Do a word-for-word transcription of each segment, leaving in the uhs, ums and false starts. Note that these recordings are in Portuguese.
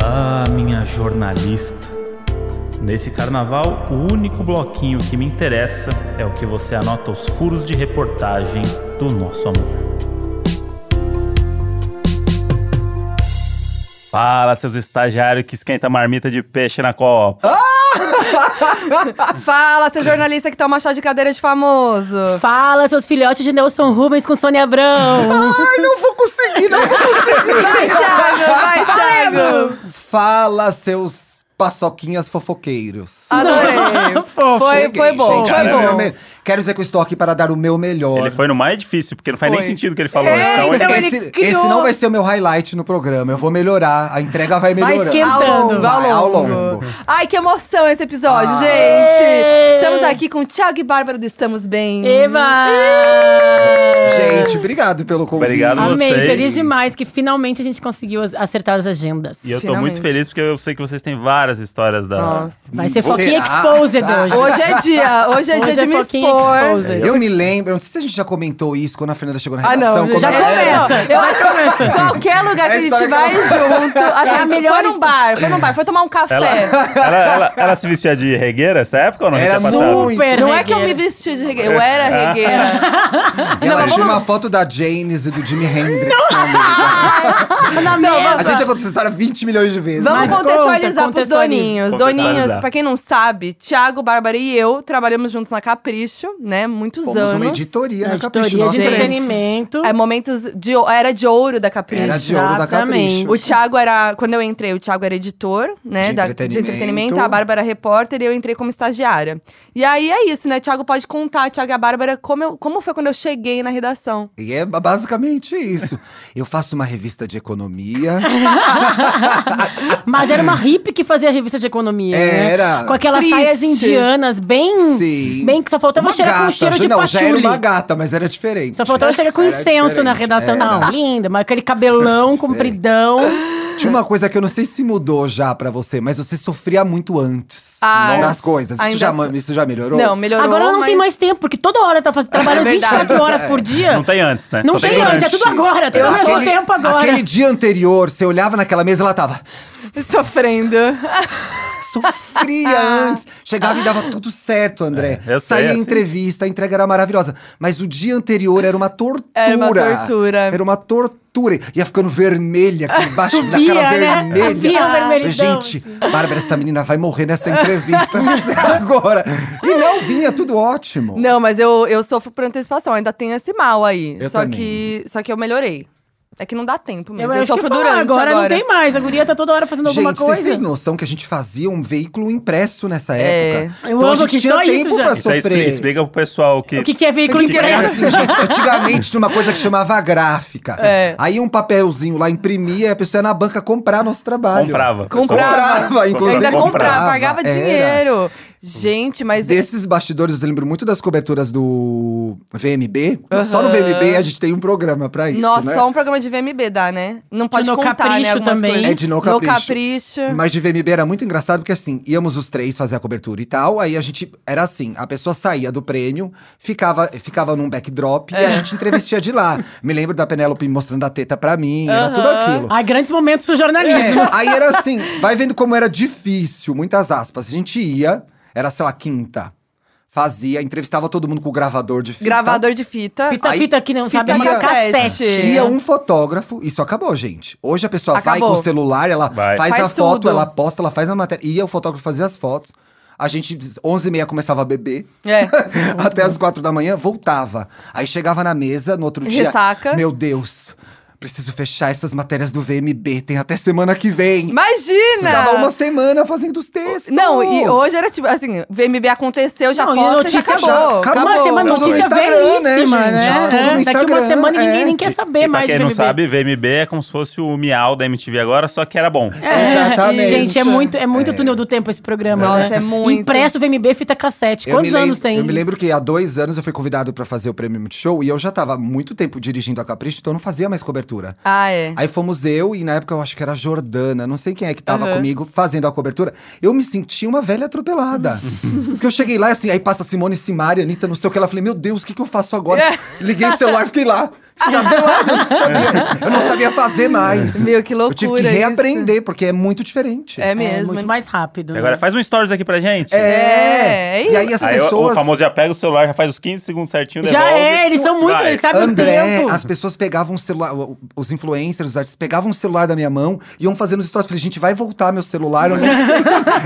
Ah, minha jornalista. Nesse carnaval, o único bloquinho que me interessa é o que você anota os furos de reportagem do nosso amor. Fala, seus estagiários que esquenta marmita de peixe na copa. Ah! Fala, seu jornalista que toma chá de cadeira de famoso. Fala, seus filhotes de Nelson Rubens com Sônia Abrão. Ai, não vou conseguir, não vou conseguir. Vai, Thiago, vai, Thiago. Fala, seus paçoquinhas fofoqueiros. Adorei. foi, foi bom, Gente, foi quero, bom. me... quero dizer que eu estou aqui para dar o meu melhor. Ele foi no mais difícil, porque não faz Foi. nem sentido o que ele falou. É, então, então ele... ele esse, criou- esse não vai ser o meu highlight no programa. Eu vou melhorar. A entrega vai Vai melhorando. esquentando. Ao longo, ao Vai, ao longo. longo. Ai, que emoção esse episódio, Ah. gente. Estamos aqui com o Thiago e Bárbara do Estamos Bem. Eva! Gente, obrigado pelo convite. Obrigado a Amei, vocês. feliz demais que finalmente a gente conseguiu as- acertar as agendas. E eu tô Finalmente. muito feliz porque eu sei que vocês têm várias histórias da... Nossa. Vai ser Será? Foquinha Exposed Ah. hoje. Hoje é dia, hoje é Hoje dia de é me Foquinha expor. Exposed. Eu me lembro, não sei se a gente já comentou isso quando a Fernanda chegou na Ah, redação. não, como já era- começa. Eu acho que qualquer lugar que É a gente história que vai ela- junto, assim, É a tipo, melhor foi num histó- bar, foi num bar, foi tomar um café. Ela, ela, ela, ela se vestia de regueira nessa época ou não? Era Tinha passado? muito. Super Não é que eu me regueira. vesti de regueira, eu era regueira. Ela Não, tinha vamos- uma foto da Janis e do Jimi Hendrix na mesa. Na Não, mesa. A gente já contou essa história vinte milhões de vezes. Vamos Mas contextualizar conta, pros contextualiza. doninhos. Contextualizar. Doninhos, pra quem não sabe, Thiago, Bárbara e eu trabalhamos juntos na Capricho, né? Muitos Fomos anos. uma editoria Na na Capricho. editoria nós de três. entretenimento. É momentos de era de ouro da Capricho. Era de ouro da Exatamente. Capricho. O Thiago era, quando eu entrei, o Thiago era editor, né, De da- de entretenimento. entretenimento, a Bárbara era repórter e eu entrei como estagiária. E aí é isso, né, Thiago pode contar, Thiago e a Bárbara, como, eu- como foi quando eu cheguei na redação. E é basicamente isso. Eu faço uma revista de economia. Mas era uma hippie que fazia revista de economia, né? Era. Com aquelas Triste. saias indianas, bem… Sim. Bem que só faltava Uma cheirar com gata, cheiro de não, já era patchouli. uma gata, mas era diferente. Só faltava chegar com Era incenso na diferente. redação. Era. Não, linda, mas aquele cabelão compridão. Tinha uma coisa que eu não sei se mudou já pra você, mas você sofria muito antes Ah, das coisas. Isso ainda já, so- isso já melhorou? Não, melhorou, Agora ela não mas... tem mais tempo, porque toda hora tá fazendo, trabalhando É vinte e verdade. quatro horas por dia. Não tem antes, né? Não Só tem durante. antes, é tudo agora, tudo ao mesmo Aquele- tempo agora. Aquele dia anterior, você olhava naquela mesa, ela tava… Sofrendo. Sofria antes. Chegava e dava tudo certo, André. É, eu sei, Saía a assim. entrevista, a entrega era maravilhosa. Mas o dia anterior era uma tortura. Era uma tortura. Era uma tortura. Ia ficando vermelha aqui embaixo da Subia, cara né? vermelha. Subia a vermelhidão, Gente, assim. Bárbara, essa menina vai morrer nessa entrevista agora. E não vinha, tudo ótimo. Não, mas eu, eu sofro por antecipação, ainda tenho esse mal aí. Eu só, também. que, só que eu melhorei. É que não dá tempo Eu, mesmo. Eu, acho que sofro falar, durante agora, agora. não tem mais. A guria tá toda hora fazendo alguma Gente, vocês coisa. têm noção que a gente fazia um veículo impresso nessa É. época? Eu então a amo gente que tinha só isso tempo já- pra Isso aí explica, sofrer. explica pro pessoal que... O que, que é veículo Porque era impresso? assim, gente, antigamente tinha uma coisa que chamava gráfica. É. Aí um papelzinho lá imprimia e a pessoa ia na banca comprar nosso trabalho. Comprava. Comprava. Comprava, inclusive. Ainda comprava, comprava. pagava Era. dinheiro. Gente, mas… Desses bastidores, eu lembro muito das coberturas do V M B. Aham. Só no V M B a gente tem um programa pra isso, Nossa, né? só um programa de V M B dá, né? Não pode No contar, Capricho né? algumas também. coisas. É de No Capricho. No Capricho. Mas de V M B era muito engraçado, porque assim, íamos os três fazer a cobertura e tal, aí a gente, era assim, a pessoa saía do prêmio, ficava, ficava num backdrop É. e a gente entrevistia de lá. Me lembro da Penélope mostrando a teta pra mim, era tudo Aham. aquilo. Ai, grandes momentos do jornalismo. É, aí era assim, vai vendo como era difícil, muitas aspas. A gente ia, era, sei lá, quinta, fazia, entrevistava todo mundo com o gravador de fita. Gravador de fita. Fita, Aí, fita que não sabe, é fita uma cassete. cassete. Ia um fotógrafo, isso acabou, gente. Hoje a pessoa vai Acabou. com o celular, ela Vai. faz, Faz a foto, tudo. ela posta, ela faz a matéria. Ia o fotógrafo fazer as fotos. A gente, onze e meia, começava a beber. É. Até as quatro da manhã, voltava. Aí chegava na mesa, no outro dia… Ressaca. Meu Deus, preciso fechar essas matérias do V M B, tem até semana que vem. Imagina! Ficava uma semana fazendo os textos. Não, e hoje era tipo, assim, V M B aconteceu, já Não, e posta, notícia já acabou. já acabou. Uma semana, Tudo no notícia Instagram, né, velhíssima, gente? né? Tudo no É, Daqui uma Instagram, semana ninguém é. nem quer saber E pra mais quem de não V M B. sabe, V M B é como se fosse o Miau da M T V agora, só que era bom. É, Exatamente. Gente, é muito, é muito túnel do tempo esse programa, Nossa, né? é muito. Impresso V M B, fita cassete. Eu Quantos me anos lembro- tem Eu me isso? lembro que há dois anos eu fui convidado pra fazer o Prêmio Multishow e eu já tava há muito tempo dirigindo a Capricho, então eu não fazia mais cobertura. Ah, é. Aí fomos eu e na época eu acho que era a Jordana, não sei quem é que tava Aham. comigo fazendo a cobertura. Eu me senti uma velha atropelada. Porque eu cheguei lá assim, aí passa Simone Simaria, Anitta, não sei o que. Ela falei, meu Deus, o que, que eu faço agora? Liguei o celular, fiquei lá. Está pelado, eu não sabia. Eu não sabia fazer mais. Meu, que loucura Eu tive que isso. reaprender, porque é muito diferente. É É mesmo. muito mais rápido. né? Agora faz um stories aqui pra gente. É, é E aí as Aí o- pessoas… o famoso já pega o celular, já faz os quinze segundos certinho, Já devolve. é, eles são muito, Vai. eles sabem André, o tempo. as pessoas pegavam o celular, o- os influencers, os artistas, pegavam o celular da minha mão e iam fazendo os stories. Falei, gente, vai voltar meu celular, eu não sei.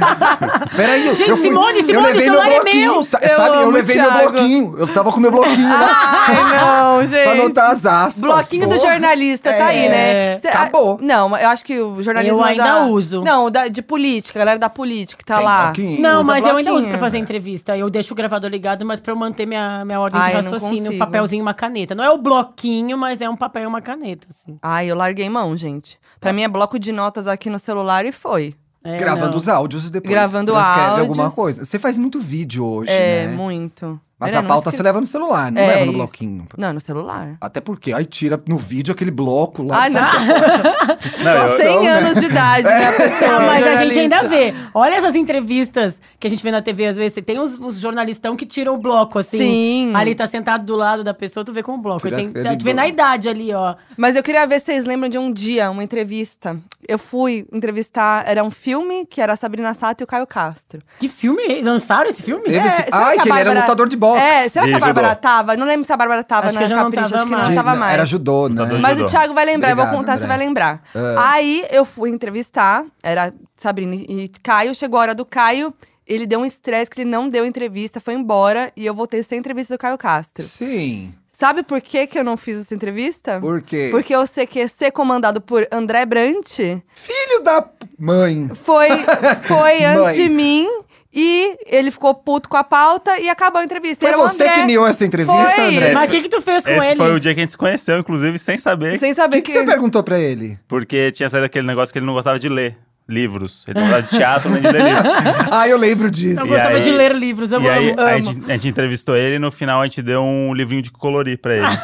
Peraí, eu, Gente, eu fui, Simone, eu Simone, levei o celular meu é bloquinho, meu. sa- Eu sabe? Eu amo, levei meu Thiago. bloquinho, eu tava com meu bloquinho lá Ai, não, gente. pra anotar as aspas. Bloquinho do Pô. jornalista, tá aí, né? É, Cê- acabou. Não, eu acho que o jornalismo Eu é ainda da- uso. Não, da, de política, galera da política que tá Tem lá. bloquinho. Não, Usa mas eu ainda uso bloquinho. pra fazer entrevista. Eu deixo o gravador ligado, mas pra eu manter minha, minha ordem Ai, de eu não raciocínio, um consigo. papelzinho e uma caneta. Não é o bloquinho, mas é um papel e uma caneta, assim. Ai, eu larguei mão, gente. Pra mim é bloco de notas aqui no celular e foi. É, Gravando não. os áudios e depois Gravando transcreve áudios. alguma coisa. Você faz muito vídeo hoje, É, né? muito. Mas Peraí, a não pauta escre- você leva no celular, não É leva no isso. bloquinho. Não, no celular. Até porque, aí tira no vídeo aquele bloco lá. Ai, não. Não, eu- cem né? anos de idade, né, a pessoa? Não, mas a gente jornalista. ainda vê. Olha essas entrevistas que a gente vê na T V, às vezes. Tem uns, uns jornalistão que tiram o bloco, assim. Sim. Ali tá sentado do lado da pessoa, tu vê com o bloco. Tira Tem, aquele a gente vê bloco. na idade ali, ó. Mas eu queria ver se vocês lembram de um dia, uma entrevista. Eu fui entrevistar, era um filme que era a Sabrina Sato e o Caio Castro. Que filme? Lançaram esse filme? Teve É, esse- será Ai, a que ele era Bárbara- lutador de boxe. É, será que De a Bárbara judô. tava? Não lembro se a Bárbara tava Acho na que já não Capricho, tava acho que não mais. tava mais. Era judô, né? Lutador de Mas judô. o Thiago vai lembrar, eu vou Obrigado, contar, André. você vai lembrar. É. Aí eu fui entrevistar, era Sabrina e Caio, chegou a hora do Caio, ele deu um estresse que ele não deu entrevista, foi embora, e eu voltei sem entrevista do Caio Castro. Sim. Sabe por que, que eu não fiz essa entrevista? Por quê? Porque o C Q C, comandado por André Brant, Filho da mãe. foi, foi antes Mãe. de mim. E ele ficou puto com a pauta e acabou a entrevista. Foi Era o você André, que miou essa entrevista, Foi. André? Mas o que que tu fez com Esse ele? foi o dia que a gente se conheceu, inclusive, sem saber. Sem O saber que, que você perguntou pra ele? Porque tinha saído aquele negócio que ele não gostava de ler livros. Ele não gostava de teatro nem de ler livros. Ah, eu lembro disso. Eu E gostava aí- de ler livros, eu e aí, amo. a, gente, a gente entrevistou ele e no final a gente deu um livrinho de colorir pra ele.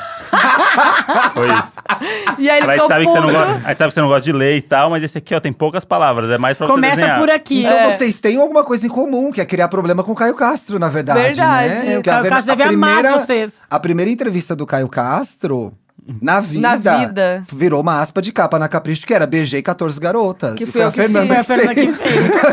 Foi isso. E aí ele A gente, ficou sabe que você não puto. gosta, a gente sabe que você não gosta de ler e tal, mas esse aqui, ó, tem poucas palavras. É mais pra você Começa desenhar. por aqui. Então É. vocês têm alguma coisa em comum, que é criar problema com o Caio Castro, na verdade, Verdade. né? O Porque a Caio ver- Castro a deve amar primeira- vocês. A primeira entrevista do Caio Castro… Na vida, Na vida. virou uma aspa de capa na Capricho, que era beijei quatorze garotas. Que E foi foi eu a que Fernanda Foi a que Fernanda que fez.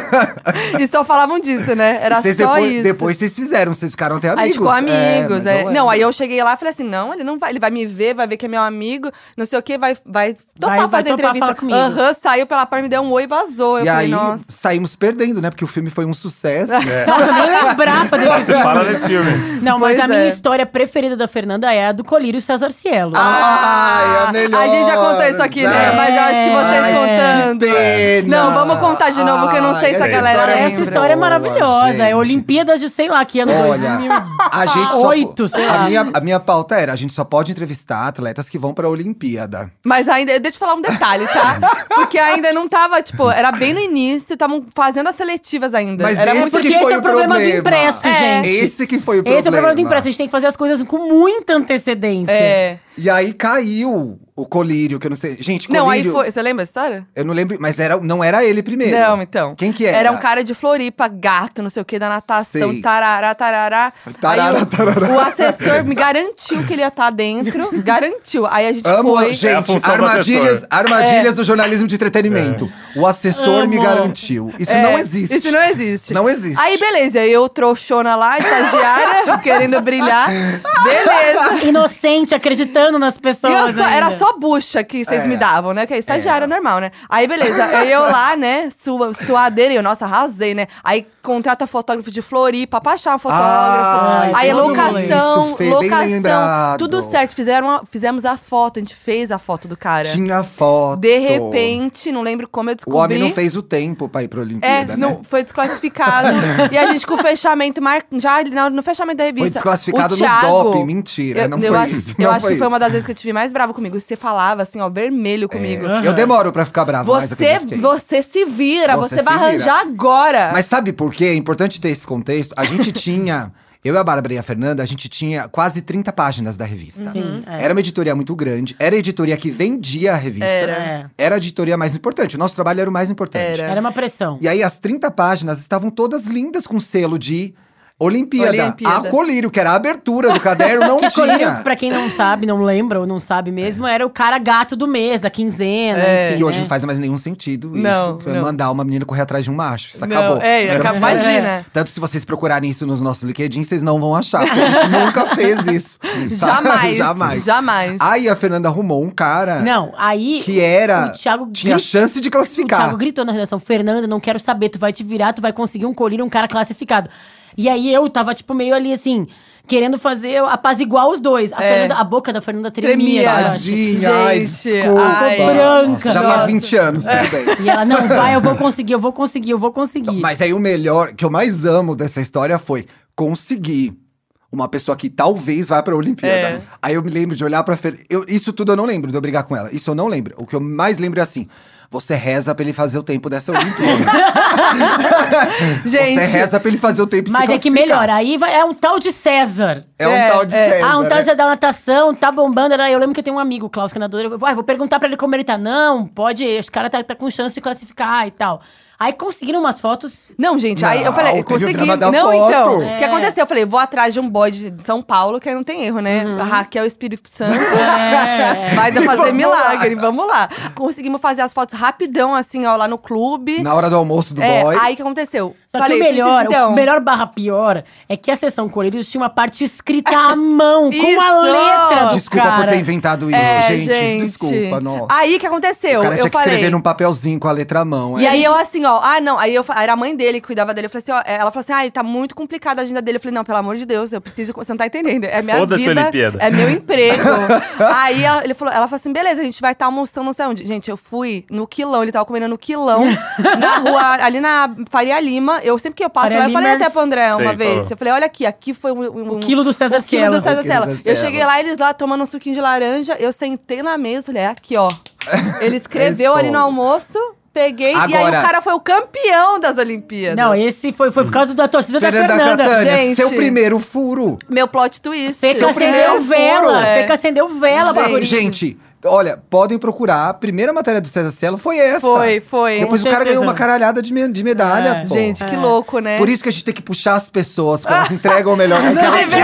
fez. E só falavam disso, né? Era E vocês só depois, isso. Depois vocês fizeram, vocês ficaram até Aí amigos. ficou amigos, mas é. eu Não, lembro. aí eu cheguei lá e falei assim: não, ele não vai, ele vai me ver, vai ver que é meu amigo, não sei o quê, vai, vai topar Vai- vai fazer topar entrevista. falar comigo. Aham, saiu pela porta, me deu um oi e vazou. Eu E falei, aí, nossa. saímos perdendo, né? Porque o filme foi um sucesso. Nossa, eu nem lembrava desse Você filme. fala nesse filme. Não, mas Pois a minha é. história preferida da Fernanda é a do Colírio César Cielo. Ai, a melhor. A gente já contou isso aqui, já. né? Mas eu acho que vocês Ai, contando. Que pena. Não, vamos contar de novo, que eu não sei se a Ai, essa galera história é lembra. Essa muito história é boa, maravilhosa. gente. É Olimpíadas de, sei lá, que ano dois Olha, mil. a gente só, Oito, sei lá. a minha, a minha pauta era, a gente só pode entrevistar atletas que vão pra Olimpíada. Mas ainda, deixa eu falar um detalhe, tá? Porque ainda não tava, tipo, era bem no início, estavam fazendo as seletivas ainda. Mas era esse muito Porque que esse foi é o o problema do problema. impresso, É. gente. Esse que foi o problema. Esse é o problema do impresso. A gente tem que fazer as coisas com muita antecedência. É. E aí caiu o colírio, que eu não sei. Gente, colírio… Não, aí foi. Você lembra a história? Eu não lembro, mas era, não era ele primeiro. Não, então. Quem que era? Era um cara de Floripa, gato, não sei o que, da natação, Sei. tarará, tarará. Tarará, Aí o, tarará. o assessor me garantiu que ele ia estar dentro, garantiu. Aí a gente Amo, foi. É a gente, função do armadilhas, assessor. armadilhas do jornalismo de entretenimento. O assessor me Amo. garantiu. Isso É, não existe. Isso não existe. Não existe. Aí, beleza. Eu, trouxona lá, estagiária, querendo brilhar. Beleza. Inocente, acreditando nas E eu pessoas. só- era ainda. só bucha que vocês É. me davam, né? Que é estagiária É. normal, né? Aí, beleza. Aí eu lá, né? Sua, suadeira. E eu, nossa, arrasei, né? Aí contrata fotógrafo de Floripa pra achar um fotógrafo. Ai, aí tudo locação, isso, Fê, bem locação. lembrado. Tudo certo. Fizeram a- fizemos a foto, a gente fez a foto do cara. Tinha foto. De repente, não lembro como eu O descobri. homem não fez o tempo pra ir pra É, Olimpíada, não, né? foi desclassificado. E a gente com o fechamento, mar... já no, no fechamento da revista. Foi desclassificado o no Thiago, doping. Mentira, eu, não eu foi acho, isso. Eu não acho que foi isso. uma das vezes que eu tive mais bravo comigo. Você falava assim, ó, vermelho comigo. É, eu demoro pra ficar bravo, mas eu Você, fiquei. você se vira, Você você, vai se vira. arranjar agora. Mas sabe por quê? É importante ter esse contexto. A gente tinha… Eu e a Bárbara e a Fernanda, a gente tinha quase trinta páginas da revista. Sim, é. Era uma editoria muito grande. Era a editoria que vendia a revista. Era. É. Era a editoria mais importante. O nosso trabalho era o mais importante. Era. Era uma pressão. E aí, as trinta páginas estavam todas lindas com selo de… Olimpíada. Olimpíada. A Colírio, que era a abertura do caderno, não Que Colírio, tinha. pra quem não sabe, não lembra ou não sabe mesmo, era o cara gato do mês, da quinzena, É. enfim, Que hoje né? não faz mais nenhum sentido isso. Não, Foi não. mandar uma menina correr atrás de um macho. Isso Não, acabou. é, Era acaba- pra- imagina. Tanto se vocês procurarem isso nos nossos LinkedIn, vocês não vão achar, porque a gente nunca fez isso. tá? Jamais. Jamais. Jamais. Aí a Fernanda arrumou um cara Não, aí que era. o Thiago tinha grit- chance de O classificar. Thiago gritou na redação: Fernanda, não quero saber, tu vai te virar, tu vai conseguir um colírio, um cara classificado. E aí eu tava, tipo, meio ali assim, querendo fazer, apaziguar os dois. A, É. Fernanda- a boca da Fernanda tremia. Tremia. cara. Tadinha, ai, Gente, desculpa. ai. Branca. Nossa, já Nossa. faz vinte anos, tudo bem. E ela, não, vai, eu vou conseguir, eu vou conseguir, eu vou conseguir. Mas aí o melhor, que eu mais amo dessa história foi conseguir uma pessoa que talvez vá pra Olimpíada. É. Aí eu me lembro de olhar pra Fer... eu Isso tudo eu não lembro de eu brigar com ela. Isso eu não lembro. O que eu mais lembro é assim: você reza pra ele fazer o tempo dessa Olimpíada. Gente. Você reza pra ele fazer o tempo e se Mas é que classificar. melhor, aí vai- é um tal de César. É um É, tal de é. César. Ah, um tal né? de César da natação, tá bombando. Era- Eu lembro que eu tenho um amigo, Klaus, que é nadador. Eu vou, ah, vou perguntar pra ele como ele tá. Não, pode, esse cara tá, tá com chance de classificar e tal. Aí conseguiram umas fotos. Não, gente, aí eu Não, falei, teve o consegui. drama da Não, foto. então. O É. que aconteceu? Eu falei, vou atrás de um boy de São Paulo, que aí não tem erro, né? A Raquel Espírito Santo. É. Vai dar fazer Vamos milagre, vamos lá. Conseguimos fazer as fotos rapidão, assim, ó, lá no clube. Na hora do almoço do é, boy. aí o que aconteceu? Só falei, que o melhor, preciso, então. o melhor barra pior é que a sessão Colírios tinha uma parte escrita à mão, com a Isso! letra do Desculpa cara. por ter inventado isso, É, gente. gente. Desculpa, não. Aí o que aconteceu? O cara eu tinha que falei. escrever num papelzinho com a letra à mão. E é. aí eu assim, ó, ah, não, aí eu, fa- era a mãe dele que cuidava dele, eu falei assim, ó, ela falou assim, ah, tá muito complicada a agenda dele. Eu falei, não, pelo amor de Deus, eu preciso, você não tá entendendo, é minha Foda-se a vida, Olimpíada. é meu emprego. Aí ela, ele falou, ela falou assim, beleza, a gente vai estar almoçando não sei onde. Gente, eu fui no Quilão, ele tava comendo no Quilão, na rua, ali na Faria Lima, eu sempre que eu passo Faria lá, eu falei Limers. até pro André uma Sei, vez, falou. eu falei, olha aqui, aqui foi um... um O quilo do César o quilo Cielo. do César O quilo Cielo. do Eu César. cheguei lá, eles lá tomando um suquinho de laranja, eu sentei na mesa, falei, é aqui, ó. Ele escreveu ali no almoço, peguei, e aí Agora- o cara foi o campeão das Olimpíadas. Não, esse foi, foi por causa da torcida Fernanda da Fernanda. Catânia, Gente. seu primeiro furo. Meu plot twist. Feca Seu acendeu primeiro vela. furo, é. Feca acendeu vela pra Gente. Corinthians. Gente, olha, podem procurar. A primeira matéria do César Cielo foi essa. Foi, foi. Depois Com o cara certeza. ganhou uma caralhada de, me- de medalha, É. pô. Gente, que É. louco, né? Por isso que a gente tem que puxar as pessoas, porque elas entregam o melhor. Não me vem,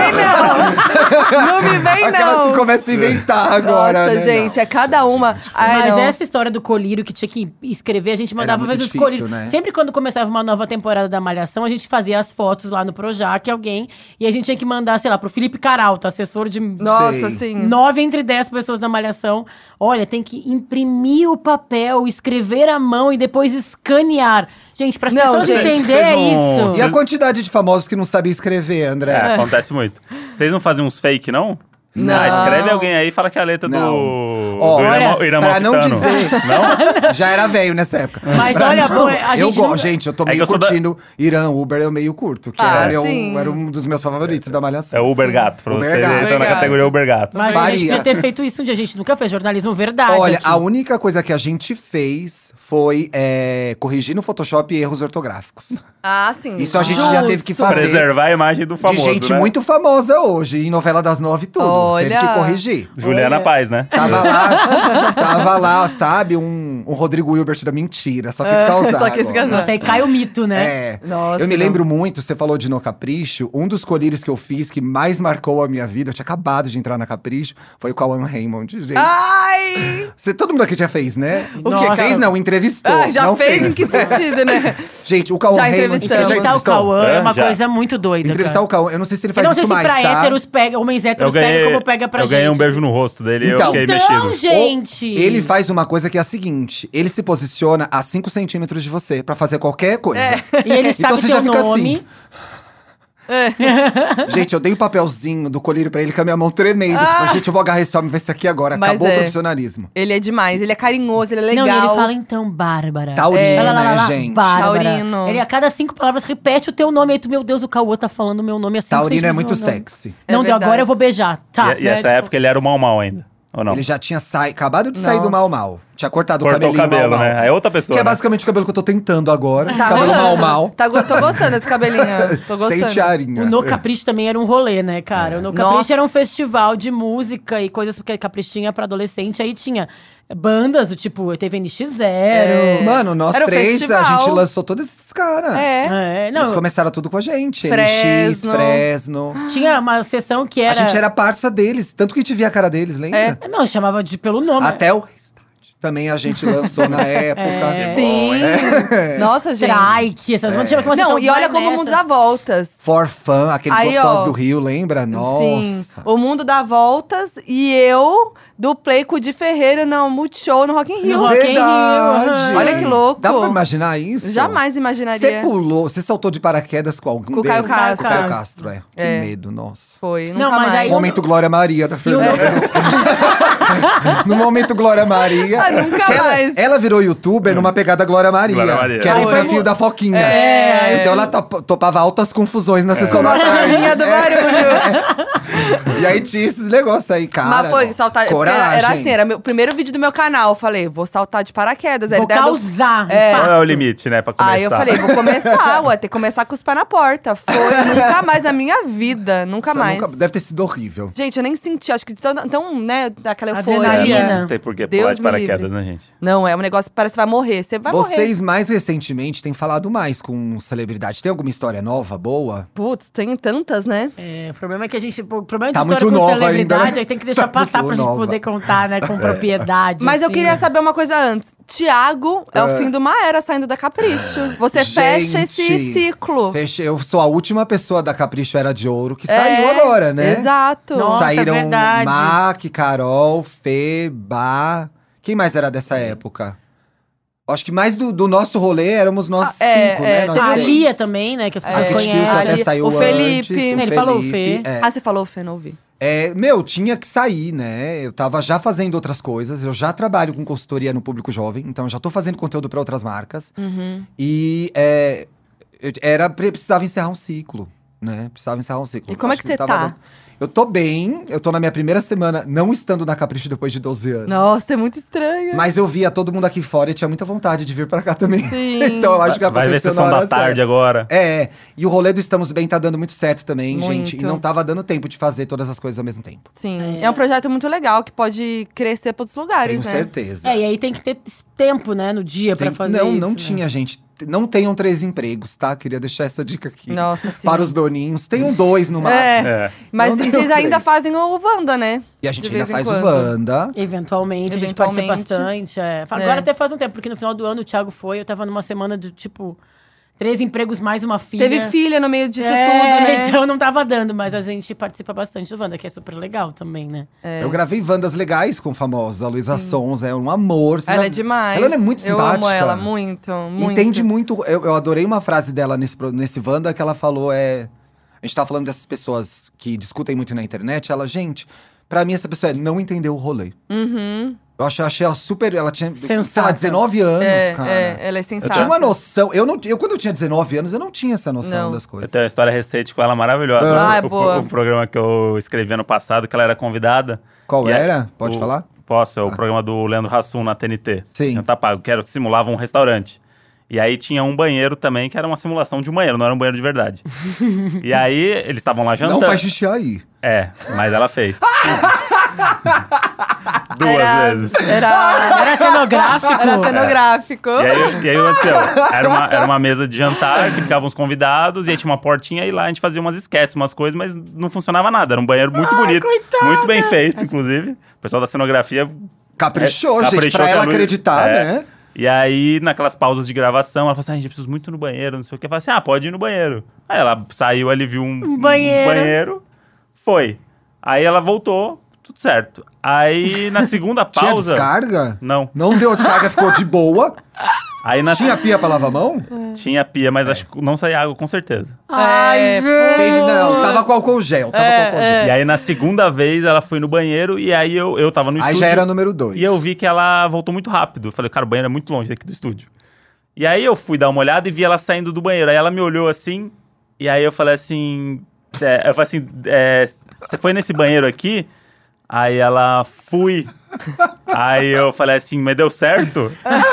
não! Não me vem, Aquelas não! que começam a inventar agora, Nossa, né? gente, Não. é cada uma. Ai, Mas não. essa história do colírio que tinha que escrever, a gente mandava muito fazer os difícil, colírios. né? Sempre quando começava uma nova temporada da Malhação, a gente fazia as fotos lá no Projac, alguém, e a gente tinha que mandar, sei lá, pro Felipe Caralto, assessor de Nossa, Sei. sim. nove entre dez pessoas da Malhação. Olha, tem que imprimir o papel, escrever à mão e depois escanear. Gente, para as Não, pessoas gente, entenderem vocês não- isso. E a quantidade de famosos que não sabem escrever, André? É, acontece muito. Vocês não fazem uns fake, não? Não. Ah, escreve alguém aí e fala que é a letra Não. do. Ó, do Irã, olha, Irã pra não Malfitano. dizer- Não? Já era velho nessa época. Mas Pra olha, não- pô, a eu gente gosto, não- gente, eu tô É que meio eu sou da- curtindo Irã Uber, eu meio curto. Que Ah, era, meu- sim. era um dos meus favoritos da Malhação. É o Uber Gato, pra Uber você Gato. entrar na Uber categoria Uber Gato. Mas a gente Faria. podia ter feito isso um dia. A gente nunca fez jornalismo verdade. Olha, aqui. a única coisa que a gente fez foi é, corrigir no Photoshop erros ortográficos. Ah, sim. Isso a gente já teve que fazer. Preservar a imagem do famoso. de gente né? muito famosa hoje, em novela das nove e tudo. Olha. Teve que corrigir. Juliana Olha. Paz, né? Tava lá, tava lá, sabe, um, um Rodrigo Hilbert da mentira, só quis causar. só quis agora. causar. Nossa, aí cai o mito, né? É. Nossa, eu me não. lembro muito, você falou de No Capricho, um dos colírios que eu fiz que mais marcou a minha vida, eu tinha acabado de entrar na Capricho, foi o Cauã Raymond, gente. Ai! Você, todo mundo aqui já fez, né? O Nossa. que, Fez não, entrevistou. Ah, já não fez, em que sentido, né? Gente, o Cauã Já Raymond, entrevistamos. você já Entrevistar o entrevistou? Cauã é É, uma já. coisa muito doida. Entrevistar cara. o Cauã, eu não sei se ele Eu faz não sei isso se mais, pra tá? héteros pega, homens Eu héteros ganhei, pegam como pega pra eu gente. ganhei um beijo no rosto dele e eu Então. fiquei Então, mexido. gente. Ele faz uma coisa que é a seguinte: ele se posiciona a cinco centímetros de você pra fazer qualquer coisa. E ele sabe Então você teu já fica nome. assim. Gente, eu dei o papelzinho do colírio pra ele com a minha mão tremendo. Ah. Falei, gente, eu vou agarrar esse homem, vai ser aqui agora. Mas Acabou é. o profissionalismo. Ele é demais, ele é carinhoso, ele é legal. Não, e ele fala então, Bárbara. Taurino, Lá, lá, lá, né, lá, gente? Bárbara. Taurino. Ele a cada cinco palavras repete o teu nome. Aí tu, meu Deus, o Cauã tá falando o meu nome assim. Taurino é muito sexy. Não, É deu agora verdade. eu vou beijar. Tá, e, e né? essa Tipo, época ele era o mal mal ainda. Ou não? Ele já tinha sa... acabado de sair Nossa. do mal mal. Tinha cortado Cortou o o cabelinho cabelo, mal, mal. né? É outra pessoa. Que é né? basicamente o cabelo que eu tô tentando agora. Esse Tá cabelo mal rolando. mal. Tá, go- tô gostando desse cabelinho. Tô gostando. Sem tiarinha. O No Capricho também era um rolê, né, cara? O No Capricho Nossa. era um festival de música e coisas porque Capricho tinha pra adolescente. Aí tinha bandas, do tipo, teve N X Zero. É. Mano, nós Era o três, a festival. gente lançou todos esses caras. É. É, não, Eles começaram tudo com a gente. Fresno. N X, Fresno. tinha uma sessão que era… A gente era parça deles, tanto que a gente via a cara deles, lembra? É. Não, chamava de pelo nome. Até o Restart. Também a gente lançou na época. É. Sim. É. Nossa, gente. Strike, essas bandas. Tinha uma Não, sessão e olha vai como o nessa. mundo dá voltas. For Fun, aqueles Aí, gostosos ó. do Rio, lembra? Nossa. Sim. O mundo dá voltas e eu duplei com o Di Ferreira no Multishow no Rock in Rio. No Rock in Rio, Verdade. aham. Olha que louco. Dá pra imaginar isso? Jamais imaginaria. Você pulou, você saltou de paraquedas com algum Com o Caio deles? Castro. Com o Caio Castro, é. Que É. medo, nossa. Foi, Não, nunca mas mais. aí eu- Momento Glória Maria da Fernanda. No momento Glória Maria. Ah, nunca que ela, mais. ela virou youtuber numa pegada Glória Maria. Glória Maria. Que era o Aí foi desafio mu- da Foquinha. É, Então ela top- topava altas confusões na sessão da tarde. Rainha do É. barulho. E aí tinha esses negócios aí, cara. Mas foi nossa, saltar. porque Era, Coragem. era assim, era meu primeiro vídeo do meu canal. Eu falei, vou saltar de paraquedas. Era Vou ideia do- causar É. impacto. Qual é o limite, né, pra começar? Aí eu falei, vou começar, ué, tem que começar com os pés na porta. Foi nunca mais na minha vida, nunca Nossa, mais. nunca- deve ter sido horrível. Gente, eu nem senti, acho que tão, tão né, daquela euforia. Adrenalina. Não tem por que Deus pular de me paraquedas, livre. né, gente? Não, é um negócio que parece que vai morrer. Você vai morrer. Vocês, mais recentemente, têm falado mais com celebridade. Tem alguma história nova, boa? Putz, tem tantas, né? É, o problema é que a gente… O problema de Tá história muito com nova celebridade ainda, né? aí tem que deixar Tá passar muito pra gente nova. poder contar, né? Com propriedade. Mas eu assim. queria saber uma coisa antes. Tiago é, o fim de uma era saindo da Capricho. Você fecha esse Gente, ciclo. Fecha, eu sou a última pessoa da Capricho Era de Ouro que É, saiu agora, né? Exato. Nossa, Saíram verdade. Mac, Carol, Fê, Bá. Quem mais era dessa época? Acho que mais do, do nosso rolê éramos nós Ah, é, cinco, é, né? Nós A seis. Lia também, né? Que as A pessoas Fit Kills conhecem. até saiu O Felipe. antes. o Ele falou o Felipe, Fê. é. Ah, você falou, Fê, não ouvi. É, meu, tinha que sair, né? Eu tava já fazendo outras coisas. Eu já trabalho com consultoria no público jovem. Então, eu já tô fazendo conteúdo pra outras marcas. Uhum. E é, eu- era, precisava encerrar um ciclo, né? Precisava encerrar um ciclo. E como é Acho que você tava tá? dando- Eu tô bem. Eu tô na minha primeira semana, não estando na Capricho depois de doze anos. Nossa, é muito estranho. Mas eu via todo mundo aqui fora e tinha muita vontade de vir pra cá também. Sim. Então, eu acho que Vai ver aconteceu sessão na da hora tarde certa. agora. É, e o rolê do Estamos Bem tá dando muito certo também, Muito. gente. E não tava dando tempo de fazer todas as coisas ao mesmo tempo. Sim. É. um projeto muito legal que pode crescer para outros lugares, Tenho né? certeza. É, e aí tem que ter tempo, né? No dia Tem- pra fazer não, isso. não né? tinha, gente. Não tenham três empregos, tá? Queria deixar essa dica aqui. Nossa, sim. Para os doninhos. Tenham dois no máximo. É. É. Mas Não e deu vocês ainda três. fazem o Wanda, né? E a gente De ainda vez em faz o quando. Wanda. Eventualmente, a gente participa Eventualmente. bastante. É. É. Agora até faz um tempo, porque no final do ano o Thiago foi, eu tava numa semana de, tipo, três empregos mais uma filha. Teve filha no meio disso É, tudo, né? Então não tava dando, mas a gente participa bastante do Wanda, que é super legal também, né? Eu gravei Wandas legais com famosos. A Luísa Sons é um amor. Você Ela já- é demais. Ela é muito Eu simpática. amo ela muito, muito. Entende muito. Eu, eu adorei uma frase dela nesse, pro- nesse Wanda que ela falou: é. A gente tá falando dessas pessoas que discutem muito na internet. Ela, gente, pra mim essa pessoa é não entendeu o rolê. Uhum. Eu achei, achei ela super. Ela tinha, sei lá, Sensata. dezenove anos, É, cara. é, ela é Eu sensata. tinha uma noção. Eu, não, eu, quando eu tinha dezenove anos, eu não tinha essa noção Não. das Eu coisas. tenho uma história recente com ela maravilhosa. Ah, o, boa. o, o programa que eu escrevi ano passado, que ela era convidada. Qual E é- era? Pode o- falar? Posso, é o programa do Leandro Hassum na T N T. Sim. Não tá pago, que era que simulava um restaurante. E aí tinha um banheiro também, que era uma simulação de um banheiro, não era um banheiro de verdade. E aí eles estavam lá jantando. Não faz xixi aí. É, mas ela fez. Duas Era- vezes. Era, Era cenográfico. era cenográfico. E aí, e aí o que aconteceu? Era uma, era uma mesa de jantar que ficavam os convidados, e aí tinha uma portinha e lá a gente fazia umas esquetes, umas coisas, mas não funcionava nada. Era um banheiro muito bonito, coitada. muito bem feito, inclusive. O pessoal da cenografia Caprichou, É, gente, caprichou pra que a ela Lu- acreditar, é. né? E aí, naquelas pausas de gravação, ela falou assim: ah, gente, eu preciso muito ir no banheiro, não sei o que. Eu falei assim: ah, pode ir no banheiro. Aí ela saiu ali, viu um, Um banheiro. um banheiro, foi. Aí ela voltou, tudo certo. Aí, na segunda Tinha pausa… descarga? Não. Não deu descarga, ficou de boa. Aí na Tinha pia pra lavar a mão? Tinha pia, mas acho que não saía água, com certeza. Ai, É, gente. Entendi, não, tava com álcool gel, tava com álcool gel. E aí, na segunda vez, ela foi no banheiro e aí eu, eu tava no Aí estúdio. já era número dois. E eu vi que ela voltou muito rápido. Eu falei, cara, o banheiro é muito longe daqui do estúdio. E aí eu fui dar uma olhada e vi ela saindo do banheiro. Aí ela me olhou assim, e aí eu falei assim… é, eu falei assim, é, você foi nesse banheiro aqui? Aí ela, fui. Aí eu falei assim, mas deu certo?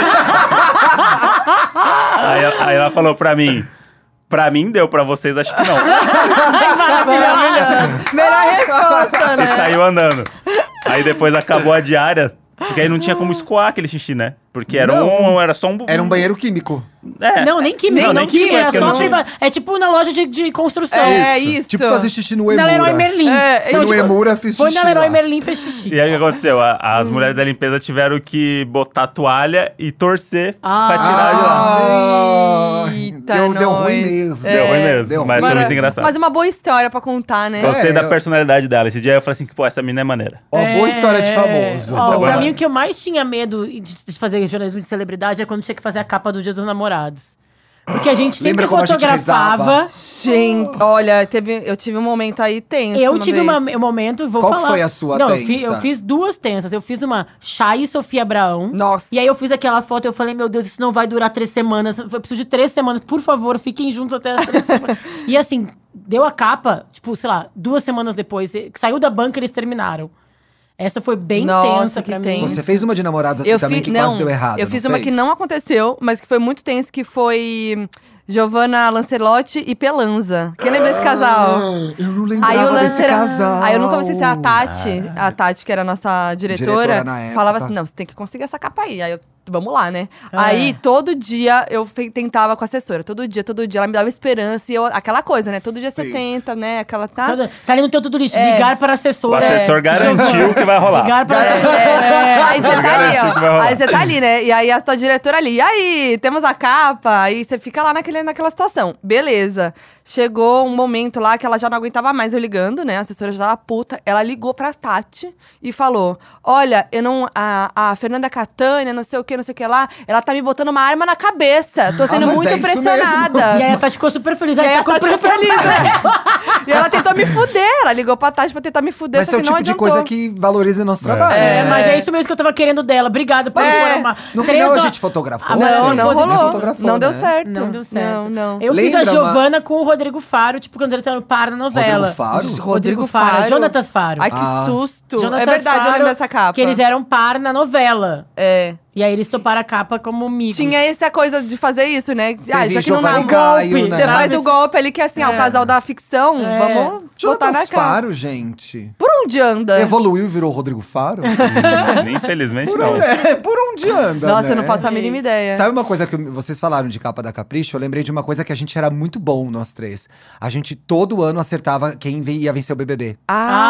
aí, aí ela falou pra mim… Pra mim deu, pra vocês acho que não. Ai, maravilhoso. Melhor resposta, né? E saiu andando. Aí depois acabou a diária, Porque aí não tinha como escoar aquele xixi, né? Porque era Não. um, era só um... Era um banheiro químico. É. Não, nem químico, Não, não, nem tinha, químico, era porque só não tinha. privado. É tipo na loja de, de construção. É, isso. Tipo fazer xixi no Na Leroy Emura. Merlin. É, Fui Não, no tipo, Emura, fiz Foi xixi na Leroy lá. Merlin e fez xixi. E aí o que aconteceu? A- As mulheres da limpeza tiveram que botar a toalha e torcer Ah. pra tirar de lá. Ah, Eita, deu, deu nós. ruim mesmo. É. Deu ruim mesmo, Deu mas ruim. foi Mas- muito engraçado. Mas uma boa história pra contar, né? Gostei É, da eu- personalidade dela. Esse dia eu falei assim, que, pô, essa mina é maneira. Ó, boa história de famoso. Ó, Essa é pra boa. mim, o que eu mais tinha medo de de fazer jornalismo de celebridade é quando tinha que fazer a capa do Dia dos Namorados. Porque a gente sempre Lembra como a gente fotografava. Gente, olha, teve, eu tive um momento aí tenso. Eu uma tive vez. uma- um momento, vou Qual que falar. foi a sua Não, eu, fi- tensa? eu fiz duas tensas. Eu fiz uma Chay e Sofia Abraão. Nossa. E aí eu fiz aquela foto e eu falei, meu Deus, isso não vai durar três semanas. Eu preciso de três semanas. Por favor, fiquem juntos até as três semanas. E assim, deu a capa, tipo, sei lá, duas semanas depois. Saiu da banca, eles terminaram. Essa foi bem Nossa, tensa que pra mim. tenso. Você fez uma de namorados assim Eu também fi- que não, quase deu errado. Eu não fiz uma fez? que não aconteceu, mas que foi muito tenso, que foi Giovanna Lancelotti e Pelanza. Quem lembra desse casal? Ah, eu não Aí lembrava o lance desse era. casal. Aí eu nunca vou esquecer a Tati, a Tati, que era a nossa diretora, Diretora na época. falava assim: não, você tem que conseguir essa capa aí. Aí eu, vamos lá, né? É. Aí todo dia eu fe- tentava com a assessora, todo dia, todo dia, ela me dava esperança e eu, aquela coisa, né? Todo dia você Sim. tenta, né? Aquela tá. Tá, tá ali no teu tudo list. É. Ligar para a O assessora. assessor garantiu que vai rolar. Ligar para a É, assessora. é. É. Aí você tá ali, Garantiu que vai ó. rolar. Aí você tá ali, né? E aí a tua diretora ali, e aí, temos a capa. Aí você fica lá naquele, naquela situação. Beleza. Chegou um momento lá que ela já não aguentava mais eu ligando, né? A assessora já tava puta. Ela ligou pra Tati e falou: Olha, eu não. A, a Fernanda Catânia, não sei o que, não sei o que lá, ela tá me botando uma arma na cabeça. Tô sendo mas muito é isso pressionada. E aí a Tati ficou super feliz. E aí Aí a tá Tati com ficou feliz, né? E ela tentou me fuder. Ela ligou pra Tati pra tentar me fuder, Mas só esse é que o não tipo de adiantou. coisa que valoriza nosso trabalho. É, né? mas é isso mesmo que eu tava querendo dela. Obrigada por É. uma. No três final a no- gente fotografou. Ah, Não, Sim. não Você rolou. fotografou, Não deu né? certo. Não deu certo. Não, não. Eu Lembra fiz a uma- Giovana com o Rodrigo Faro, tipo, quando ele tá no par na novela. Rodrigo Faro? Rodrigo Faro. Jonatas Faro. Ai, que Ah. susto. Jonatas é verdade, eu Faro, lembro dessa capa. Que eles eram par na novela. É. E aí eles toparam a capa como amigos. Tinha essa coisa de fazer isso, né? Ah, Teve já que não Giovanni dá Caio, golpe, né? Você Sabe? faz o golpe ali que é assim, ó, o É. casal da ficção, É. vamos botar na Jonatas cara. Faro, gente. Por onde anda? Evoluiu e virou Rodrigo Faro? Hum, Infelizmente por, não. onde, é, por onde anda, Nossa, né? eu não faço a mínima ideia. Sabe uma coisa que eu- vocês falaram de capa da Capricho? Eu lembrei de uma coisa que a gente era muito bom, nós três. A gente todo ano acertava quem ve- ia vencer o B B B.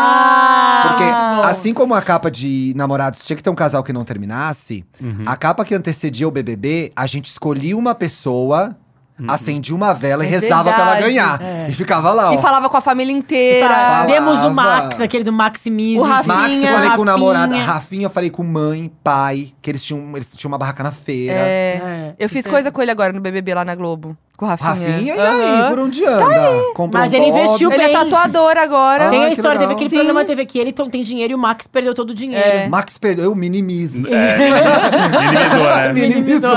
Ah! Porque bom. assim como a capa de Namorados tinha que ter um casal que não terminasse, a capa que antecedia o B B B, a gente escolhia uma pessoa, acendia uma vela e É rezava pra ela verdade. ganhar. É. E ficava lá, ó. E falava com a família inteira. Tá, Demos o Falava. Max, aquele do Maximize. O Rafinha. Max, eu falei com o Rafinha. namorado. Rafinha, eu falei com mãe, pai, que eles tinham, eles tinham uma barraca na feira. É. É. Eu fiz Isso é- coisa com ele agora no B B B lá na Globo. Com o Rafinha. Rafinha, e Aham. aí? Por onde anda? Comprou Mas um ele Bob? investiu Ele é bem. tatuador agora. Tem Ah, a que história, legal. teve aquele Sim. programa T V que ele tem dinheiro e o Max perdeu todo o dinheiro. É. Max perdeu, minimize. É, minimizou, né? Minimizou.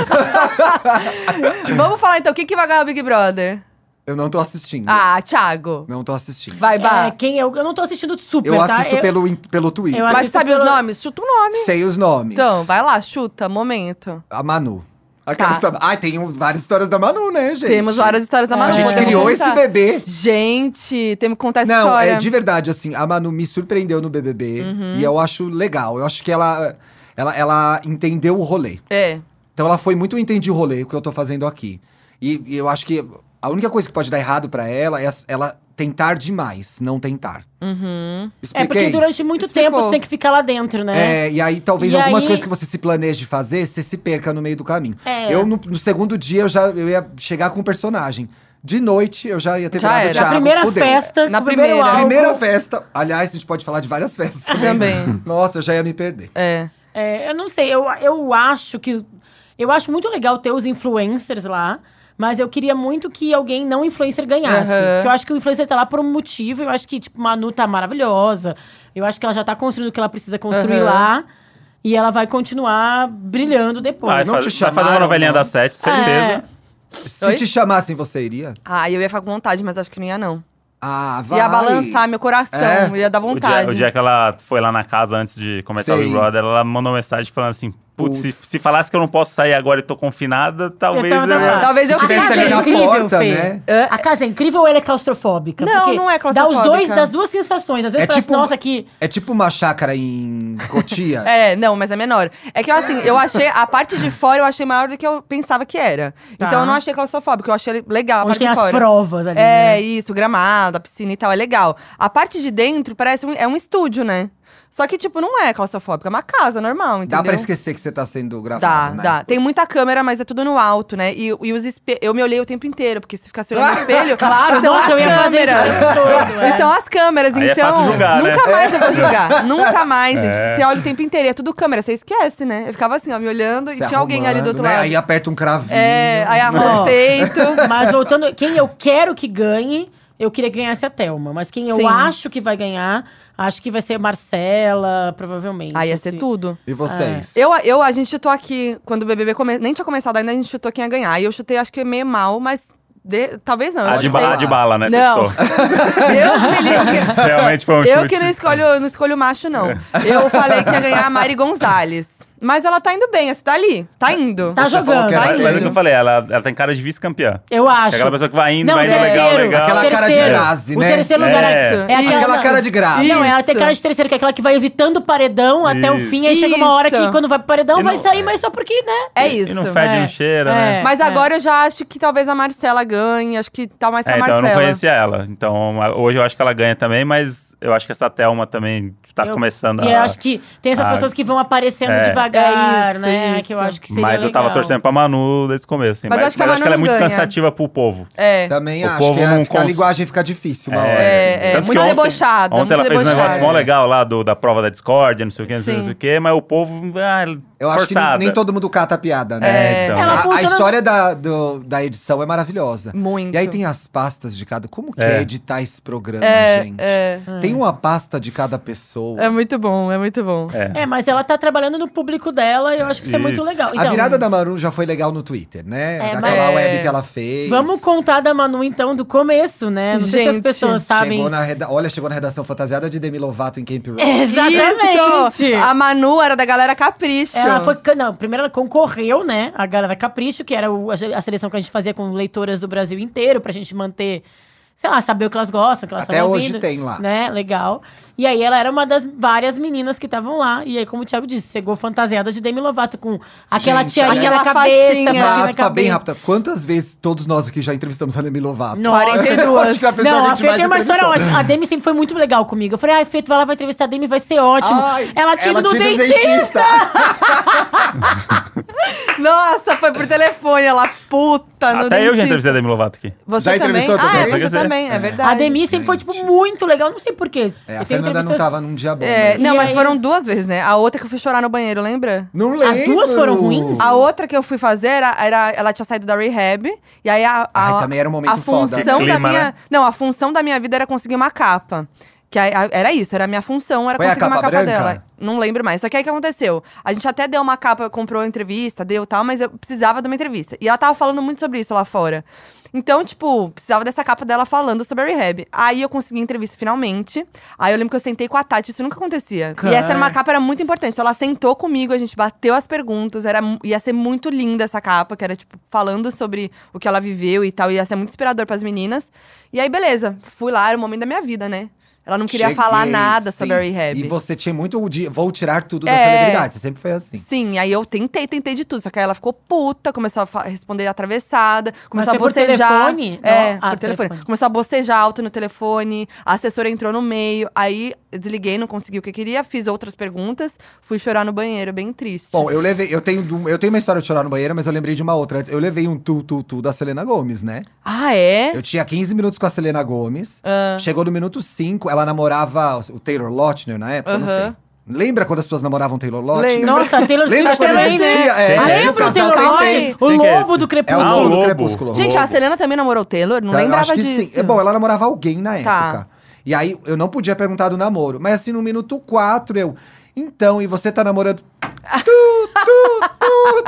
Vamos falar então, quem que vai ganhar o Big Brother? Eu não tô assistindo. Ah, Thiago. Não tô assistindo. Vai, Bah. É, quem eu, eu não tô assistindo super, Eu tá? assisto pelo, in- pelo Twitter. eu Mas assisto sabe os pelo- nomes? Chuta um nome. Sei os nomes. Então, vai lá, chuta, momento. A Manu. Aquela Tá. história- Ai, tem um- várias histórias da Manu, né, gente? Temos várias histórias da É. Manu. A gente podemos criou esse contar. bebê. Gente, temos que contar essa Não, história. é de verdade, assim, a Manu me surpreendeu no B B B. Uhum. E eu acho legal. Eu acho que ela, ela, ela entendeu o rolê. É. Então ela foi muito, eu entendi o rolê, o que eu tô fazendo aqui. E, e eu acho que a única coisa que pode dar errado pra ela é as- ela tentar demais, não tentar. Uhum. É Expliquei? porque durante muito Explicou. tempo você tem que ficar lá dentro, né? É, e aí talvez E algumas aí- coisas que você se planeje fazer, você se perca no meio do caminho. É. Eu, no, no segundo dia, eu já eu ia chegar com o personagem. De noite, eu já ia ter Já virado era. o Thiago. Na primeira fudeu. festa, Na com o primeiro primeira. álcool. Primeira festa. Aliás, a gente pode falar de várias festas também. Também. Nossa, eu já ia me perder. É. É, eu não sei, eu, eu acho que. Eu acho muito legal ter os influencers lá, mas eu queria muito que alguém não influencer ganhasse. Aham. Porque eu acho que o influencer tá lá por um motivo, eu acho que, tipo, Manu tá maravilhosa. Eu acho que ela já tá construindo o que ela precisa construir Aham. lá. E ela vai continuar brilhando depois. Vai, Não faz- te vai fazer uma chamaram, novelinha não? da Sete, certeza. É. Se Oi? te chamassem, você iria? Ah, eu ia ficar com vontade, mas acho que não ia, não. Ah, vai. Ia balançar meu coração, É. ia dar O dia, vontade. o dia que ela foi lá na casa antes de começar o Sei. Big Brother, ela mandou uma mensagem falando assim: Putz, se, se falasse que eu não posso sair agora e tô confinada, talvez Eu tava eu... travada. Talvez eu Se tivesse fique. ali na incrível, porta, Fê. né? Hã? A casa é incrível ou ela é claustrofóbica? Não, Porque não é Dá os claustrofóbica. dois, das duas sensações. Às vezes É parece, tipo- nossa, que... É tipo uma chácara em Cotia. É, não, mas é menor. É que eu, assim, eu achei. A parte de fora eu achei maior do que eu pensava que era. Tá. Então eu não achei claustrofóbico, eu achei legal a Onde parte tem de as fora. provas ali, É, né? isso, o gramado, a piscina e tal, é legal. A parte de dentro parece um, é um estúdio, né? Só que, tipo, não é claustrofóbico, é uma casa normal, entendeu? Dá pra esquecer que você tá sendo Dá, gravado, né? dá. Tem muita câmera, mas é tudo no alto, né? E, e os espelhos. Eu me olhei o tempo inteiro, porque se ficasse olhando no espelho. Claro, são nossa, as eu ia fazer isso câmeras. o tempo todo, é. E são as câmeras, Aí é então. fácil julgar, né? nunca mais eu vou julgar. Nunca mais, gente. É. Você olha o tempo inteiro, e é tudo câmera, você esquece, né? Eu ficava assim, ó, me olhando e Se tinha alguém ali do arrumando, outro né? lado. Aí aperta um cravinho. É, aí arruma Ó. o peito. Mas voltando, quem eu quero que ganhe, eu queria que ganhasse a Thelma. Mas quem eu Sim. acho que vai ganhar, acho que vai ser Marcela, provavelmente. Aí ia ser assim. tudo. E vocês? Eu, eu, a gente chutou aqui, quando o B B B come... nem tinha começado ainda, a gente chutou quem ia ganhar. E eu chutei, acho que meio mal, mas de- talvez não. eu A de, chutei- ba- a de bala, né? Você Não. chutou. Deus me livre. Realmente foi um Eu chute. que não escolho, não escolho macho, não. Eu falei que ia ganhar a Mari Gonzalez. Mas ela tá indo bem, essa tá ali. Tá indo. Tá Você falou jogando. que era Tá Mas, mas é o que indo. eu falei, ela, ela tem cara de vice-campeã. Eu acho. É aquela pessoa que vai indo, Não, vai indo, terceiro. legal, legal. Aquela cara de terceiro. Grazi, O né? terceiro É. lugar Isso. é aquela, Aquela cara de Grazi. Não, ela tem Isso. cara de terceiro, que é aquela que vai evitando o paredão até o Isso. fim. Aí chega uma hora que Isso. quando vai pro paredão E vai não- sair, mas só porque, né? É E isso. não fede, É. não cheira, É. né? Mas agora eu já acho que talvez a Marcela ganhe. Acho que tá mais pra É, então eu Marcela. não conhecia ela. Então a- hoje eu acho que ela ganha também, mas eu acho que essa Thelma também tá Eu- começando E a... eu acho que tem essas a- pessoas que vão aparecendo É. devagar, É isso, né? isso. Que eu acho que seria Mas eu tava legal. torcendo pra Manu desde o começo. Assim. Mas Mas, acho que a mas acho que Manu ela é muito não ganha. cansativa pro povo. É. Também O acho povo que, é, não fica- a cons- linguagem fica difícil uma hora. É, é, Tanto muito que ontem- debochada, Ontem muito ela fez um debochada. negócio mó legal lá do, da prova da Discord, não sei o que, não sei, Sim. não sei o que, mas o povo, ah, Eu acho que nem, forçada. nem todo mundo cata a piada, né? É, então. Ela A, a funciona- história da, do- da edição é maravilhosa. Muito. E aí tem as pastas de cada... Como que É. é, editar esse programa, É, gente? é. Tem uma pasta de cada pessoa. É muito bom, é muito bom. É. É, mas ela tá trabalhando no público dela e eu acho que isso é muito Isso. legal. A Então, virada da Manu já foi legal no Twitter, né? É, Aquela mas- web que ela fez. Vamos contar da Manu, então, do começo, né? Não sei se as Gente, pessoas sabem. Chegou na reda... Olha, chegou na redação fantasiada de Demi Lovato em Camp Rock. Exatamente! Isso! A Manu era da galera Capricho. Ela foi. can- Não, primeiro ela concorreu, né? A galera Capricho, que era o- a ge- a seleção que a gente fazia com leitoras do Brasil inteiro, pra gente manter, sei lá, saber o que elas gostam, o que elas Até estavam hoje ouvindo, tem lá. Né? Legal. E aí ela era uma das várias meninas que estavam lá. E aí, como o Thiago disse, chegou fantasiada de Demi Lovato com aquela Gente, tiarinha na aquela cabeça, faixinha. faixinha na Uma aspa bem cabeça. rápida. Quantas vezes todos nós aqui já entrevistamos a Demi Lovato? Nossa. quarenta e duas. Acho que é a pessoa Não, que a a gente Fê mais tem uma história entrevistou. ótima. A Demi sempre foi muito legal comigo. Eu falei, ai, Fê, tu vai lá, vai entrevistar a Demi, vai ser ótimo. Ai, ela tinha ido no tinha ido dentista. Nossa, foi por telefone, ela puta no Até eu já dentista. entrevistei a Demi Lovato aqui. Você Já também? entrevistou Ah, também? é, Só que você você- também, é verdade. A Demi sempre foi, tipo, muito legal. Não sei porquê. É, a Fernanda não tava num dia bom. É, né? não, E mas aí- foram duas vezes, né? A outra que eu fui chorar no banheiro, lembra? Não lembro. As duas foram ruins? A outra que eu fui fazer era, era- ela tinha saído da rehab e aí a, a Ai, também era um momento a função foda. da Clima, minha, né? não, a função da minha vida era conseguir uma capa. Que aí- a- era isso, era a minha função, era Foi a conseguir uma capa capa branca? dela. Não lembro mais. Só que aí o que aconteceu? A gente até deu uma capa, comprou a entrevista, deu tal, mas eu precisava de uma entrevista. E ela tava falando muito sobre isso lá fora. Então, tipo, precisava dessa capa dela falando sobre a rehab. Aí eu consegui a entrevista finalmente. Aí eu lembro que eu sentei com a Tati, isso nunca acontecia. Cara. E essa era uma capa era muito importante. Então ela sentou comigo, a gente bateu as perguntas. Era, mu- ia ser muito linda essa capa, que era, tipo, falando sobre o que ela viveu e tal. Ia ser muito inspirador pras meninas. E aí, beleza. Fui lá, era o momento da minha vida, né? Ela não queria Cheguei, falar nada sim. sobre a rehab. E você tinha muito o dia, vou tirar tudo da É. celebridade. Você sempre foi assim. Sim, aí eu tentei, tentei de tudo. Só que aí ela ficou puta, começou a fa- responder atravessada, começou foi a por bocejar. telefone? É, Não, ah, por telefone. telefone. Começou a bocejar alto no telefone, a assessora entrou no meio, aí eu desliguei, não consegui o que eu queria, fiz outras perguntas, fui chorar no banheiro, bem triste. Bom, eu levei, eu tenho, du- eu tenho uma história de chorar no banheiro, mas eu lembrei de uma outra antes. Eu levei um tu, tu, tu da Selena Gomez, né? Ah, é? Eu tinha quinze minutos com a Selena Gomez. Ah. Chegou no minuto cinco, ela namorava o Taylor Lautner na época, eu não sei. Aham. Lembra quando as pessoas namoravam Taylor Lautner? Lembro. Nossa, a Taylor Lembra Swift quando também, né? existia? É, Quem que é tinha esse? um Lembra o casal Taylor que Lautner? tem- O Quem que é lobo esse? do É o Crepúsculo. Ah, o lobo do Lobo. Crepúsculo. Gente, a Lobo. Selena também namorou o Taylor? Não Tá, eu lembrava acho que disso. sim. É bom, ela namorava alguém na Tá. época. E aí, eu não podia perguntar do namoro. Mas assim, no minuto quatro, eu... Então, e você tá namorando... Tu, tu, tu, tu.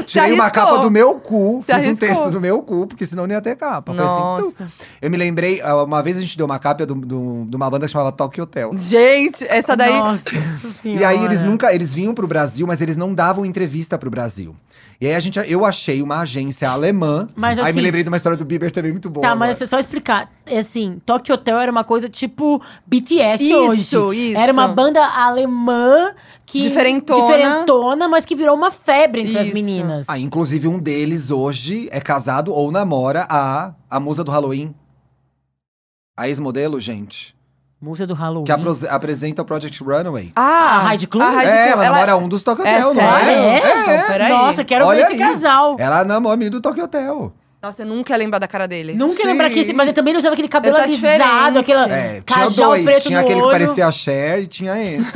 tirei uma arriscou. capa do meu cu, Se fiz um arriscou. texto do meu cu, porque senão não ia ter capa. Foi assim, Nossa. tum. Eu me lembrei, uma vez a gente deu uma capa do- do- de uma banda que chamava Tokyo Hotel. Gente, essa daí… Nossa senhora. E aí eles nunca, eles vinham pro Brasil, mas eles não davam entrevista pro Brasil. E aí a gente, eu achei uma agência alemã. Mas, aí assim- me lembrei de uma história do Bieber também muito boa. Tá, agora. mas é só explicar. É assim, Tokyo Hotel era uma coisa tipo B T S Isso, hoje. isso. Era uma banda alemã que… Diferentona. Diferentona, mas que virou uma febre entre as Isso. meninas. Ah, inclusive um deles hoje é casado ou namora a, a musa do Halloween. A ex-modelo, gente. Música do Halloween. Que apro- apresenta o Project Runaway. Ah, A Heidi Klum? a Heidi é, Klum, ela, namora um dos Tokyo É Hotel, não Ah, sério? é? é? Então, peraí. Nossa, quero Olha ver esse aí. casal. Ela namora a menina do Tokyo Hotel. Nossa, eu nunca ia lembrar da cara dele. Nunca Sim. lembrar que esse… Mas eu também não usava aquele cabelo Ele tá alisado, diferente. aquela É, tinha cajal dois. preto Tinha no aquele olho. que parecia a Cher e tinha esse.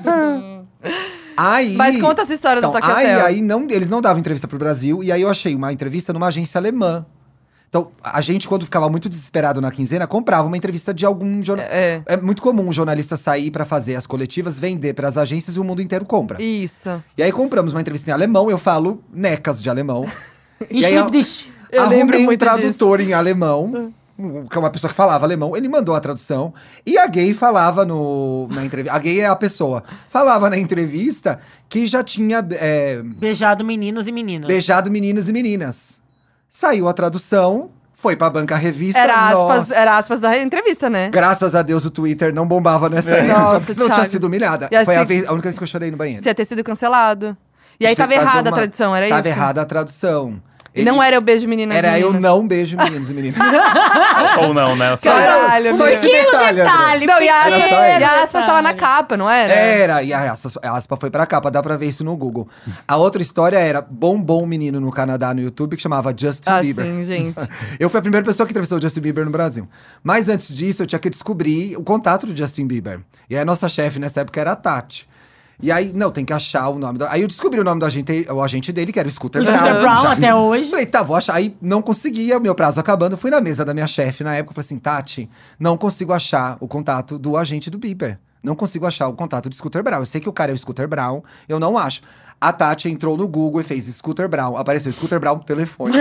Aí, Mas conta essa história do então, Tokyo aí, Hotel. aí não, eles não davam entrevista pro Brasil. E aí eu achei uma entrevista numa agência alemã. Então, a gente, quando ficava muito desesperado na quinzena, comprava uma entrevista de algum jornalista. É. É muito comum um jornalista sair pra fazer as coletivas, vender pras agências e o mundo inteiro compra. Isso. E aí compramos uma entrevista em alemão, eu falo necas de alemão. E aí, Schwibdisch. Eu lembro Arrumei um muito tradutor em alemão, um- que é uma pessoa que falava alemão, ele mandou a tradução. E a gay falava no, na entrevista. A gay é a pessoa. Falava na entrevista que já tinha é, Beijado meninos e meninas. beijado meninos e meninas. Saiu a tradução, foi pra banca revista. Era aspas, nossa. era aspas da entrevista, né? Graças a Deus o Twitter não bombava nessa época, Nossa, porque senão eu tinha Thiago. sido humilhada. E Foi a, assim- vez- a única vez que eu chorei no banheiro. Você ia ter sido cancelado. E aí Tinha tava que fazer errada a uma- tradução, era Tava isso? errada a tradução. E Ele- não era o beijo meninas Era e eu meninas. não beijo meninos e meninas. Ou não, né? Só- Caralho, Só meu. esse Pequeno detalhe, André. detalhe. Não, e a, Era só e a isso. aspas tava na capa, não era? Era, e a aspa, a aspa foi pra capa, dá pra ver isso no Google. A outra história era Bombom Menino no Canadá, no YouTube, que chamava Justin Ah, Bieber. sim, gente. Eu fui a primeira pessoa que entrevistou o Justin Bieber no Brasil. Mas antes disso, eu tinha que descobrir o contato do Justin Bieber. E aí a nossa chefe nessa época era a Tati. E aí, não, tem que achar o nome. Do... Aí eu descobri o nome do agente, o agente dele, que era o Scooter O Brown. Scooter Brown, Já- até hoje. Falei, tá, vou achar. Aí não conseguia, meu prazo acabando. Fui na mesa da minha chefe na época. Falei assim, Tati, não consigo achar o contato do agente do Bieber. Não consigo achar o contato do Scooter Brown. Eu sei que o cara é o Scooter Brown, eu não acho. A Tati entrou no Google e fez Scooter Brown. Apareceu Scooter Brown, telefone.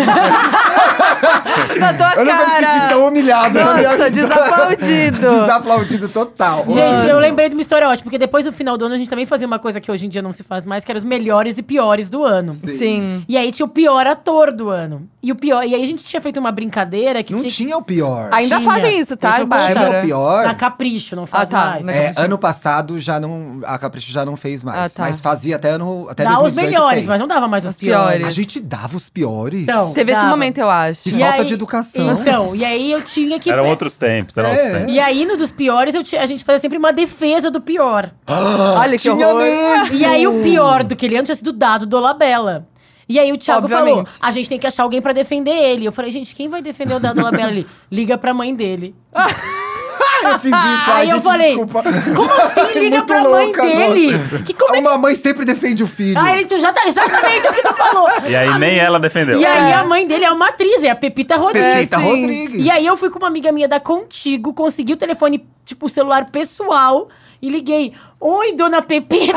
Na tua Eu nunca me senti cara! tão humilhado na minha Nossa, vida. desaplaudido. Desaplaudido total. Gente, eu lembrei de uma história ótima, porque depois do final do ano a gente também fazia uma coisa que hoje em dia não se faz mais, que era os melhores e piores do ano. Sim. E aí tinha o pior ator do ano. E o pior, e aí a gente tinha feito uma brincadeira que Não tinha, tinha o pior. Ainda Tinha. fazem isso, tá, Esse eu Bárbara? Tinha o pior. na Capricho, não faz Ah, tá, mais. na É, Capricho. ano passado já não. A Capricho já não fez mais. Ah, tá. Mas fazia até ano. Até Dá dois mil os e dezoito melhores, fez. mas não dava mais os, Os piores. piores. A gente dava os piores. Então, Teve esse dava. momento, eu acho. Que E falta aí- de educação. Então, e aí eu tinha que… Eram outros tempos, eram É. outros tempos. E aí, no dos piores, eu tinha- a gente fazia sempre uma defesa do pior. Olha que Tinha horror. mesmo. E aí, o pior do que ele ano tinha sido dado do Dolabella. E aí, o Thiago falou, Obviamente. a gente tem que achar alguém pra defender ele. Eu falei, gente, quem vai defender o Dado Dolabella? Ele, liga pra mãe dele. Eu fiz isso, ai, aí eu gente, falei, desculpa. como assim liga Muito pra mãe louca, dele? nossa. Que como é que… Uma mãe sempre defende o filho. Aí ele já tá exatamente isso que tu falou. E aí nem ela defendeu. E aí a mãe dele é uma atriz, é a Pepita Rodrigues. Pepita sim. Rodrigues. E aí eu fui com uma amiga minha da Contigo, consegui o telefone, tipo, o celular pessoal e liguei. Oi, dona Pepita.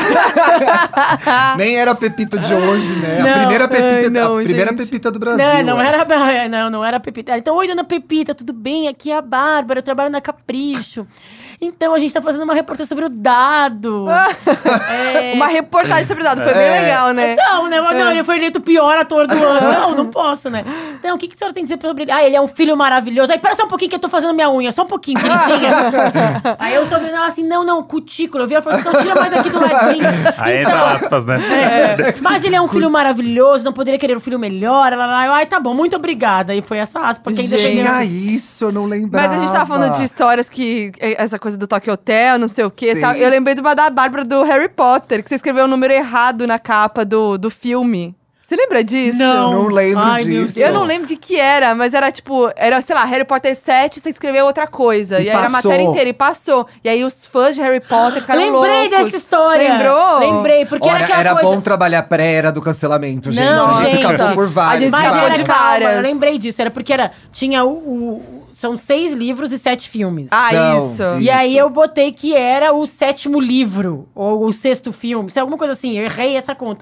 Nem era a Pepita de hoje, né? Não. A primeira Pepita, Ai, não, a primeira gente. Pepita do Brasil. Não, não essa. era, não, não era a Pepita. Então, oi, dona Pepita, tudo bem? Aqui é a Bárbara, eu trabalho na Capricho. Então, a gente tá fazendo uma reportagem sobre o Dado. É, Uma reportagem sobre o Dado, foi bem legal, né? Então, né? Não, ele foi eleito o pior ator do ano. Não, não posso, né? Então, o que, que a senhora tem a dizer sobre ele? Ah, ele é um filho maravilhoso. Aí, pera só um pouquinho que eu tô fazendo minha unha. Só um pouquinho, queridinha. Aí eu só vi ela assim, não, não, cutícula. Eu vi ela falando assim, não, tira mais aqui do ladinho. Aí Então, entra aspas, né? é, mas ele é um filho maravilhoso, não poderia querer um filho melhor. Ela, ela, eu, ai, tá bom, muito obrigada. E foi essa aspa que ainda Gente. Tinha isso, eu não lembrava. Mas a gente tava falando de histórias que… Essa coisa do Tokyo Hotel, não sei o quê. Sim. Tal. Eu lembrei de uma da Bárbara do Harry Potter, que você escreveu o número errado na capa do, do filme. Você lembra disso? Não. Não lembro Ai, meu disso. Eu não lembro de que era, mas era tipo, era, sei lá, Harry Potter sete, você escreveu outra coisa. E E, aí era a passou. matéria inteira, e passou. E aí os fãs de Harry Potter ficaram Lembrei loucos. dessa história. Lembrou? Lembrei, porque Ora, era aquela era coisa… bom trabalhar pré-era do cancelamento, gente. Não, a gente gente. escapou por vários. A gente Mas escapou era de calma, várias. eu lembrei disso. Era porque era… Tinha o… o- são seis livros e sete filmes. Ah, São. isso. E aí Isso. eu botei que era o sétimo livro, ou o sexto filme, se alguma coisa assim, eu errei essa conta.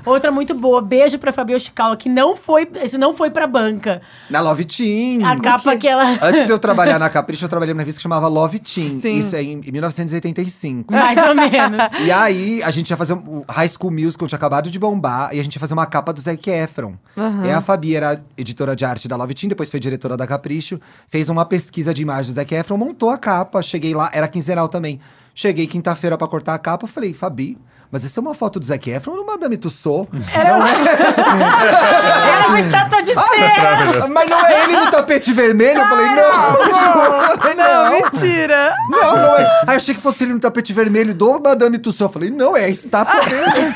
Outra muito boa, beijo pra Fabi Yoshikawa, que não foi, isso não foi pra banca. Na Love Teen. A capa que ela… Antes de eu trabalhar na Capricho, eu trabalhei numa revista que chamava Love Teen. Sim. Isso é em mil novecentos e oitenta e cinco. Mais ou menos. E aí, a gente ia fazer… um- O High School Musical tinha acabado de bombar. E a gente ia fazer uma capa do Zac Efron. E aí, a Fabi era editora de arte da Love Teen. Depois foi diretora da Capricho. Fez uma pesquisa de imagens do Zac Efron. Montou a capa. Cheguei lá, era quinzenal também. Cheguei quinta-feira pra cortar a capa. Falei, Fabi… Mas essa é uma foto do Zac Efron ou do Madame Tussauds? Era uma, era uma estátua de cera. Mas não é ele no tapete vermelho? Eu falei, não, Não, mentira. Não, não é. Aí eu achei que fosse ele no tapete vermelho do Madame Tussauds. Eu falei, não, é a estátua dele.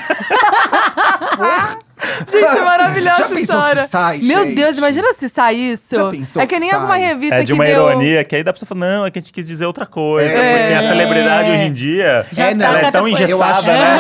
Gente, maravilhosa Já pensou história. se sai, Meu gente? Deus, imagina se sai isso. Já pensou é que nem se alguma sai? revista É de que uma deu… ironia, que aí dá pra você falar, não, é que a gente quis dizer outra coisa. É. Porque a celebridade hoje em dia, Já É, não, ela é tá tão cada- engessada, Eu acho- né?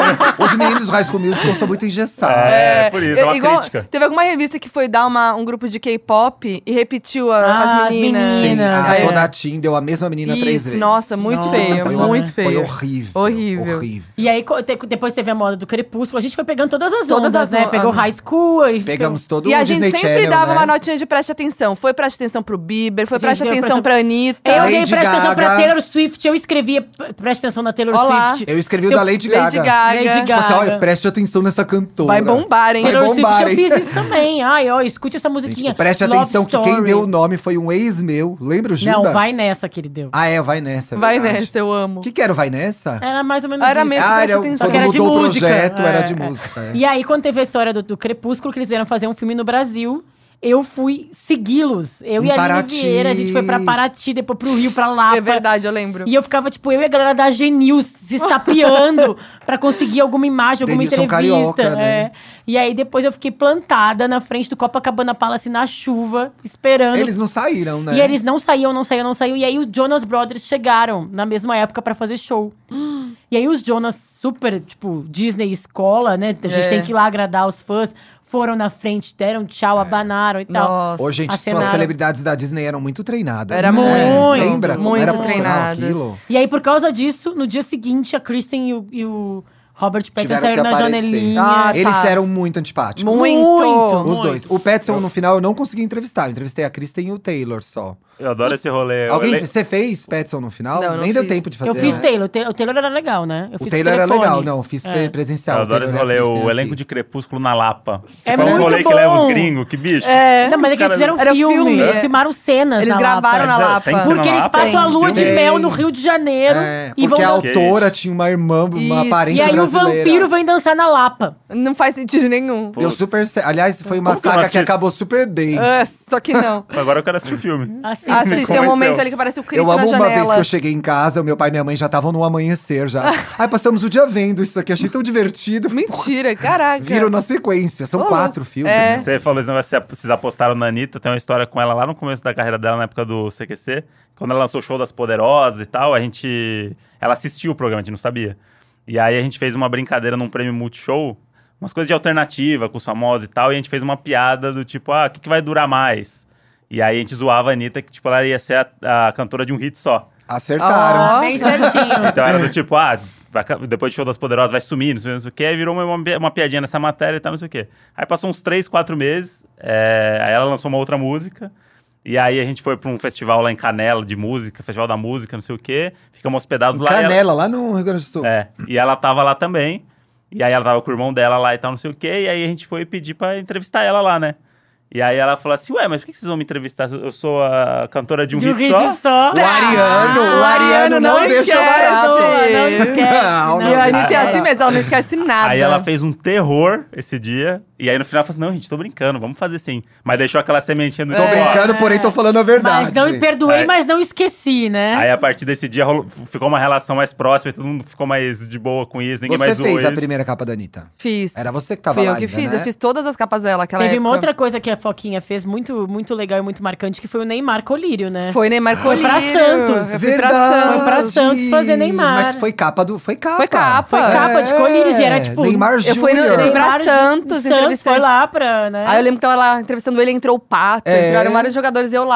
Os meninos do High School Musical são muito engessados. É, por isso, é uma igual- crítica. Teve alguma revista que foi dar uma, um grupo de K-pop e repetiu a- Ah, as as meninas. Sim, meninas, a Aí- Donatin deu a mesma menina três Isso, vezes. nossa, muito Nossa, feio, Foi uma- muito Foi feio. horrível. Horrível. Horrível. E aí, co- te- depois teve a moda do Crepúsculo. A gente foi pegando todas as Todas ondas, as né? on- Pegou ah. High School. a gente Pegamos todo E o a gente Disney sempre Channel, dava né? uma notinha de preste atenção. Foi preste atenção pro Bieber, foi Gente, preste deu atenção presta- pra Anitta. Eu dei Lady presta atenção pra Gaga. Taylor Swift. Eu escrevia p- presta atenção na Taylor Olá. Swift. Eu escrevi o Se eu- da Lady Gaga. Lady Gaga. Lady Tipo assim, Gaga. olha, preste atenção nessa cantora. Vai bombar, hein? Vai Taylor bombar, Swift, eu hein? fiz isso também. Ai, ó, escute essa musiquinha. Preste Love atenção que quem Story. deu o nome foi um ex meu. Lembra o Judas? Não, vai nessa que ele deu. Ah, é, vai nessa. é Vai verdade. nessa, eu amo. O que que era o Vai Nessa? Era mais ou menos Era isso. meio- Ah, preste era, atenção. Só quando que era de mudou o música. projeto, era É, de é. música. é. E aí, quando teve a história do, do Crepúsculo, que eles vieram fazer um filme no Brasil, eu fui segui-los. Eu Em e a Aline Paraty. Vieira, a gente foi pra Paraty, depois pro Rio, pra Lapa. É verdade, eu lembro. E eu ficava, tipo, eu e a galera da Genil se estapeando pra conseguir alguma imagem, alguma Denilson entrevista. Carioca, né? é. E aí, depois eu fiquei plantada na frente do Copacabana Palace, na chuva, esperando. Eles não saíram, né? E eles não saíam, não saíam, não saíam. E aí os Jonas Brothers chegaram na mesma época pra fazer show. E aí os Jonas, super, tipo, Disney escola, né? A gente É. tem que ir lá agradar os fãs. Foram na frente, deram tchau, abanaram e tal. Nossa. Ô, gente, Acenaram. suas celebridades da Disney eram muito treinadas. Era né? muito, Lembra? como muito era profissional treinadas. aquilo? E aí, por causa disso, no dia seguinte, a Kristen e o, e o Robert Pattinson Tiveram saíram que na aparecer. janelinha. Ah, Eles tá. eram muito antipáticos. Muito. Muito. Os muito. dois. O Pattinson, no final, eu não consegui entrevistar. Eu entrevistei a Kristen e o Taylor só. Eu adoro esse rolê. Alguém, Eu le- você fez Pattinson no final? Não, não Nem deu fiz. tempo de fazer. Eu fiz né? Taylor. O Taylor- o Taylor era legal, né? Eu O fiz Taylor era telefone. legal, não, eu fiz É. presencial. Eu O adoro Taylor esse e a rolê, Kristen o elenco aqui. de Crepúsculo na Lapa. É Tipo, uns muito rolê que bom. leva os gringos, que bicho. É. Não, mas é que eles caras- fizeram Era filme. filme, Eles é. filmaram cenas Eles na gravaram Lapa. na Mas é, Lapa. tem que ser Porque na eles Lapa, passam a tem lua de filme? mel no Rio de Janeiro. É, e porque vão a dan- autora tinha uma irmã, uma Isso. parente E aí o brasileira. vampiro vem dançar na Lapa. Não faz sentido nenhum. Deu super certo. Aliás, foi uma Como que eu não saga que assisti? acabou super bem. Ah, só que não. Agora eu quero assistir o filme. Assim, Assiste, tem um convenceu. momento ali que aparece o Chris Eu na amo uma vez janela. que eu cheguei em casa, o meu pai e minha mãe já estavam no amanhecer já. Aí passamos o dia vendo isso aqui, achei tão divertido. Mentira, caraca. Viram na sequência, são Ô, quatro filmes. é. né? Você falou esse negócio, se vocês apostaram na Anitta, tem uma história com ela lá no começo da carreira dela, na época do C Q C. Quando ela lançou o Show das Poderosas e tal, a gente… Ela assistiu o programa, a gente não sabia. E aí a gente fez uma brincadeira num prêmio Multishow, umas coisas de alternativa com os famosos e tal, e a gente fez uma piada do tipo, ah, o que, que vai durar mais? E aí a gente zoava a Anitta, que tipo, ela ia ser a, a cantora de um hit só. Acertaram. Ó. bem certinho. Então era do tipo, ah, vai ca- depois do Show das Poderosas vai sumir, não sei, não sei o quê. Aí virou uma, uma, uma piadinha nessa matéria e tal, não sei o quê. Aí passou uns três, quatro meses, é, aí ela lançou uma outra música. E aí a gente foi pra um festival lá em Canela de música, Festival da Música, não sei o quê. Ficamos hospedados lá. e ela- Canela, lá no Rio Grande do Sul. é, e ela tava lá também. E aí ela tava com o irmão dela lá e tal, não sei o quê. E aí a gente foi pedir pra entrevistar ela lá, né? E aí ela falou assim, ué, mas por que vocês vão me entrevistar? Eu sou a cantora de um, De um hit, hit só? só. O Ariano, o Ah, Ariano não, não deixa esquece. barato. Não esquece. Não, E não. a Anitta é Ah, assim mesmo, ela não esquece nada. Aí ela fez um terror esse dia. E aí no final ela falou assim, não, gente, tô brincando, vamos fazer sim. Mas deixou aquela sementinha do Tô tipo, ó. brincando, porém tô falando a verdade. Mas não me perdoei, Aí- mas não esqueci, né? Aí a partir desse dia rolou- ficou uma relação mais próxima, e todo mundo ficou mais de boa com isso, ninguém Você mais zoou fez a isso. primeira capa da Anitta. Fiz. Era você que tava Fui lá eu que ainda, fiz, né? eu fiz todas as capas dela aquela Teve uma época. outra coisa que a Foquinha fez muito, muito legal e muito marcante, que foi o Neymar Colírio, né? Foi Neymar Foi pra Colírio. Santos. Eu fui pra Verdade. Santos. Foi pra Santos fazer Neymar. Mas foi capa do… Foi capa. Foi capa. Foi capa de Colírios e era tipo… Neymar Eu fui no- Júnior. eu fui pra Neymar- Santos, Santos entrevistei. foi lá pra, né? Aí eu lembro que tava lá entrevistando ele, entrou o Pato, É. entraram vários jogadores e eu lá.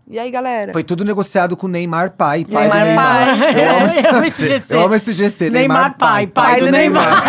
E aí, galera? Foi tudo negociado com o Neymar pai. pai Neymar do Neymar. pai. Eu amo, esse, Eu amo esse G C. eu amo esse G C. Neymar Neymar pai, pai. pai do Neymar.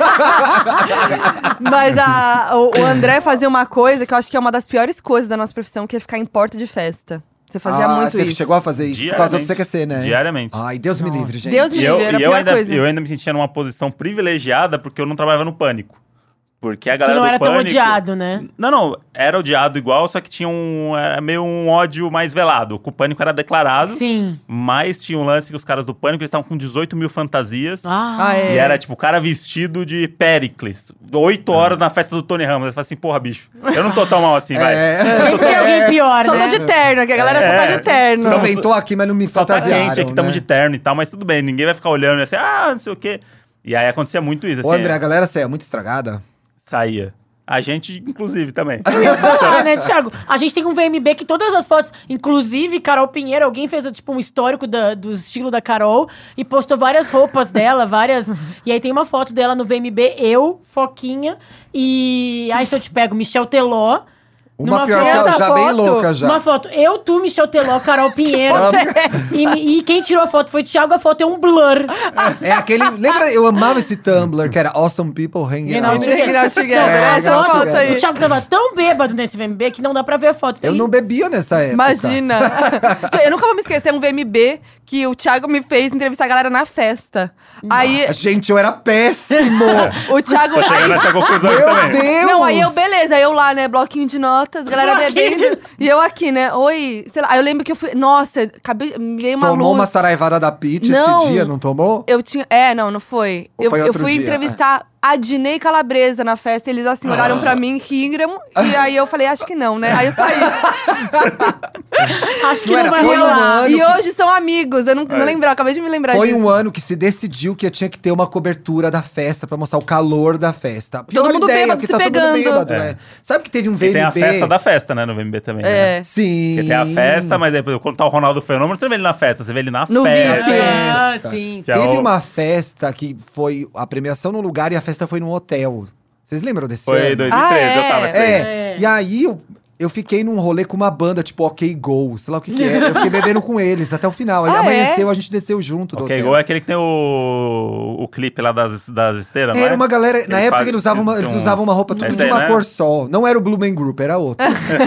Mas a, o, o André fazia uma coisa que eu acho que é uma das piores coisas da nossa profissão, que é ficar em porta de festa. Você fazia Ah, muito você isso. chegou a fazer isso por causa do C Q C, né? Diariamente. Ai, Deus me livre, gente. Deus me E eu, livre, era a e eu pior ainda, coisa. eu ainda me sentia numa posição privilegiada porque eu não trabalhava no Pânico. Porque a Tu galera não do era tão Pânico- odiado, né? Não, não. Era odiado igual, só que tinha um... Era meio um ódio mais velado. O Pânico era declarado. Sim. Mas tinha um lance que os caras do Pânico, eles estavam com dezoito mil fantasias. Ah, Ah, é. E era, tipo, o cara vestido de Péricles. Oito horas na festa do Tony Ramos. Você fala assim, porra, bicho, eu não tô tão mal assim, vai. É. Eu Tem alguém pior, Só né? tô de terno, que a galera só tá de terno. Também tô aqui, mas não me Só tá fantasiaram, quente, aqui estamos né? de terno e tal, mas tudo bem. Ninguém vai ficar olhando e assim, ah, não sei o quê. E aí acontecia muito isso, assim. Ô, André, a galera saia muito estragada. Saía. A gente, inclusive, também. Eu ia falar, né, Thiago? A gente tem um V M B que todas as fotos, inclusive Carol Pinheiro, alguém fez tipo um histórico da- do estilo da Carol e postou várias roupas dela, várias. E aí tem uma foto dela no V M B, eu, Foquinha, e. Aí se eu te pego, Michel Teló. Uma numa pior foto- que ela, já bem foto, louca já. Uma foto, eu, tu, Michel Teló, Carol Pinheiro. e, e quem tirou a foto foi o Thiago, a foto é um blur. É aquele... Lembra? Eu amava esse Tumblr, que era Awesome People Hanging Hanging Out. out Hanging out together. É, Essa hanging out foto together. aí. O Thiago tava tão bêbado nesse V M B que não dá pra ver a foto. Eu Tem- não bebia nessa época. Imagina. Eu nunca vou me esquecer um V M B que o Thiago me fez entrevistar a galera na festa. Aí Gente, eu era péssimo. o Thiago. Tô chegando aí- nessa conclusão Meu também. Deus. Não, aí eu, beleza, eu lá, né, bloquinho de notas, galera Bloquinho bebendo. E eu aqui, né, oi, sei lá. Aí eu lembro que eu fui, nossa, acabei, me veio uma Tomou luz. uma saraivada da Pitty Não. esse dia, não tomou? Eu tinha, é, não, não foi. Ou Eu, foi eu outro fui dia? entrevistar a Dinei Calabresa na festa, eles assim, olharam pra mim, riram, e aí eu falei, acho que não, né? Aí eu saí. Acho que Não não, era- vai foi um rolar. ano E que- hoje são amigos, eu não, não lembro, acabei de me lembrar Foi disso. um ano que se decidiu que tinha que ter uma cobertura da festa pra mostrar o calor da festa. Pior Todo mundo ideia, bêbado, porque se tá pegando. todo mundo bêbado, É. é. Sabe que teve um V E tem M a B... festa da festa, né, no V M B também. É. Né? Sim. Porque tem a festa, mas depois, quando tá o Ronaldo Fenômeno, você não vê ele na festa, você vê ele na No festa. vídeo. Ah, Festa. sim. Que é Teve o- uma festa que foi a premiação num lugar e a festa foi num hotel. Vocês lembram desse Foi ano? dois mil e treze, Ah, eu tava é. nesse daí. É. É. E aí eu, eu fiquei num rolê com uma banda, tipo Ok Go, sei lá o que que era. Eu fiquei bebendo com eles até o final. Aí Ah, amanheceu, a gente desceu junto do Ok, hotel. Go é aquele que tem o, o clipe lá das, das esteiras, não é? Era uma galera. Na época fazem- eles usavam uma, eles tinham usavam uma uns- roupa tudo Esse de aí, uma né? cor só. Não era o Blue Man Group, era outro.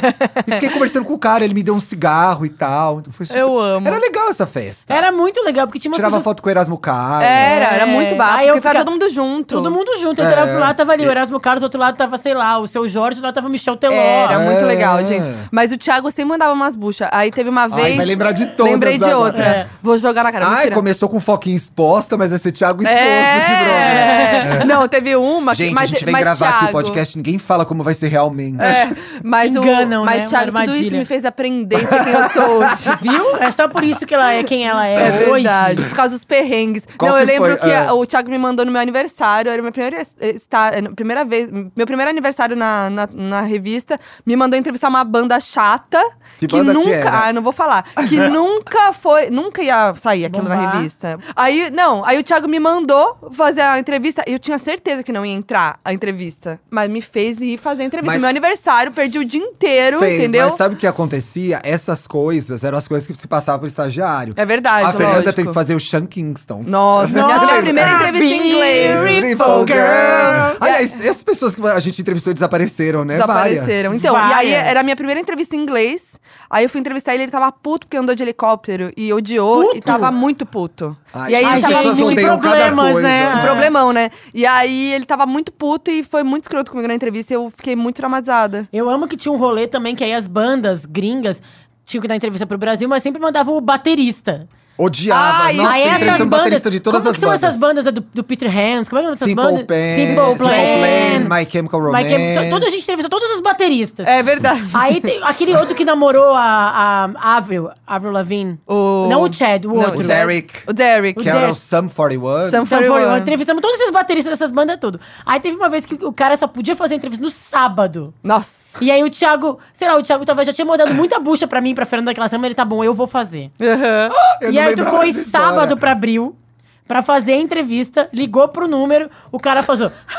E fiquei conversando com o cara, ele me deu um cigarro e tal. Então foi super... Eu amo. Era legal essa festa. Era muito legal, porque tinha uma Tirava pessoas... foto com o Erasmo Carlos. Era, era muito bafo, Aí eu porque tava fica- todo mundo junto. Todo mundo junto. Eu entrava É. pro lado, tava ali o Erasmo Carlos, do outro lado tava, sei lá, o seu Jorge, do outro lado tava o Michel Teló. Era muito É. legal, gente. Mas o Thiago sempre mandava umas buchas. Aí teve uma vez. vai lembrar de todas Lembrei de agora. outra. É. Vou jogar na cara. Ai, mentira. começou com foquinha exposta, mas vai ser Thiago exposto esse brother. É. Não, teve uma que. Gente, mas, a gente vem mas gravar aqui o Thiago- podcast, ninguém fala como vai ser realmente. É, mas Enganam, o, né? mas Uma Thiago, tudo isso armadilha. me fez aprender e ser quem eu sou hoje. Viu? É só por isso que ela é quem ela é, É hoje. verdade. Por causa dos perrengues. Qual não, eu que lembro foi? que Ah. a- o Thiago me mandou no meu aniversário. Era minha primeira, esta, primeira vez. Meu primeiro aniversário na, na, na revista. Me mandou entrevistar uma banda chata. Que banda que nunca. era? Ah, não vou falar. Que nunca foi. Nunca ia sair aquilo na Bombar. revista. Aí, não. Aí o Thiago me mandou fazer a entrevista. E eu tinha certeza que não ia entrar a entrevista. Mas me fez ir fazer a entrevista. Mas- Meu aniversário, perdi o dia inteiro, Fê, entendeu? Mas sabe o que acontecia? Essas coisas eram as coisas que se passavam pro estagiário. É verdade, A Fernanda lógico. tem que fazer o Sean Kingston. Nossa, minha, minha Nossa, primeira entrevista em inglês. Beautiful girl. Aliás, essas pessoas que a gente entrevistou desapareceram, né? Desapareceram. Várias. Então, e aí Várias. era a minha primeira entrevista em inglês. Aí eu fui entrevistar ele, ele tava puto porque andou de helicóptero e odiou Puto? e tava muito puto. Ai, e aí as ele Ai, tava pessoas gente, muito odeiam cada problemas, coisa. né? um problemão, né? E aí ele tava muito puto e foi muito escroto comigo na entrevista e eu fiquei muito traumatizada. Eu amo que tinha um rolê também, que aí as bandas gringas tinham que dar entrevista pro Brasil, mas sempre mandavam o baterista. Odiava. Ah, isso. Nossa, aí essas entrevistando bandas. baterista de todas como as que são bandas. essas bandas é do, do Peter Hans? Como é que são essas Simple bandas? Plan, Simple Simple Plan. Plan, My Chemical Romance. My Chem- to- Toda a gente entrevistou todos os bateristas. É verdade. Aí tem aquele outro que namorou a, a Avril, Avril Lavigne. O- Não o Chad, o Não, outro. O Derek. O Derek. Que era o Derek. Sum quarenta e um. Sum Então quarenta e foi, um. entrevistamos todos esses bateristas dessas bandas tudo. Aí teve uma vez que o cara só podia fazer entrevista no sábado. Nossa. E aí o Thiago, sei lá, o Thiago talvez já tinha mandado muita bucha pra mim, pra Fernanda naquela semana, ele tá bom, eu vou fazer. Aham. Eu E não aí tu lembrava foi dessa história. sábado pra Abril pra fazer a entrevista, ligou pro número, o cara falou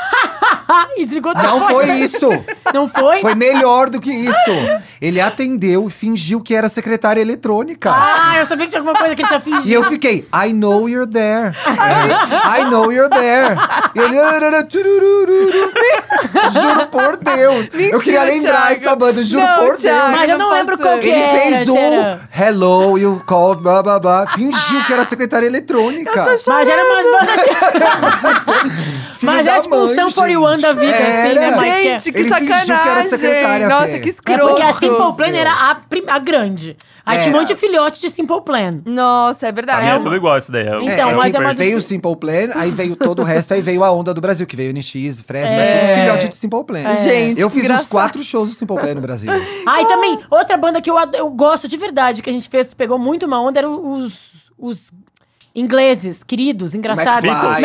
E desligou Não tudo. foi isso! Não foi? Foi melhor do que isso. Ele atendeu e fingiu que era secretária eletrônica. Ah, eu sabia que tinha alguma coisa que ele tinha fingido. E eu fiquei, I know you're there. I know you're there. E ele. Juro por Deus. eu queria lembrar Thiago. essa banda, juro Não, por Thiago. Deus. Mas eu não Não lembro pode qual ser. que Ele era. fez se um era- hello, you called, blá blá blá. Fingiu que era secretária eletrônica. Mas era umas bandas. Filho Mas da é tipo um mãe, Sum quarenta e um gente. da vida, assim, né, Era. Mike? Gente, que Ele fingiu que era sacanagem. secretária, Nossa, Fê. que É escroto. porque a Simple Plan era a, prim- a grande. Aí tinha um Era. monte de filhote de Simple Plan. Nossa, é Pra verdade. mim é É tudo igual isso daí. É, Então, é mas super- é uma Veio o dos- Simple Plan, aí veio todo o resto, aí veio a onda do Brasil, que veio N X, Fresno, É. é tudo filhote de Simple Plan. Gente, eu que fiz engraçado. os quatro shows do Simple Plan no Brasil. Ah, e também, outra banda que eu, ad- eu gosto de verdade, que a gente fez, pegou muito uma onda, eram os, os ingleses, queridos, engraçados. McFly.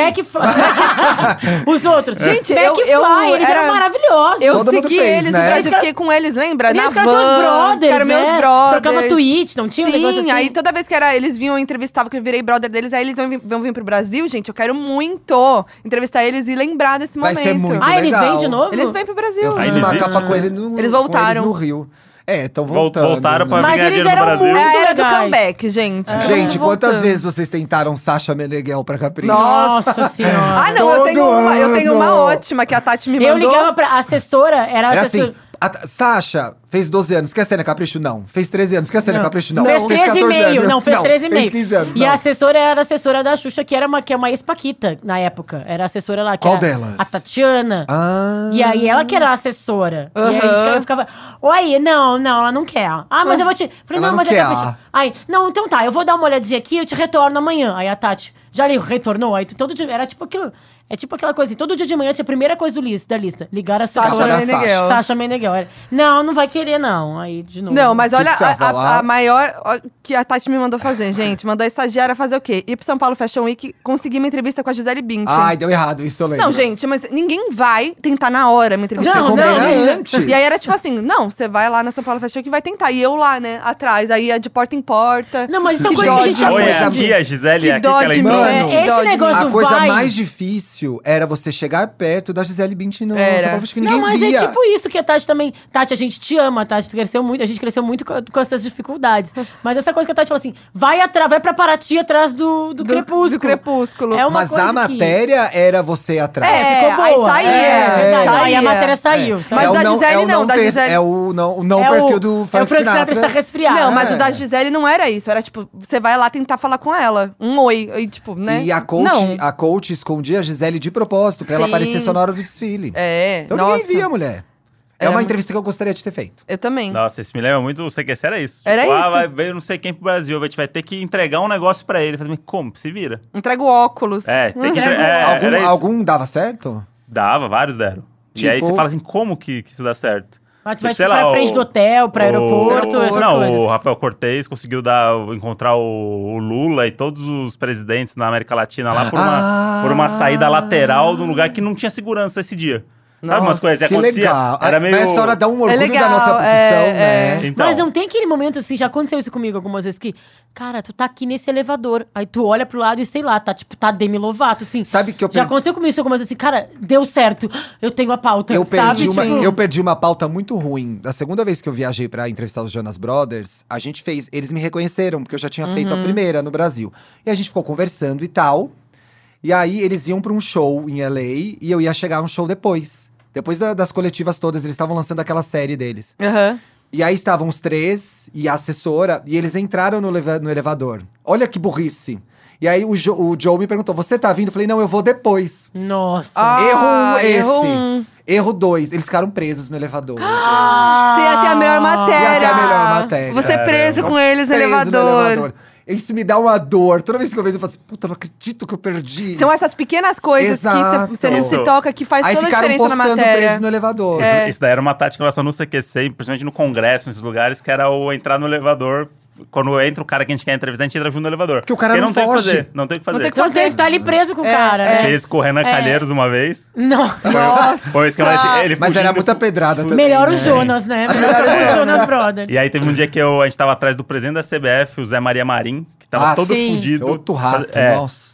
McFly. Os outros. Gente, eu- McFly, eu eles era- eram maravilhosos. Eu Todo mundo segui fez, eles né? no Brasil, Eles fiquei com eles, lembra? Eles Na ficaram teus van, brothers, que eram meus é. brothers. Trocava tweet, não tinha um Sim, negócio assim? aí toda vez que era, eles vinham, eu entrevistava, que eu virei brother deles, aí eles vão vir, vão vir pro Brasil, gente, eu quero muito entrevistar eles e lembrar desse Vai momento. ser muito Ah, eles legal. vêm de novo? Eles vêm pro Brasil. Eu fiz Ainda uma existe, capa né? com, ele no, Eles com voltaram. no Rio. É, estão Vol- voltando. voltaram pra né? Mas ganhar eles dinheiro no eram Brasil. muito É a era do legais. comeback, gente. Todo Gente, mundo quantas voltando. vezes vocês tentaram Sasha Meneghel pra Capricho? Nossa senhora. Ah, não, eu Todo tenho, uma, eu tenho uma ano. ótima que a Tati me Eu mandou. ligava pra a assessora, era a Era assessora. assim, a, Sasha fez doze anos, quer ser na Capricho? Não. Fez treze anos, quer ser na Capricho? Não. Fez treze e catorze meio, anos? não, fez treze e meio. Fez quinze anos, E não. a assessora era a assessora da Xuxa, que era uma, que é uma ex-paquita na época. Era a assessora lá. Que Qual era delas? A Tatiana. Ah. E aí ela que era a assessora. E aí a gente ficava, ficava, oi, não, não, ela não quer. Ah, mas eu vou te... Falei, Ela não, não mas quer. é Capricho. Aí, não, então tá, eu vou dar uma olhadinha aqui, eu te retorno amanhã. Aí a Tati, já li, retornou? Aí todo dia, era tipo aquilo, é tipo aquela coisa assim, todo dia de manhã tinha a primeira coisa do list, da lista, ligar a Sasha assessora. Meneghel. Sasha Meneghel. Era, não, não vai querer não. Aí, de novo. Não, mas que olha que você ia a, a- falar? a maior ó, que a Tati me mandou fazer, gente. Mandou a estagiária fazer o quê? Ir pro São Paulo Fashion Week, conseguir uma entrevista com a Gisele Bündchen. Ai, deu errado, isso eu lembro. Não, gente, mas ninguém vai tentar na hora me entrevistar Não, com a não, Gisele. não. Antes. E aí era tipo assim, não, você vai lá na São Paulo Fashion Week e vai tentar. E eu lá, né, atrás. Aí é de porta em porta. Não, mas isso é Que coisa que a dó gente de Oi, é coisa. aprende. aqui a Gisele, Que é aqui dó que ela de entrou. mano. É, Que esse dó de negócio A do coisa vai... mais difícil era você chegar perto da Gisele Bündchen no Era. São Paulo, que ninguém Não, mas via. é tipo isso que a Tati também... Tati, a gente te ama, Tati, tu cresceu muito, a gente cresceu muito com, com essas dificuldades. Mas essa coisa que a Tati falou assim, vai, atra- vai pra Paraty atrás do, do, Do- Crepúsculo. do Crepúsculo. É uma Mas coisa a que- matéria era você ir atrás. É, ficou aí boa. saía. É, verdade. Aí saía. a matéria saiu. É. saiu. Mas É o da não- Gisele é o não, da per- Gisele- É o não, o não É perfil o, do é o Frank Frank Sinatra está Sinatra. resfriado. Não, mas É. o da Gisele não era isso. Era tipo, você vai lá tentar falar com ela. Um oi. E tipo, né? E a coach, Não. a coach escondia a Gisele de propósito, pra ela Sim. aparecer só na hora do desfile. É, Então nossa. ninguém via, mulher. É Era uma mu- entrevista que eu gostaria de ter feito. Eu também. Nossa, esse me lembra muito o C Q C, era isso. Era tipo, Ah, isso. vai veio não sei quem pro Brasil, a gente vai ter que entregar um negócio pra ele. Eu falei, mas como? Se vira. Entrega o óculos. É, tem que Entrega entregar. É, algum, era isso. algum dava certo? Dava, vários deram. E aí Tipo- você fala assim, como que, que isso dá certo? Mas tu vai Sei tipo, lá, pra frente o- do hotel, pra o- aeroporto, essas não, coisas. o Rafael Cortez conseguiu dar, encontrar o, o Lula e todos os presidentes na América Latina lá por uma, Ah. por uma saída lateral num lugar que não tinha segurança esse dia. Sabe umas Nossa, coisas que Que acontecia? legal. Era meio... Mas essa hora dá um orgulho legal, da nossa profissão, é, né? Então, Mas não tem aquele momento assim, já aconteceu isso comigo algumas vezes, que, cara, tu tá aqui nesse elevador, aí tu olha pro lado e sei lá, tá tipo, tá Demi Lovato, assim. Sabe que eu Já per- aconteceu comigo isso algumas vezes, assim, cara, deu certo, eu tenho a pauta, Eu sabe? perdi, uma, Tipo, eu perdi uma pauta muito ruim. Da segunda vez que eu viajei pra entrevistar os Jonas Brothers, a gente fez. Eles me reconheceram, porque eu já tinha feito a primeira no Brasil. E a gente ficou conversando e tal. E aí eles iam pra um show em L A e eu ia chegar a um show depois. Depois da- das coletivas todas, eles estavam lançando aquela série deles. Aham. E aí estavam os três e a assessora, e eles entraram no, leva- no elevador. Olha que burrice. E aí o, jo, o Joe me perguntou: você tá vindo? Eu falei, não, eu vou depois. Nossa. Ah, erro um, esse. erro um. Erro dois. Eles ficaram presos no elevador. gente. Você ia ter a melhor matéria. Ia ter a melhor matéria. Você Caramba. preso com eles no Preso elevador. Isso me dá uma dor. Toda vez que eu vejo, eu falo assim, puta, não acredito que eu perdi. São essas pequenas coisas Exato. que você não se Isso. toca, que faz Aí toda a ficaram diferença na postando matéria. preso no elevador. É. Isso daí era uma tática relação no C Q C, principalmente no Congresso, nesses lugares, que era o entrar no elevador. Quando entra o cara que a gente quer entrevistar, a gente entra junto no elevador. Porque o cara Porque não tem o que foge. fazer. Não tem o que fazer. Não tem que Então fazer. você tá ali preso com o É, cara, é. né? Tinha esse com o Renan Calheiros uma vez. Não. Foi, foi isso que eu, ele Mas era fugindo- muita pedrada também. Melhor né? os Jonas, né? Melhor os Jonas Brothers. E aí teve um dia que eu, a gente tava atrás do presidente da C B F, o Zé Maria Marim, que tava Ah, todo sim. fudido. Outro rato, É. nossa.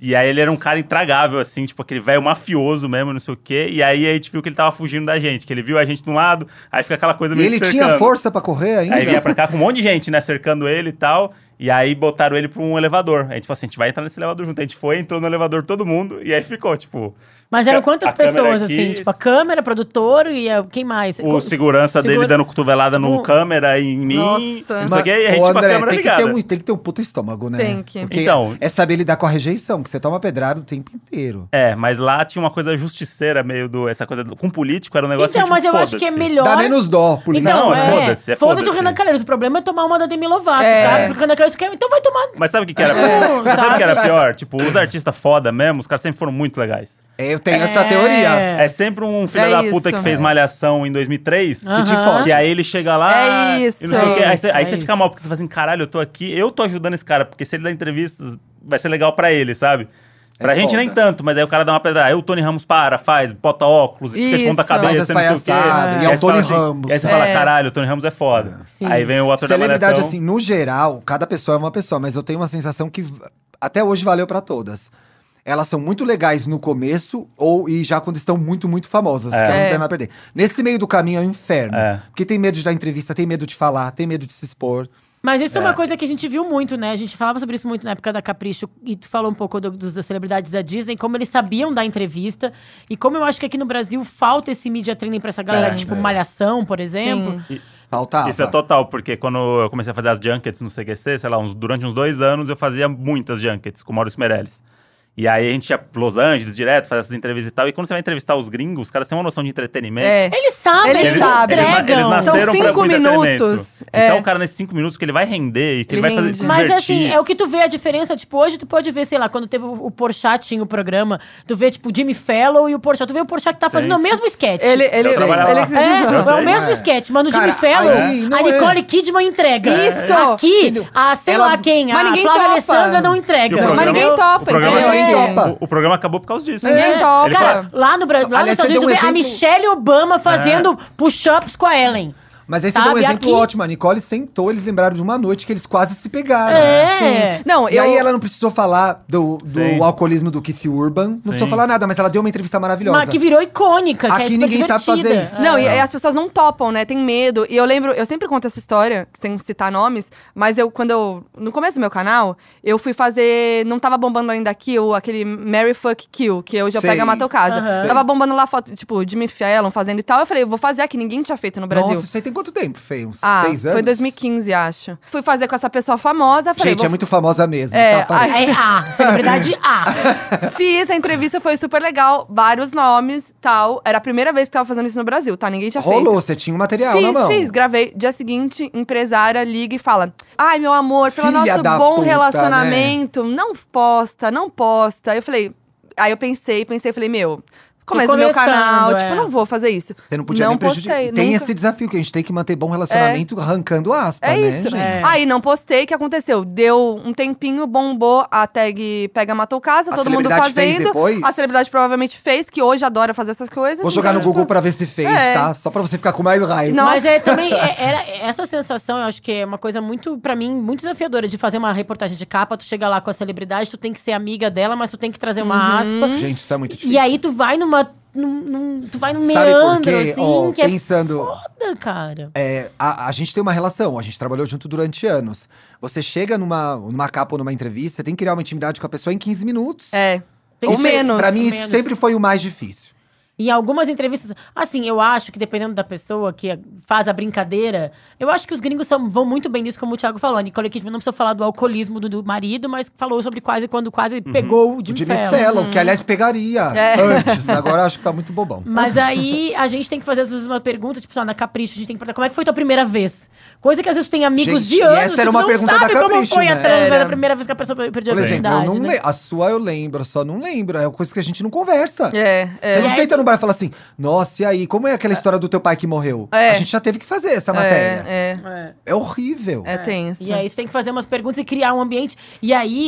E aí ele era um cara intragável, assim, tipo aquele velho mafioso mesmo, não sei o quê. E aí a gente viu que ele tava fugindo da gente, que ele viu a gente de um lado, aí fica aquela coisa E meio ele cercando. tinha força pra correr ainda? Aí vinha pra cá com um monte de gente, né, cercando ele e tal. E aí botaram ele pra um elevador. A gente falou assim, a gente vai entrar nesse elevador junto. A gente foi, entrou no elevador todo mundo, e aí ficou, tipo... Mas eram quantas a câmera pessoas, aqui, assim? Tipo, a câmera, produtor e a, quem mais? O segurança Segura- dele dando cotovelada Tipo, no câmera e em mim. Nossa. Não sei o quê, e a Ô, gente com a André, câmera tem que, ligada. ter um, tem que ter um puta estômago, né? Tem que. Porque Então- é saber lidar com a rejeição, que você toma pedrada o tempo inteiro. É, mas lá tinha uma coisa justiceira meio do... Essa coisa do, com político era um negócio Então, meio, mas tipo, eu acho que é foda-se. melhor... Dá menos dó, político. Então, Não, é é, foda-se, é foda-se o foda-se. Renan Calheiros. O problema é tomar uma da Demi Lovato, É. sabe? Porque o Renan Calheiros quer, então vai tomar... Mas sabe o que, que era? É. Mas sabe o que era pior? Tipo, os artistas foda mesmo, os caras sempre foram muito legais. Eu tenho É. essa teoria. É sempre um filho É da puta isso. que fez Malhação em dois mil e três, Aham. que te fode. Que aí ele chega lá É isso. e não sei o quê. Aí É você, isso, aí é você isso. fica mal, porque você fala assim, caralho, eu tô aqui, eu tô ajudando esse cara, porque se ele dá entrevistas, vai ser legal pra ele, sabe? Pra É gente foda. nem tanto, mas aí o cara dá uma pedra. Aí o Tony Ramos para, faz, bota óculos, fica de Isso. ponta Faz cabeça, as não sei o quê. palhaçadas, E e é aí o você fala Tony assim- Ramos. E aí você É. fala, caralho, o Tony Ramos é foda. Sim. Aí vem o ator da Celebridade, Malhação. assim, no geral, cada pessoa é uma pessoa, mas eu tenho uma sensação que v- até hoje valeu pra todas. Elas são muito legais no começo ou e já quando estão muito, muito famosas, É. que eu não É. tenho nada a perder. Nesse meio do caminho é o inferno. É. Porque tem medo de dar entrevista, tem medo de falar, tem medo de se expor. Mas isso é. É. uma coisa que a gente viu muito, né? A gente falava sobre isso muito na época da Capricho. E tu falou um pouco do, dos, das celebridades da Disney, como eles sabiam dar entrevista. E como eu acho que aqui no Brasil falta esse media training pra essa galera, É, tipo é. Malhação, por exemplo. Sim. Faltava. Isso é total, porque quando eu comecei a fazer as junkets no C Q C, sei lá, uns- durante uns dois anos eu fazia muitas junkets com o Maurício Meirelles. E aí a gente ia pra Los Angeles direto, fazer essas entrevistas e tal. E quando você vai entrevistar os gringos, os caras têm uma noção de entretenimento. É. Eles sabem, Eles eles, sabem. Eles, na- entregam. eles São nasceram pra cinco pro entretenimento. minutos. É. Então o cara, nesses cinco minutos que ele vai render e que ele, Ele vai fazer rende. se Mas divertir. assim, é o que tu vê a diferença, tipo, hoje tu pode ver, sei lá, quando teve o, o Porchat tinha o programa, tu vê, tipo, o Jimmy Fallon e o Porchat, tu vê o Porchat que tá fazendo Sim. o mesmo sketch. Ele, ele, Eu trabalhava ele, lá. ele- É, Eu é sei. o mesmo É. sketch, mas no Cara, Jimmy Fallon, aí não a é. Nicole Kidman entrega. Isso! Aqui, Entendeu? a sei Ela- lá quem, Mas a ninguém Flávia topa. Alessandra não entrega. E o programa- Mas ninguém entendeu? topa, O programa, entendeu? Ninguém acabou, topa. o, o programa acabou por causa disso. Ninguém É. topa. Ele Cara, fala- lá no Brasil, lá nos Aliás, Estados você deu Unidos, um tu vê a exemplo- Michelle Obama fazendo push-ups com a Ellen. Mas aí você Sabe, deu um exemplo aqui- ótimo. A Nicole sentou, eles lembraram de uma noite que eles quase se pegaram. É. Sim. Não, E eu. aí ela não precisou falar do, do Sim. alcoolismo do Keith Urban. Não precisou Sim. falar nada, mas ela deu uma entrevista maravilhosa. Mas que virou icônica, que Aqui é super ninguém sabe divertida. fazer isso. Não, e É. aí as pessoas não topam, né? Tem medo. E eu lembro, eu sempre conto essa história, sem citar nomes, mas eu, quando eu. No começo do meu canal, eu fui fazer. Não tava bombando ainda Kill, aquele Mary Fuck Kill, que hoje eu Sei. pego a Matou Casa. Aham. Tava bombando lá foto, tipo, Jimmy Fallon fazendo e tal. Eu falei, eu vou fazer aqui, ninguém tinha feito no Brasil. Nossa, isso aí tem quanto tempo, Fê? Uns ah, seis anos? foi dois mil e quinze, acho. Fui fazer com essa pessoa famosa, falei, Gente, vou é muito famosa mesmo. É, tá? Parei. ai, É A, celebridade A. Fiz a entrevista, foi super legal. Vários nomes, tal. Era a primeira vez que tava fazendo isso no Brasil, tá? Ninguém tinha feito. Rolou, você tinha um material na Fiz, mão. fiz, gravei. Dia seguinte, empresária liga e fala: ai, meu amor, pelo Filha nosso da bom puta, relacionamento, não posta, não posta. Eu falei, aí eu pensei, pensei, falei, meu, começo do meu começando, canal, é. tipo, não vou fazer isso. Você não podia não nem prejudicar. postei, Tem nunca. esse desafio que a gente tem que manter bom relacionamento arrancando aspa, É né, isso. gente? É. Aí não postei, o que aconteceu? Deu um tempinho, bombou a tag Pega Matou Casa, A todo mundo celebridade fez fazendo. depois? A celebridade provavelmente fez, que hoje adora fazer essas coisas. Vou jogar no Então, Google tipo, pra ver se fez, É. tá? Só pra você ficar com mais raiva. Não. Mas é também, é- era essa sensação, eu acho que é uma coisa muito, pra mim, muito desafiadora de fazer uma reportagem de capa, tu chega lá com a celebridade, tu tem que ser amiga dela, mas tu tem que trazer uma aspa. Gente, isso é muito difícil. E aí tu vai numa. Num, num- tu vai num Sabe por meandro, quê? assim, Ó, que pensando- é foda, cara. É, a, a gente tem uma relação, a gente trabalhou junto durante anos. Você chega numa, numa capa ou numa entrevista, você tem que criar uma intimidade com a pessoa em quinze minutos. É. Tem Ou que Isso é- menos. Pra mim, isso menos. sempre foi o mais difícil. Em algumas entrevistas, assim, eu acho que dependendo da pessoa que faz a brincadeira, eu acho que os gringos são, vão muito bem nisso, como o Thiago falou. A Nicole Kidman não precisou falar do alcoolismo do, do marido, mas falou sobre quase quando quase pegou o O Jimmy, Jimmy Fallon. Fallon, que aliás pegaria É. antes. Agora acho que tá muito bobão. Mas aí a gente tem que fazer às vezes uma pergunta, tipo, só na Capricho, a gente tem que perguntar como é que foi tua primeira vez? Coisa que às vezes tu tem amigos Gente, de e anos essa que era tu uma não pergunta sabe da como Capricho, foi a né? trans, Era. era a primeira vez que a pessoa perdeu Por a exemplo, eu virgindade, não né? le- a sua eu lembro, a sua não lembro. É uma coisa que a gente não conversa. É, é. Você não E aí- senta no bar e fala assim, nossa, e aí, como é aquela história do teu pai que morreu? É. A gente já teve que fazer essa matéria. É, É. É horrível. é, é tenso. E aí você tem que fazer umas perguntas e criar um ambiente. E aí,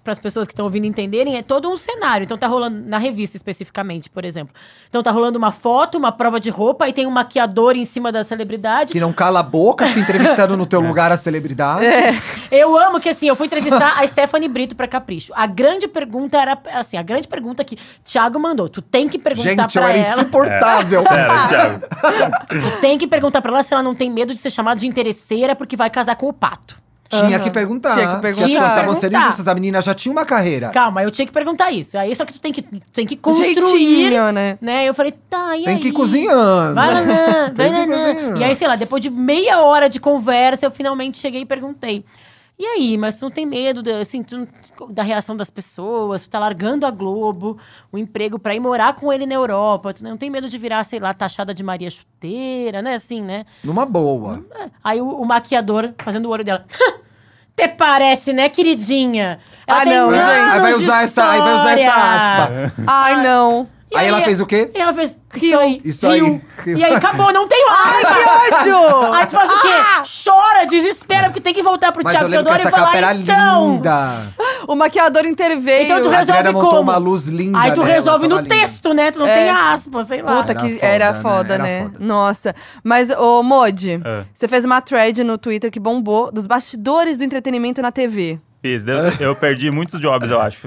para as pessoas que estão ouvindo entenderem, é todo um cenário. Então tá rolando, na revista especificamente, por exemplo. Então tá rolando uma foto, uma prova de roupa, aí tem um maquiador em cima da celebridade. Que não cala a boca, te entrevistando no teu lugar a celebridade. É. Eu amo que, assim, eu fui entrevistar a Stephanie Brito pra Capricho. A grande pergunta era, assim, a grande pergunta que Thiago mandou. Tu tem que perguntar Gente, eu pra era ela... insuportável. Sério, Thiago. Tu tem que perguntar pra ela se ela não tem medo de ser chamada de interesseira porque vai casar com o Pato. Tinha Aham. que perguntar. Tinha que Que perguntar. as Tinha que pessoas estavam sendo perguntar. injustas. A menina já tinha uma carreira. Calma, eu tinha que perguntar isso. Aí só que tu tem que, tu tem que construir, Jeitinho, né? né? Eu falei, tá, e Tem aí? que ir cozinhando. Vai lá, vai Tem lá, que cozinhar. E aí, sei lá, depois de meia hora de conversa, eu finalmente cheguei e perguntei. E aí, mas tu não tem medo da, assim, tu não- da reação das pessoas? Tu tá largando a Globo, o emprego pra ir morar com ele na Europa. Tu não tem medo de virar, sei lá, taxada de Maria Chuteira, né? Assim, né? Numa boa. É. Aí o, o maquiador, fazendo o olho dela. Até parece, né, queridinha? Ela Ah, tem não, anos gente. Aí vai de usar essa, aí vai usar essa história. aspa. Ai, não. E Aí ela fez o quê? E ela fez isso Riu. aí. Isso aí. Riu. Riu. E aí, acabou, não tem Ai, mais. que ódio! Aí tu faz o quê? Chora, desespera, porque tem que voltar pro Mas eu Thiago lembro que Teodoro essa e falar, capa era então... linda. O maquiador interveio. Então tu A resolve Adriana montou como? uma luz linda Aí tu nela, resolve no tava linda. texto, né? Tu não É. tem aspas, sei lá. Puta Era que foda, era né? foda, Era né? foda. Nossa. Mas, ô, Modi, É. você fez uma thread no Twitter que bombou dos bastidores do entretenimento na T V. Fiz. Eu, eu perdi muitos jobs, eu acho.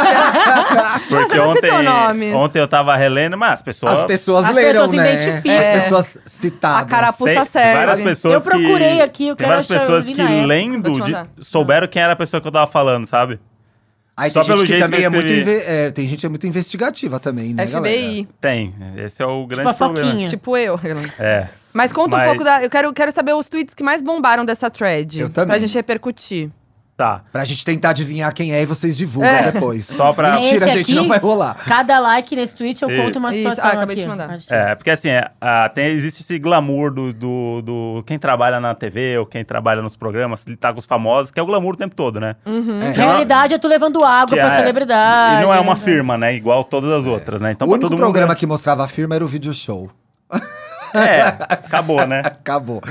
Porque Você não ontem, citou nomes. ontem eu tava relendo, mas as pessoas... As pessoas As leram, pessoas né? identificam. As É. pessoas citadas. A carapuça Tem serve. várias pessoas Eu procurei que, aqui, eu tem quero várias achar, pessoas eu li que na época. lendo Vou te de- mandar. souberam quem era a pessoa que eu tava falando, sabe? Aí Só tem gente pelo que jeito também que eu é muito... escrevi. inve- é, tem gente que é muito investigativa também, né, F B I. Tem. Esse é o grande Tipo a problema. Foquinha. Tipo eu. É. Mas conta um Mas- pouco da. Eu quero, quero saber os tweets que mais bombaram dessa thread. Eu também. Pra gente repercutir. Tá. Pra gente tentar adivinhar quem é e vocês divulgam É. depois. Só pra- Mentira, Esse gente, aqui- não vai rolar. Cada like nesse tweet eu Isso. conto uma Isso. situação Ah, acabei aqui. de te mandar. Achei. É, porque assim, é, ah, tem, existe esse glamour do, do, do quem trabalha na T V ou quem trabalha nos programas, ele tá com os famosos, que é o glamour o tempo todo, né? Uhum. É. Realidade é tu levando água Que pra é- celebridade. E não é uma né? firma, né? Igual todas as outras, né? Então o pra único todo mundo programa é- que mostrava a firma era o Video Show. É, acabou, né? Acabou.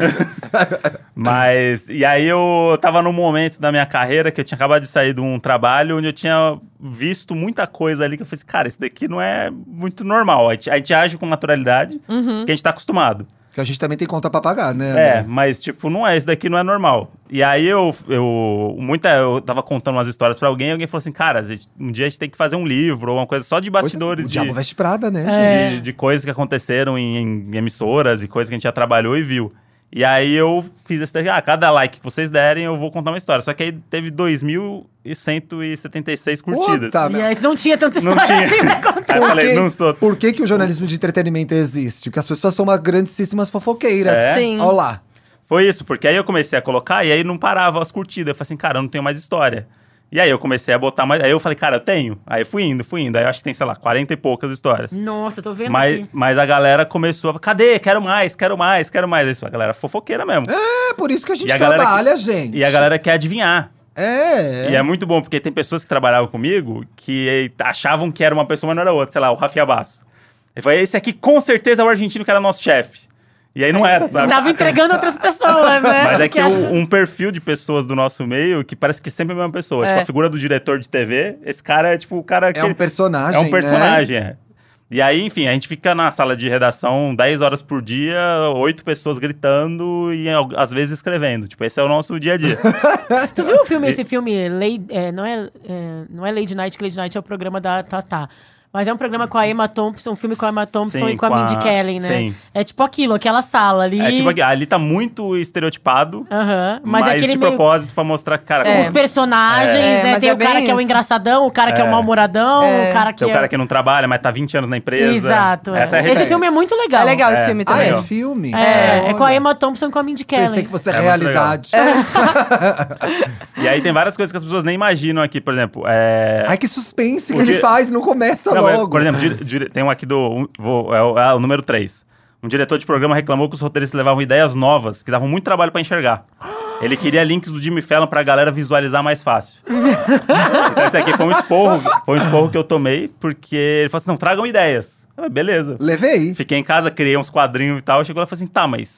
Mas, e aí eu tava num momento da minha carreira que eu tinha acabado de sair de um trabalho onde eu tinha visto muita coisa ali que eu falei assim, cara, isso daqui não é muito normal. A gente, a gente age com naturalidade, Uhum. que a gente tá acostumado. Porque a gente também tem conta pra pagar, né, É, André? mas tipo, não é, isso daqui não é normal. E aí eu, eu, muita, eu tava contando umas histórias pra alguém e alguém falou assim, cara, um dia a gente tem que fazer um livro ou uma coisa só de bastidores O de, Diabo Veste Prada, né, É. gente? de, de coisas que aconteceram em, em emissoras e coisas que a gente já trabalhou e viu. E aí eu fiz esse daqui, ah, cada like que vocês derem eu vou contar uma história. Só que aí teve dois mil cento e setenta e seis curtidas. Puta, E aí tu não tinha tanta Não história tinha. assim pra contar. Aí eu falei, que- não sou... Por que, que o jornalismo de entretenimento existe? Porque as pessoas são uma grandíssimas fofoqueiras. É? Sim. Olha lá. Foi isso, porque aí eu comecei a colocar e aí não parava as curtidas. Eu falei assim, cara, eu não tenho mais história. E aí eu comecei a botar mais. Aí eu falei, cara, eu tenho. Aí fui indo, fui indo. Aí eu acho que tem, sei lá, quarenta e poucas histórias. Nossa, tô vendo Mas, aqui. mas a galera começou a falar, cadê? Quero mais, quero mais, quero mais. Isso, a galera fofoqueira mesmo. É por isso que a gente E a galera trabalha, que- gente. E a galera quer adivinhar. É. E é muito bom, porque tem pessoas que trabalhavam comigo que achavam que era uma pessoa, mas não era outra. Sei lá, o Rafinha Basso. Ele falou, esse aqui com certeza é o argentino que era nosso chefe. E aí não era, sabe? Tava entregando outras pessoas, né? Mas é Porque que acha- um, um perfil de pessoas do nosso meio que parece que sempre é a mesma pessoa. É. Tipo, a figura do diretor de T V, esse cara é tipo o cara que... É um personagem, É um né? personagem, é. E aí, enfim, a gente fica na sala de redação dez horas por dia, oito pessoas gritando e al- às vezes escrevendo. Tipo, esse é o nosso dia a dia. Tu viu o filme, esse filme, Lady, é, não, é, é, não é Lady Night, que Lady Night é o programa da Tatá. Mas é um programa com a Emma Thompson, um filme com a Emma Thompson Sim, e com a com a- Mindy Kaling, né? sim. É tipo aquilo, aquela sala ali. É tipo, aqui, ali tá muito estereotipado, Aham, mas, mas, é aquele de meio... propósito pra mostrar, cara, É. como Os personagens, É, né? mas Tem é o cara bem que é o isso. engraçadão, o cara que é o É. mal-humoradão, É. o cara que tem o é... cara que não trabalha, mas tá vinte anos na empresa. Exato. é. Essa é a Esse referência. filme é muito legal. É legal esse É. filme Ah, também. é filme? É, é com a Olha. Emma Thompson e com a Mindy Kaling. Pensei que fosse É muito realidade. E aí tem várias coisas que as pessoas nem imaginam aqui, por exemplo. É... Ai, que suspense que Porque- ele faz, não começa Não, mas, logo. por exemplo, dire- dire- tem um aqui do. um- vou- é, o, é o número três. Um diretor de programa reclamou que os roteiristas levavam ideias novas, que davam muito trabalho pra enxergar. Ele queria links do Jimmy Fallon pra galera visualizar mais fácil. Então esse aqui foi um esporro, foi um esporro que eu tomei, porque ele falou assim: não, tragam ideias. Eu falei, beleza. Levei. Fiquei em casa, criei uns quadrinhos e tal. Chegou lá e falou assim: tá, mas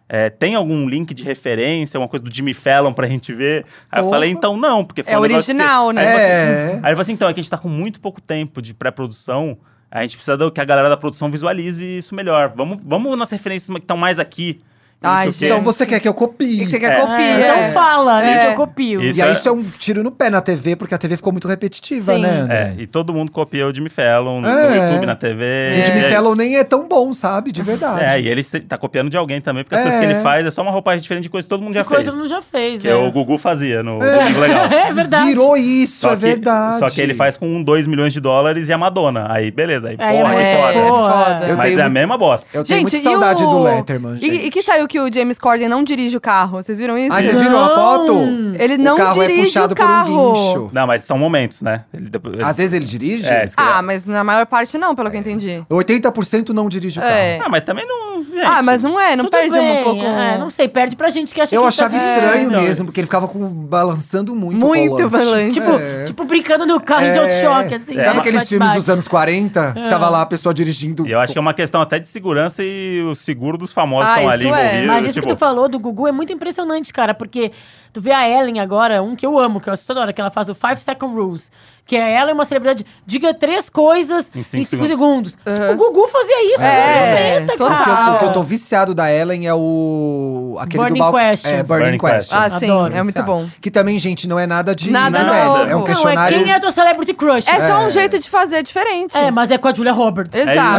É, tem algum link de referência, alguma coisa do Jimmy Fallon pra gente ver? Aí eu Porra. falei, então não, porque foi É um negócio original, que... né? Aí ele falou É. assim, aí ele falou assim, então, é que a gente tá com muito pouco tempo de pré-produção, a gente precisa do- que a galera da produção visualize isso melhor. Vamos, vamos nas referências que estão mais aqui. e não Ai, sei o quê. Então você quer que eu copie. O que você quer É. copiar? É, então fala, né, que eu copio. Isso E aí é- isso é um tiro no pé na T V, porque a T V ficou muito repetitiva, Sim. né? É, André? e todo mundo copia o Jimmy Fallon no É. YouTube, na T V. E o Jimmy é Fallon isso. nem é tão bom, sabe? De verdade. É, e ele se- tá copiando de alguém também, porque as É. coisas que ele faz é só uma roupagem diferente de coisa que todo mundo já Que coisa fez. não já fez, Que é. o Gugu fazia no Domingo Legal. É verdade. Virou isso, Só é que, verdade. só que ele faz com dois milhões de dólares e a Madonna. Aí, beleza. Aí, Aí porra, é que foda. foda. Eu Mas tenho é a muito- mesma bosta. Eu tenho muita e saudade o- do Letterman, E, gente. e que saiu que o James Corden não dirige o carro. Vocês viram isso? Ah, vocês viram a Não. foto? Ele não o carro dirige é puxado o carro. por um guincho. Não, mas são momentos, né? Ele, depois- ele- Às vezes ele dirige? É, diz que Ah, ele- mas na maior parte não, pelo que eu entendi. oitenta por cento não dirige o carro. É. Ah, mas também não... Gente, Ah, mas não é, não Tudo perde bem, um pouco... é, não sei, perde pra gente que acha Eu que achava tá- estranho É, então. mesmo, porque ele ficava com, balançando muito Muito o volante. volante. Tipo, É. tipo, brincando no carro de auto-choque, assim. Sabe né? aqueles filmes Bate-bate. dos anos quarenta? Que tava lá a pessoa dirigindo. E eu acho que é uma questão até de segurança e o seguro dos famosos Ah, estão ali isso é. envolvidos. Mas isso tipo, que tu falou do Gugu é muito impressionante, cara, porque tu vê a Ellen agora, um que eu amo, que eu assisto toda hora, que ela faz o Five Second Rules, que é ela é uma celebridade, diga três coisas Em em cinco cinco segundos. segundos. Tipo, o Gugu fazia isso É, nos anos noventa, total. O que, eu, cara. o que eu tô viciado da Ellen é o. Aquele Burning do bal- Questions. É, Burning, Burning Questions. Ah, Questions. sim, Adoro. é muito bom. Que também, gente, não é nada de. Nada de novo. velho. É um Não, é questionário. Quem é tua celebrity crush? É só um É. jeito de fazer diferente. É, mas é com a Julia Roberts. Exato.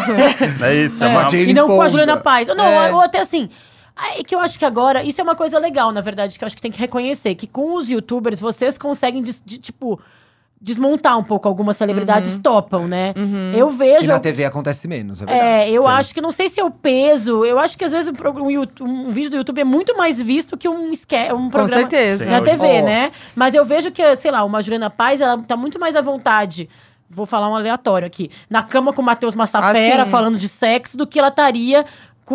É isso, é, É. uma... Uma Jane E não com a Fonda. Juliana Paz. Não, É. ou até assim. É que eu acho que agora, isso é uma coisa legal, na verdade, que eu acho que tem que reconhecer, que com os youtubers vocês conseguem, des- de, tipo, desmontar um pouco algumas celebridades topam, né? Eu vejo. Que na T V acontece menos, é verdade. É, eu Sim. acho que não sei se é o peso. Eu acho que às vezes um, pro- um YouTube- um vídeo do YouTube é muito mais visto que um, esque- um programa certeza. na Sim, T V, hoje- né? Mas eu vejo que, sei lá, uma Juliana Paz, ela tá muito mais à vontade. Vou falar um aleatório aqui. Na cama com o Matheus Massafera, Ah, sim. falando de sexo, do que ela estaria com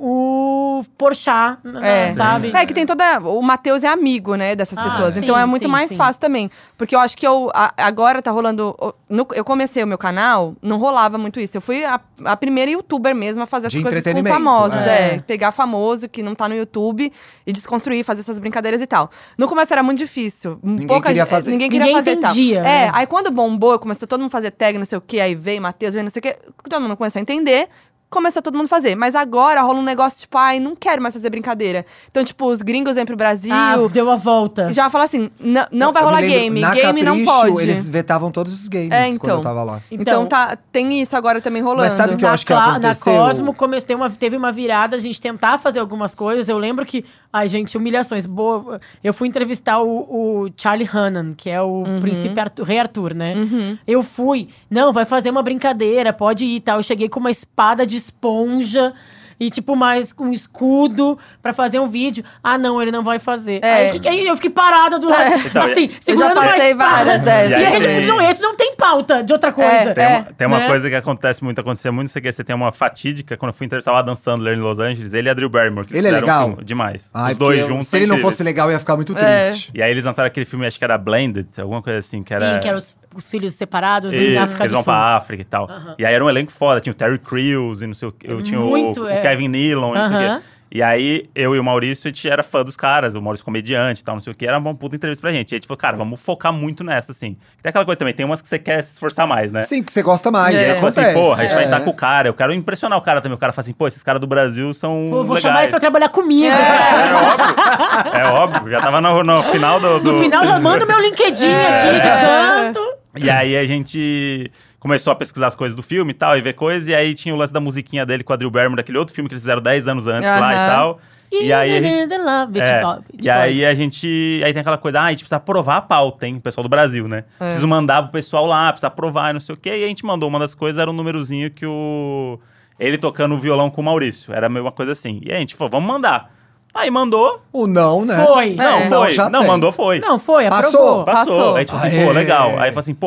o Porchat, É. sabe? É que tem toda. O Matheus é amigo, né, dessas Ah, pessoas. sim, Então é muito sim, mais sim. fácil também. Porque eu acho que eu. a- agora tá rolando. o- no- eu comecei o meu canal, não rolava muito isso. Eu fui a, a primeira youtuber mesmo a fazer essas De coisas com entretenimento, famosos. é. É. Pegar famoso que não tá no YouTube e desconstruir, fazer essas brincadeiras e tal. No começo era muito difícil. Ninguém queria gente- fazer. Ninguém queria Ninguém fazer e tal. entendia, É, né? aí quando bombou, começou todo mundo a fazer tag, não sei o quê, aí veio Matheus, veio não sei o quê. Todo mundo começou a entender. Começou todo mundo a fazer. Mas agora rola um negócio, tipo, ai, não quero mais fazer brincadeira. Então, tipo, os gringos vêm pro Brasil. Ah, deu a volta. Já fala assim, "N- não vai Eu me rolar lembro, game. na Game não Capricho, pode. Eles vetavam todos os games É, quando então. eu tava lá. Então, tá, tem isso agora também rolando. Mas sabe o que eu na, acho que Cla- aconteceu? Na Cosmo come- tem uma, teve uma virada, a gente tentar fazer algumas coisas. Eu lembro que, ai, gente, humilhações. Boa, eu fui entrevistar o, o Charlie Hunnam, que é o príncipe Arthur, rei Arthur, né? Eu fui, não, vai fazer uma brincadeira, pode ir e tal. Eu cheguei com uma espada de esponja. E, tipo, mais um escudo pra fazer um vídeo. Ah, não, ele não vai fazer. É. Aí, que- aí eu fiquei parada do lado, Então, assim, Eu já segurando uma passei espada. várias dessas. E aí, E aí, tipo, não, tu não tem pauta de outra coisa. É, Tem uma, tem uma né? coisa que acontece muito, acontecia muito, não sei o que, você tem uma fatídica, quando eu fui entrevistar o Adam Sandler em Los Angeles, ele e a Drew Barrymore, que Ele é fizeram legal? um filme demais. Ai, Os dois porque eu- juntos Se ele são não incríveis. fosse legal, eu ia ficar muito É. triste. E aí eles lançaram aquele filme, acho que era Blended, alguma coisa assim, que era... Sim, que eram os, os filhos separados Isso, em que África eles do vão Sul. pra África e tal. E aí era um elenco foda, tinha o Terry Crews e não sei o que, eu tinha o- Muito, o, é. Kevin Nealon e não sei o Aham. quê. E aí, eu e o Maurício, a gente era fã dos caras, o Maurício comediante e tal, não sei o que, era uma puta entrevista pra gente. E a gente falou, cara, vamos focar muito nessa, assim. Tem aquela coisa também, tem umas que você quer se esforçar mais, né? Sim, porque você gosta mais. É. E aí eu falei acontece. assim, porra, a gente vai É. estar com o cara, eu quero impressionar o cara também. O cara fala assim, pô, esses caras do Brasil são Pô, vou legais. chamar eles pra trabalhar comigo. É óbvio, é óbvio. Já tava no, no final do... do- No final já manda o meu LinkedIn aqui de canto. E aí a gente começou a pesquisar as coisas do filme e tal, e ver coisas. E aí tinha o lance da musiquinha dele com a Drew Barrymore, daquele outro filme que eles fizeram dez anos antes lá e Aham. tal. E aí a gente... Beach É, Boy, Beach e aí Boys. a gente... Aí tem aquela coisa, ah, a gente precisa aprovar a pauta, hein? O pessoal do Brasil, né? É. Preciso mandar pro pessoal lá, precisa aprovar e não sei o quê. E a gente mandou uma das coisas, era um númerozinho que o... Ele tocando o violão com o Maurício. Era uma coisa assim. E a gente falou, vamos mandar. Aí mandou. O não, né? Foi. Não, É. foi. Não, já Não, tem. mandou, foi. Não, foi, Passou. aprovou. Passou. Passou. Aí, tipo assim, Aê. pô, legal. Aí falou assim, pô,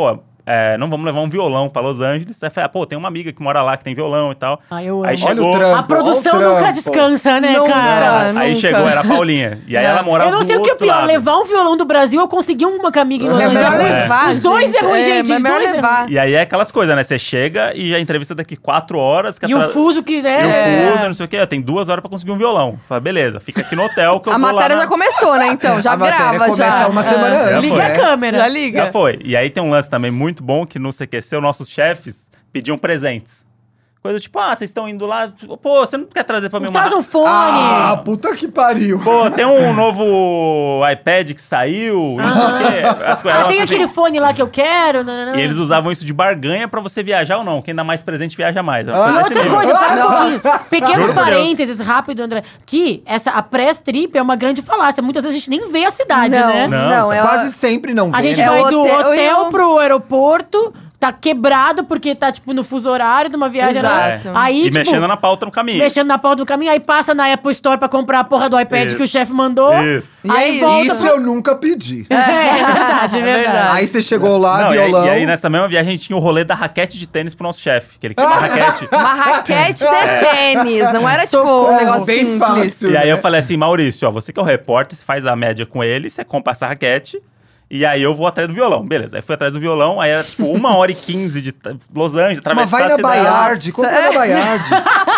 é, não vamos levar um violão pra Los Angeles. Aí eu falei, ah, pô, tem uma amiga que mora lá, que tem violão e tal. Ah, eu Aí amo. chegou... Olha o trampo. A produção Olha o nunca trampo. descansa, né, Nunca. cara? Aí nunca. chegou, era a Paulinha. E aí É. ela morava Eu não do sei o que é outro pior, lado. levar um violão do Brasil ou conseguir uma com a amiga em Los É Angeles. melhor É. levar, Os dois gente. é ruim, É, gente. mas Os melhor dois é levar. ruim. E aí é aquelas coisas, né? Você chega e a entrevista é daqui quatro horas. Que E o atra- fuso que, E né? o fuso, não sei o quê. Tem duas horas pra conseguir um violão. Fala, beleza, fica aqui no hotel que eu A vou lá matéria na- já começou, né? Então, já A matéria grava, começa já. uma É. semana Já antes, Liga foi. a câmera. Já liga. Já foi. E aí tem um lance também muito bom que no C Q C, os nossos chefes pediam presentes. Coisa tipo, ah, vocês estão indo lá, pô, você não quer trazer pra mim uma... Traz um fone. Ah, puta que pariu. Pô, tem um novo iPad que saiu, não sei o quê. As coisas, Ah, tem assim. aquele fone lá que eu quero. Não, não, não. E eles usavam isso de barganha pra você viajar ou não. Quem dá mais presente viaja mais. É uma Ah, coisa E desse outra nível. coisa, para um pouquinho. Juro Pequeno por parênteses, rápido, André. Que essa, a pré-trip é uma grande falácia. Muitas vezes a gente nem vê a cidade, Não, né? Não, não, tá é Quase sempre não vê, A gente né? É vai o do hotel- hotel eu- pro aeroporto, tá quebrado porque tá, tipo, no fuso horário de uma viagem. Exato. Né? Aí, E tipo, mexendo na pauta no caminho. mexendo na pauta do caminho, aí passa na Apple Store pra comprar a porra do iPad Isso. que o chefe mandou. Isso. E é Aí isso. volta Isso pro... eu nunca pedi. É, é verdade, é verdade. Aí você chegou lá, Não, e, aí, violão. e aí nessa mesma viagem a gente tinha o rolê da raquete de tênis pro nosso chefe. Que ele queria uma raquete. Uma raquete de tênis, não era tipo um Socorro. negócio Bem simples. fácil. E aí né? eu falei assim, Maurício, ó, você que é o repórter, você faz a média com ele, você compra essa raquete, e aí eu vou atrás do violão. Beleza, aí fui atrás do violão, aí era tipo uma hora e quinze de t- Los Angeles, Mas atravessar vai a na cidade. Baiard, compra na Baiard.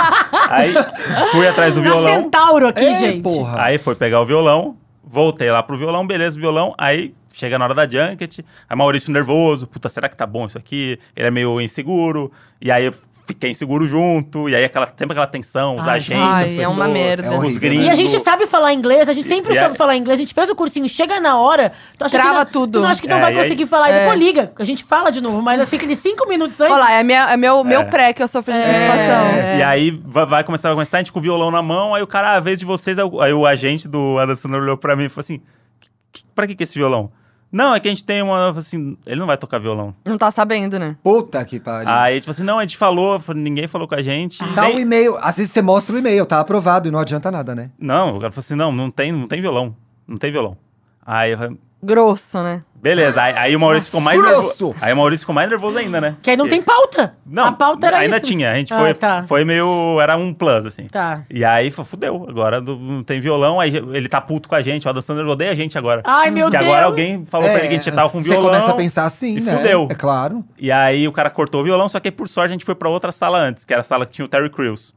Aí fui atrás do Na violão, Centauro aqui, É, gente. porra. aí foi pegar o violão, voltei lá pro violão, beleza, o violão, aí chega na hora da junket, aí Maurício nervoso, puta, será que tá bom isso aqui? Ele é meio inseguro, e aí eu fiquei inseguro junto, e aí aquela, sempre aquela tensão, os Ai, agentes, ai, as é pessoas, uma merda. É os horrível, gringos. E a gente sabe falar inglês, a gente sempre E soube é- falar inglês, a gente fez o cursinho, chega na hora, tu acha Trava que não, tudo. Tu não acha que não É, vai e aí- conseguir falar, e É. depois liga, a gente fala de novo, mas assim, aqueles cinco minutos antes... Olha lá, é, minha, é meu, meu É. pré que eu sofri de É. antecipação. E aí vai, vai começar, vai começar, a gente com o violão na mão, aí o cara, ah, a vez de vocês, aí o, aí o agente do Adam Sandler olhou pra mim e falou assim, "Que- pra que que é esse violão? Não, é que a gente tem uma, assim, ele não vai tocar violão. Não tá sabendo, né? Puta que pariu. Aí, tipo assim, não, a gente falou, eu falei, ninguém falou com a gente. Dá nem- um e-mail. Às vezes você mostra o e-mail, tá aprovado e não adianta nada, né? Não, o cara falou assim, não, não tem, não tem violão, não tem violão. Aí, eu, Grosso, né? beleza, aí, aí o Maurício ficou mais Grosso! nervoso. Aí o Maurício ficou mais nervoso ainda, né? Que aí não tem pauta. Não, A pauta era ainda isso. tinha, a gente Ah, foi, tá. foi meio, era um plus, assim. Tá. E aí, falou, fudeu, agora não- não tem violão, aí ele tá puto com a gente, o Adam Sandler odeia a gente agora. Ai, meu que Deus. agora alguém falou pra ele que a gente tava com Você violão. começa a pensar assim, e né? fudeu. É claro. E aí o cara cortou o violão, só que aí, por sorte a gente foi pra outra sala antes, que era a sala que tinha o Terry Crews.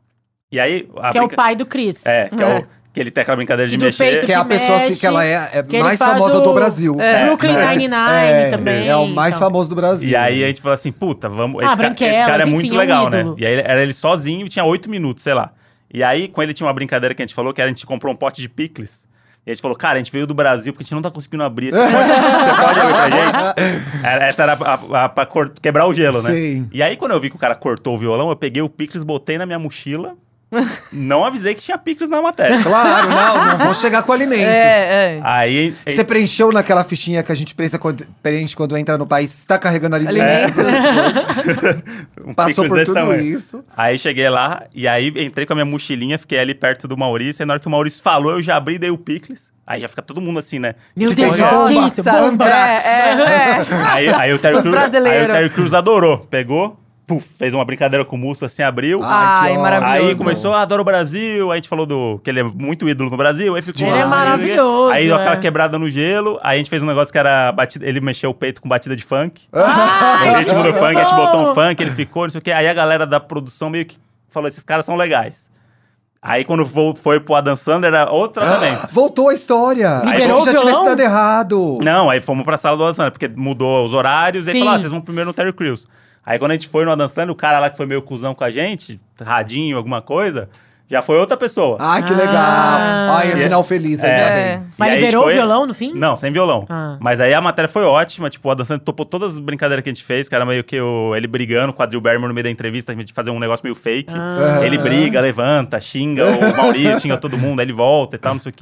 E aí... a Que é o brinca- pai do Chris. É, que é, o... Que ele tem aquela brincadeira de Que do mexer. peito Que é a que pessoa assim, mexe, que ela é, é que ele mais faz famosa o- do Brasil. É. Brooklyn né? Nine-Nine É, também, É o mais então. famoso do Brasil. E aí a gente falou assim, puta, vamos... Ah, esse, ca- Branquelas, esse cara é enfim, muito é um legal, né? ídolo. E aí era ele sozinho e tinha oito minutos, sei lá. E aí com ele tinha uma brincadeira que a gente falou, que era a gente comprou um pote de picles. E a gente falou, cara, a gente veio do Brasil porque a gente não tá conseguindo abrir. Você pode, você pode abrir pra gente? Era- Essa era a, a, a, pra cor- quebrar o gelo, né? Sim. E aí, quando eu vi que o cara cortou o violão, eu peguei o picles, botei na minha mochila. Não avisei que tinha picles na matéria. Claro, não, não vou chegar com alimentos. É, é. Aí... Você preencheu naquela fichinha que a gente preenche quando, preenche quando entra no país, está carregando alimentos. Alimentos. essas coisas. um Passou picles por desse tudo tamanho. isso. Aí cheguei lá, e aí entrei com a minha mochilinha, fiquei ali perto do Maurício, e na hora que o Maurício falou, eu já abri e dei o picles. Aí já fica todo mundo assim, né? Meu Que Deus, que é que bomba? isso? Bomba. Antrax. É, é, é. Aí, aí o Terry Os Crews, aí brasileiros. o Terry Crews adorou, pegou, puf, fez uma brincadeira com o Musso, assim, abriu. Ai, que ótimo. maravilhoso. Aí começou, ah, adoro o Brasil. Aí a gente falou do que ele é muito ídolo no Brasil. Aí ficou. Ele é ah, maravilhoso, Aí deu aquela é. quebrada no gelo. Aí a gente fez um negócio que era batida. Ele mexeu o peito com batida de funk. Ai, No ritmo do que funk, a gente bom. botou um funk, ele ficou, não sei o quê. Aí a galera da produção meio que falou: esses caras são legais. Aí quando vo- foi pro Adam Sandler, era outro tratamento. Voltou a história. Liberou Achei o que já violão? tivesse dado errado. Não, aí fomos pra sala do Adam Sandler, porque mudou os horários. Aí Sim. falou: ah, vocês vão primeiro no Terry Crews. Aí quando a gente foi no Adam Sandler, o cara lá que foi meio cuzão com a gente, radinho, alguma coisa, já foi outra pessoa. Ai, que Ah. legal. Ai, é E- final feliz, ainda É. bem. Mas E aí a gente liberou foi- o violão no fim? Não, sem violão. Ah. Mas aí a matéria foi ótima, tipo, o Adam Sandler topou todas as brincadeiras que a gente fez, que era meio que o, ele brigando com a Drew Barrymore no meio da entrevista, a gente fazer um negócio meio fake. Ah. Ele briga, levanta, xinga o Maurício, xinga todo mundo, aí ele volta e tal, não sei o quê.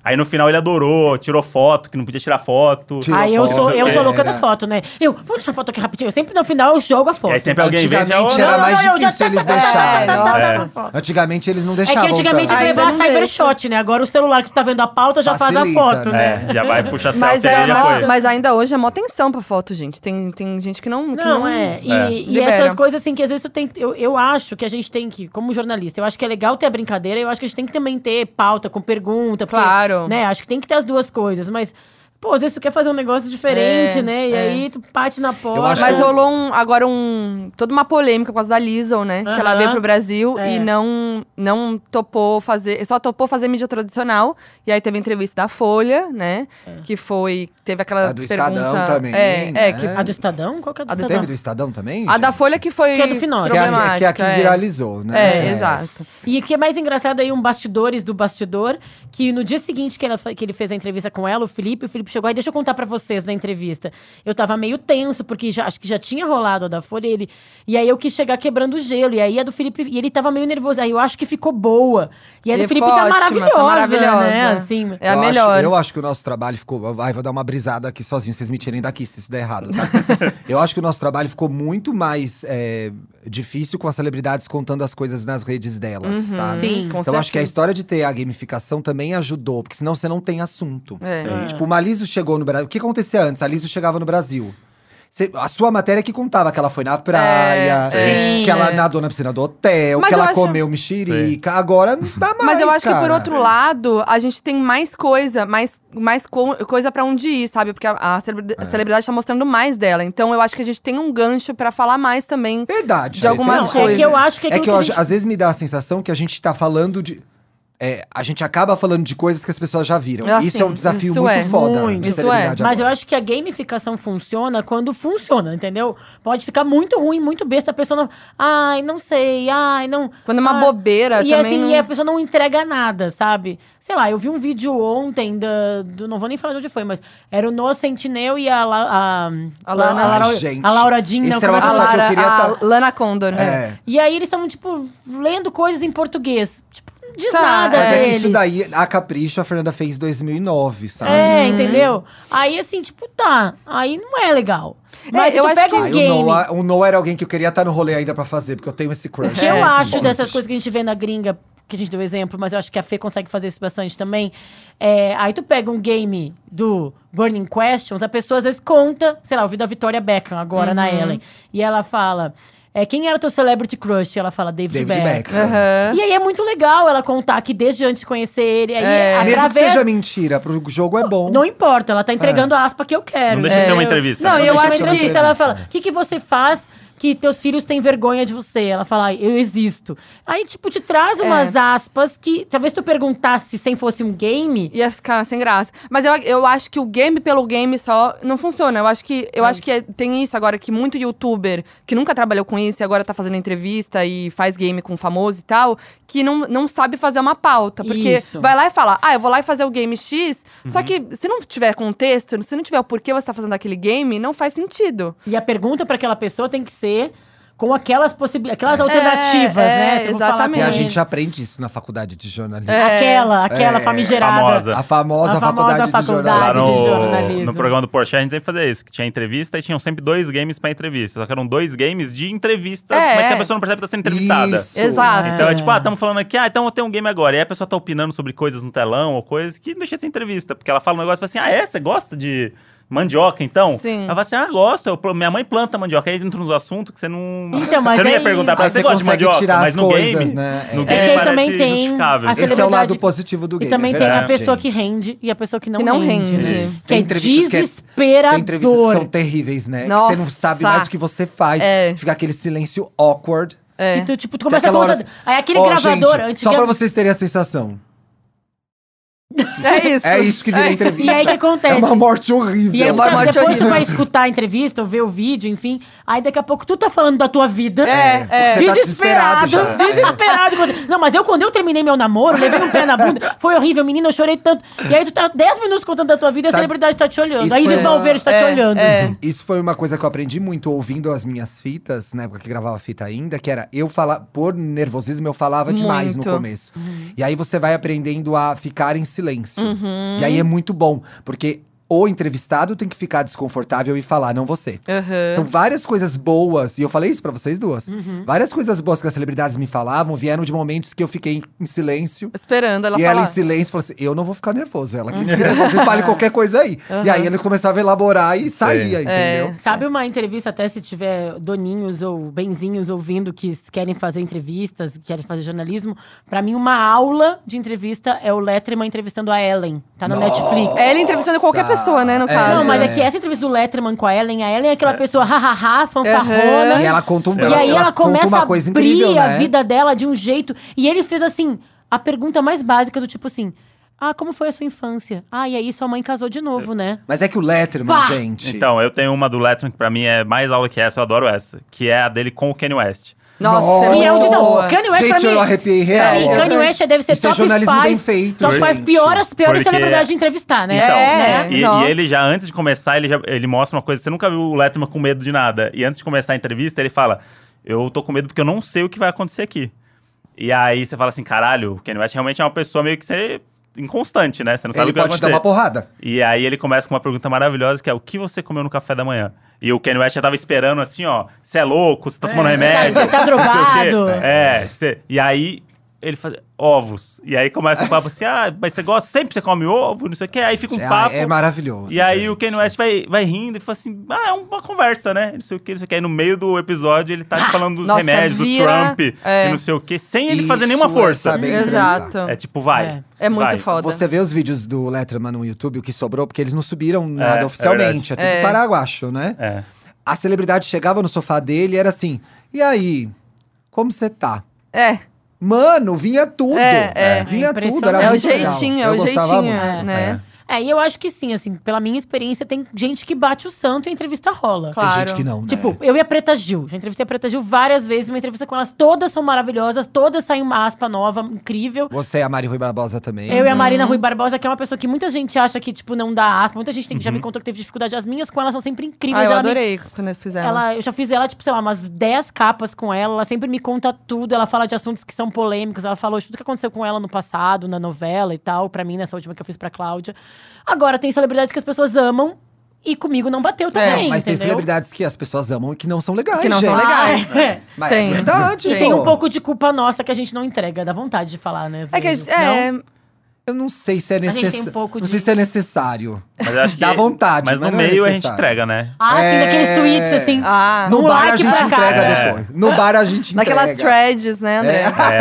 Aí no final ele adorou, tirou foto, que não podia tirar foto. Tirou Aí eu foto, sou, eu é, sou louca era. da foto, né? Eu, vamos tirar foto aqui rapidinho. Eu sempre no final eu jogo a foto. E aí sempre alguém vê e já, Antigamente "Oh, era não, mais não, eu já- difícil eles tá, tá, tá, deixarem. tá, tá, tá, É. tá, tá, tá. Antigamente eles não É deixavam que antigamente tanto. tinha que Ainda levar não cybershot, né? Agora o celular que tá vendo a pauta já faz a Facilita, foto, né? né? É, já vai puxar Mas, selfie é aí e já mó- foi. mas ainda hoje é mó atenção pra foto, gente. Tem, tem gente que não. Que Não, não é. E, É. e Libera. essas coisas, assim, que às vezes tu tem. Eu, eu acho que a gente tem que, como jornalista, eu acho que é legal ter a brincadeira, eu acho que a gente tem que também ter pauta com pergunta. Porque, Claro. Né, acho que tem que ter as duas coisas, mas. Pô, às vezes tu quer fazer um negócio diferente, É, né? E é. aí tu bate na porta. acho Mas que- rolou um, agora um, toda uma polêmica por causa da Lizzo, né? Que ela Aham. veio pro Brasil É. e não, não topou fazer. Só topou fazer mídia tradicional. E aí teve a entrevista da Folha, né? Que foi. Teve aquela. A do pergunta, Estadão também, É, né? é que, A do Estadão? Qual que é a do A do Estadão? Teve do Estadão também? a da gente? Folha que foi. Que é do Finório. Que é a, problemática. que, é a que é. viralizou, né? É, exato. E o que é mais engraçado aí, um bastidores do bastidor, que no dia seguinte que, ela, fa- que ele fez a entrevista com ela, o Felipe, o Felipe chegou aí, deixa eu contar pra vocês da entrevista. Eu tava meio tenso, porque já, acho que já tinha rolado a da Folha, ele, e aí eu quis chegar quebrando o gelo, e aí a do Felipe, e ele tava meio nervoso, aí eu acho que ficou boa. E a do E Felipe ficou tá ótima, maravilhosa, tá maravilhosa. né, assim... É a eu melhor. Acho, eu acho que o nosso trabalho ficou. Vai, vou dar uma brisada aqui sozinho, vocês me tirem daqui se isso der errado, tá? Eu acho que o nosso trabalho ficou muito mais é, difícil com as celebridades contando as coisas nas redes delas, sabe? Sim. Com Então acho que a certeza. história de ter a gamificação também ajudou, porque senão você não tem assunto. É. Tipo, uma Liso chegou no Brasil. O que acontecia antes? A Liso chegava no Brasil. Cê- a sua matéria que contava que ela foi na praia, É, que ela é. nadou na piscina do hotel, Mas que eu ela acho- comeu mexerica. Agora não dá mais, Mas eu acho que, por cara. outro lado, a gente tem mais coisa, mais, mais co- coisa pra onde ir, sabe? Porque a, a celebridade, É. a celebridade tá mostrando mais dela. Então, eu acho que a gente tem um gancho pra falar mais também. Verdade. de algumas Não, coisas. é que eu acho que É aquilo que, que eu, a gente- às vezes me dá a sensação que a gente tá falando de. É, a gente acaba falando de coisas que as pessoas já viram. Assim, isso é um desafio isso muito é. foda. Muito. de Isso celebridade é. Mas eu agora. acho que a gamificação funciona quando funciona, entendeu? Pode ficar muito ruim, muito besta, a pessoa não. Ai, não sei, ai, não. Quando é uma ah, bobeira e também. assim, não- e a pessoa não entrega nada, sabe? Sei lá, eu vi um vídeo ontem da. Do, não vou nem falar de onde foi, mas era o Noah Centineo e a. La- a, A Lana. a, Laura, Ai, gente, a Laura Jean, esse não, era como é uma que A ela- pessoa que eu Lara, queria a tá- Lana Condor. É. E aí eles estavam, tipo, lendo coisas em português. Tipo, não diz Tá, nada Mas é que deles. isso daí, a Capricho, a Fernanda fez em dois mil e nove, sabe? É, entendeu? Aí, assim, tipo, tá. Aí não é legal. Mas É, eu tu acho pega que- um Aí game. o Noah, o Noah era alguém que eu queria estar no rolê ainda pra fazer, porque eu tenho esse crush. O que eu muito acho forte. dessas coisas que a gente vê na gringa, que a gente deu exemplo, mas eu acho que a Fê consegue fazer isso bastante também. É, aí tu pega um game do Burning Questions, a pessoa às vezes conta, sei lá, eu vi da Vitória Beckham agora na Ellen. E ela fala: é, quem era teu celebrity crush? Ela fala, David, David Beckham. Beckham. Aham. E aí é muito legal ela contar que desde antes de conhecer ele, aí É. através... Mesmo que seja mentira, pro jogo é bom. Não importa, ela tá entregando a aspa que eu quero. Não deixa de ser uma entendeu? entrevista. Não, né? e eu Deixa acho uma que- entrevista, ela fala, o que, que você faz que teus filhos têm vergonha de você? Ela fala, "Ai, eu existo." Aí, tipo, te traz umas aspas que talvez tu perguntasse sem fosse um game. Ia ficar sem graça. Mas eu, eu acho que o game pelo game só não funciona. Eu acho que, eu acho que é- tem isso agora, que muito youtuber que nunca trabalhou com isso e agora tá fazendo entrevista e faz game com famoso e tal, que não, não sabe fazer uma pauta. Porque Isso. vai lá e fala, ah, eu vou lá e fazer o game X, só que se não tiver contexto, se não tiver o porquê você tá fazendo aquele game, não faz sentido. E a pergunta pra aquela pessoa tem que ser com aquelas possibilidades, aquelas alternativas, é, né? Se eu vou falar exatamente. E a com gente ele. aprende isso na faculdade de jornalismo. Aquela, aquela É, famigerada. famosa. A famosa A famosa faculdade, faculdade de Lá de jornalismo. no, jornalismo. no programa do Porsche a gente sempre fazia isso, que tinha entrevista e tinham sempre dois games pra entrevista. Só que eram dois games de entrevista, É, mas que a é. pessoa não percebe que tá sendo entrevistada. Isso. Exato. Então é tipo, ah, estamos falando aqui, ah, então eu tenho um game agora. E aí a pessoa tá opinando sobre coisas no telão ou coisas que não deixa de ser entrevista. Porque ela fala um negócio e fala assim, ah, é? Você gosta de mandioca, então? Sim. Ela fala assim, ah, gosto. Eu, minha mãe planta mandioca. Aí entra nos assuntos que você não... Então, mas você não é ia perguntar pra ela, isso. você Aí gosta você de consegue mandioca? tirar Mas as no coisas, game, né? no É. game É que aí parece também tem justificável. a Esse é o celebridade- lado positivo do E game. também é tem a verdade, pessoa que gente. rende e a pessoa que não, Que não rende. rende. né? Isso. Que é entrevistas que é- desesperador. Tem entrevistas que são terríveis, né? Nossa. Que você não sabe mais o que você faz. É. Fica aquele silêncio awkward. É. E tu, tipo, tu começa a Aquela contar. hora- Aí aquele Ó, gravador gente, antes só pra vocês terem a sensação. É isso. É isso que vira entrevista. E aí o que acontece? É uma morte horrível. E aí, É tu uma tá- morte depois tu horrível. vai escutar a entrevista ou ver o vídeo, enfim. Aí daqui a pouco tu tá falando da tua vida. É, é. Você tá Desesperado, desesperado já. desesperado. Quando- Não, mas eu, quando eu terminei meu namoro, levei um pé na bunda, foi horrível, menina, eu chorei tanto. E aí tu tá dez minutos contando da tua vida e a Sabe, celebridade tá te olhando. isso A Isis foi- Valverde tá te é, olhando. é. Isso foi uma coisa que eu aprendi muito ouvindo as minhas fitas, na época que gravava fita ainda, que era eu falar, por nervosismo, eu falava demais Muito. no começo. E aí você vai aprendendo a ficar em silêncio. silêncio. Uhum. E aí é muito bom, porque o entrevistado tem que ficar desconfortável e falar, não você. Uhum. Então, várias coisas boas, e eu falei isso pra vocês duas. Uhum. Várias coisas boas que as celebridades me falavam vieram de momentos que eu fiquei em silêncio. Esperando ela e falar. ela em silêncio falou assim: eu não vou ficar nervoso. Ela que fica nervosa e fale qualquer coisa aí. E aí ele começava a elaborar e saía, entendeu? É. Sabe uma entrevista, até se tiver doninhos ou benzinhos ouvindo que querem fazer entrevistas, que querem fazer jornalismo. Pra mim, uma aula de entrevista é o Letterman entrevistando a Ellen. Tá no Nossa. Netflix. É ele entrevistando qualquer pessoa, né, no É. caso. Não, mas é É. que essa entrevista do Letterman com a Ellen, a Ellen é aquela pessoa hahaha, fanfarrona. E ela conta um E aí ela, começa conta uma a coisa abrir incrível, a né? vida dela de um jeito. E ele fez, assim, a pergunta mais básica do tipo assim… Ah, como foi a sua infância? Ah, e aí sua mãe casou de novo, né? Mas é que o Letterman, Pá! gente… Então, eu tenho uma do Letterman que pra mim é mais aula que essa, eu adoro essa. Que é a dele com o Kanye West. Nossa, Nossa. E é onde não, boa. Kanye West Gente, pra mim… eu arrepiei real. Pra mim, É. Kanye West deve ser Isso é top jornalismo bem five, feito, top gente. five piores, piores Porque- celebridades de entrevistar, né? Então, É. Né? E, Nossa. e ele já, antes de começar, ele, já, ele mostra uma coisa. Você nunca viu o Letterman com medo de nada. E antes de começar a entrevista, ele fala: eu tô com medo porque eu não sei o que vai acontecer aqui. E aí você fala assim: caralho, o Kanye West realmente é uma pessoa meio que você, inconstante, né? Você não sabe Ele o que vai pode te dar acontecer. uma porrada. E aí ele começa com uma pergunta maravilhosa, que é: o que você comeu no café da manhã? E o Kanye West já tava esperando assim, ó: você é louco, você tá tomando você tá- remédio. você tá não sei o quê. drogado. É, você- e aí ele faz ovos. E aí começa um papo assim: ah, mas você gosta, sempre você come ovo, não sei o quê. Aí fica um É, papo. é maravilhoso. E aí gente. o Kanye West vai, vai rindo e fala assim: ah, é uma conversa, né? Não sei o que, não sei o que. Aí no meio do episódio ele tá falando dos Nossa, remédios, vira- do Trump é. e não sei o que, sem ele Isso fazer nenhuma é força. saber Exato. entrevistar. É tipo, vai. É. É muito vai. foda. Você vê os vídeos do Letterman no YouTube, o que sobrou, porque eles não subiram nada é oficialmente. É, tudo É. paraguacho, né? É. A celebridade chegava no sofá dele e era assim: e aí, como você tá? É. Mano, vinha tudo. É, é. Vinha É tudo, era É o muito legal. jeitinho, é Eu o gostava jeitinho, muito. né? É, e eu acho que sim, assim, pela minha experiência, tem gente que bate o santo e a entrevista rola. Claro. Tem gente que não, né? Tipo, eu e a Preta Gil. Já entrevistei a Preta Gil várias vezes. Uma entrevista com elas, todas são maravilhosas. Todas saem uma aspa nova, incrível. Você e a Mari Rui Barbosa também. Eu e a Marina Rui Barbosa, que é uma pessoa que muita gente acha que, tipo, não dá aspa. Muita gente tem, já me contou que teve dificuldade. As minhas com ela são sempre Ah, incríveis. eu ela me- adorei quando eles fizeram. Ela, eu já fiz ela, tipo, sei lá, umas dez capas com ela. Ela sempre me conta tudo. Ela fala de assuntos que são polêmicos. Ela falou de tudo que aconteceu com ela no passado, na novela e tal. Pra mim, nessa última que eu fiz pra Cláudia. Agora, tem celebridades que as pessoas amam e comigo não bateu também, Mas tem entendeu? celebridades que as pessoas amam e que não são legais, Que não são gente. legais. É. Mas Tem. é verdade, E tem pô. um pouco de culpa nossa que a gente não entrega. Dá vontade de falar, né? às É que a vezes. gente- é, Não? Eu não sei se é gente tem um necessário. pouco Não de- sei se é necessário. Mas eu acho que, Dá vontade, Mas mas no não é meio a gente necessário. entrega, né? Ah, sim, É. daqueles tweets assim. Ah, No um bar a like gente pra cá. entrega É. depois. No bar a gente entrega. naquelas threads, né, André?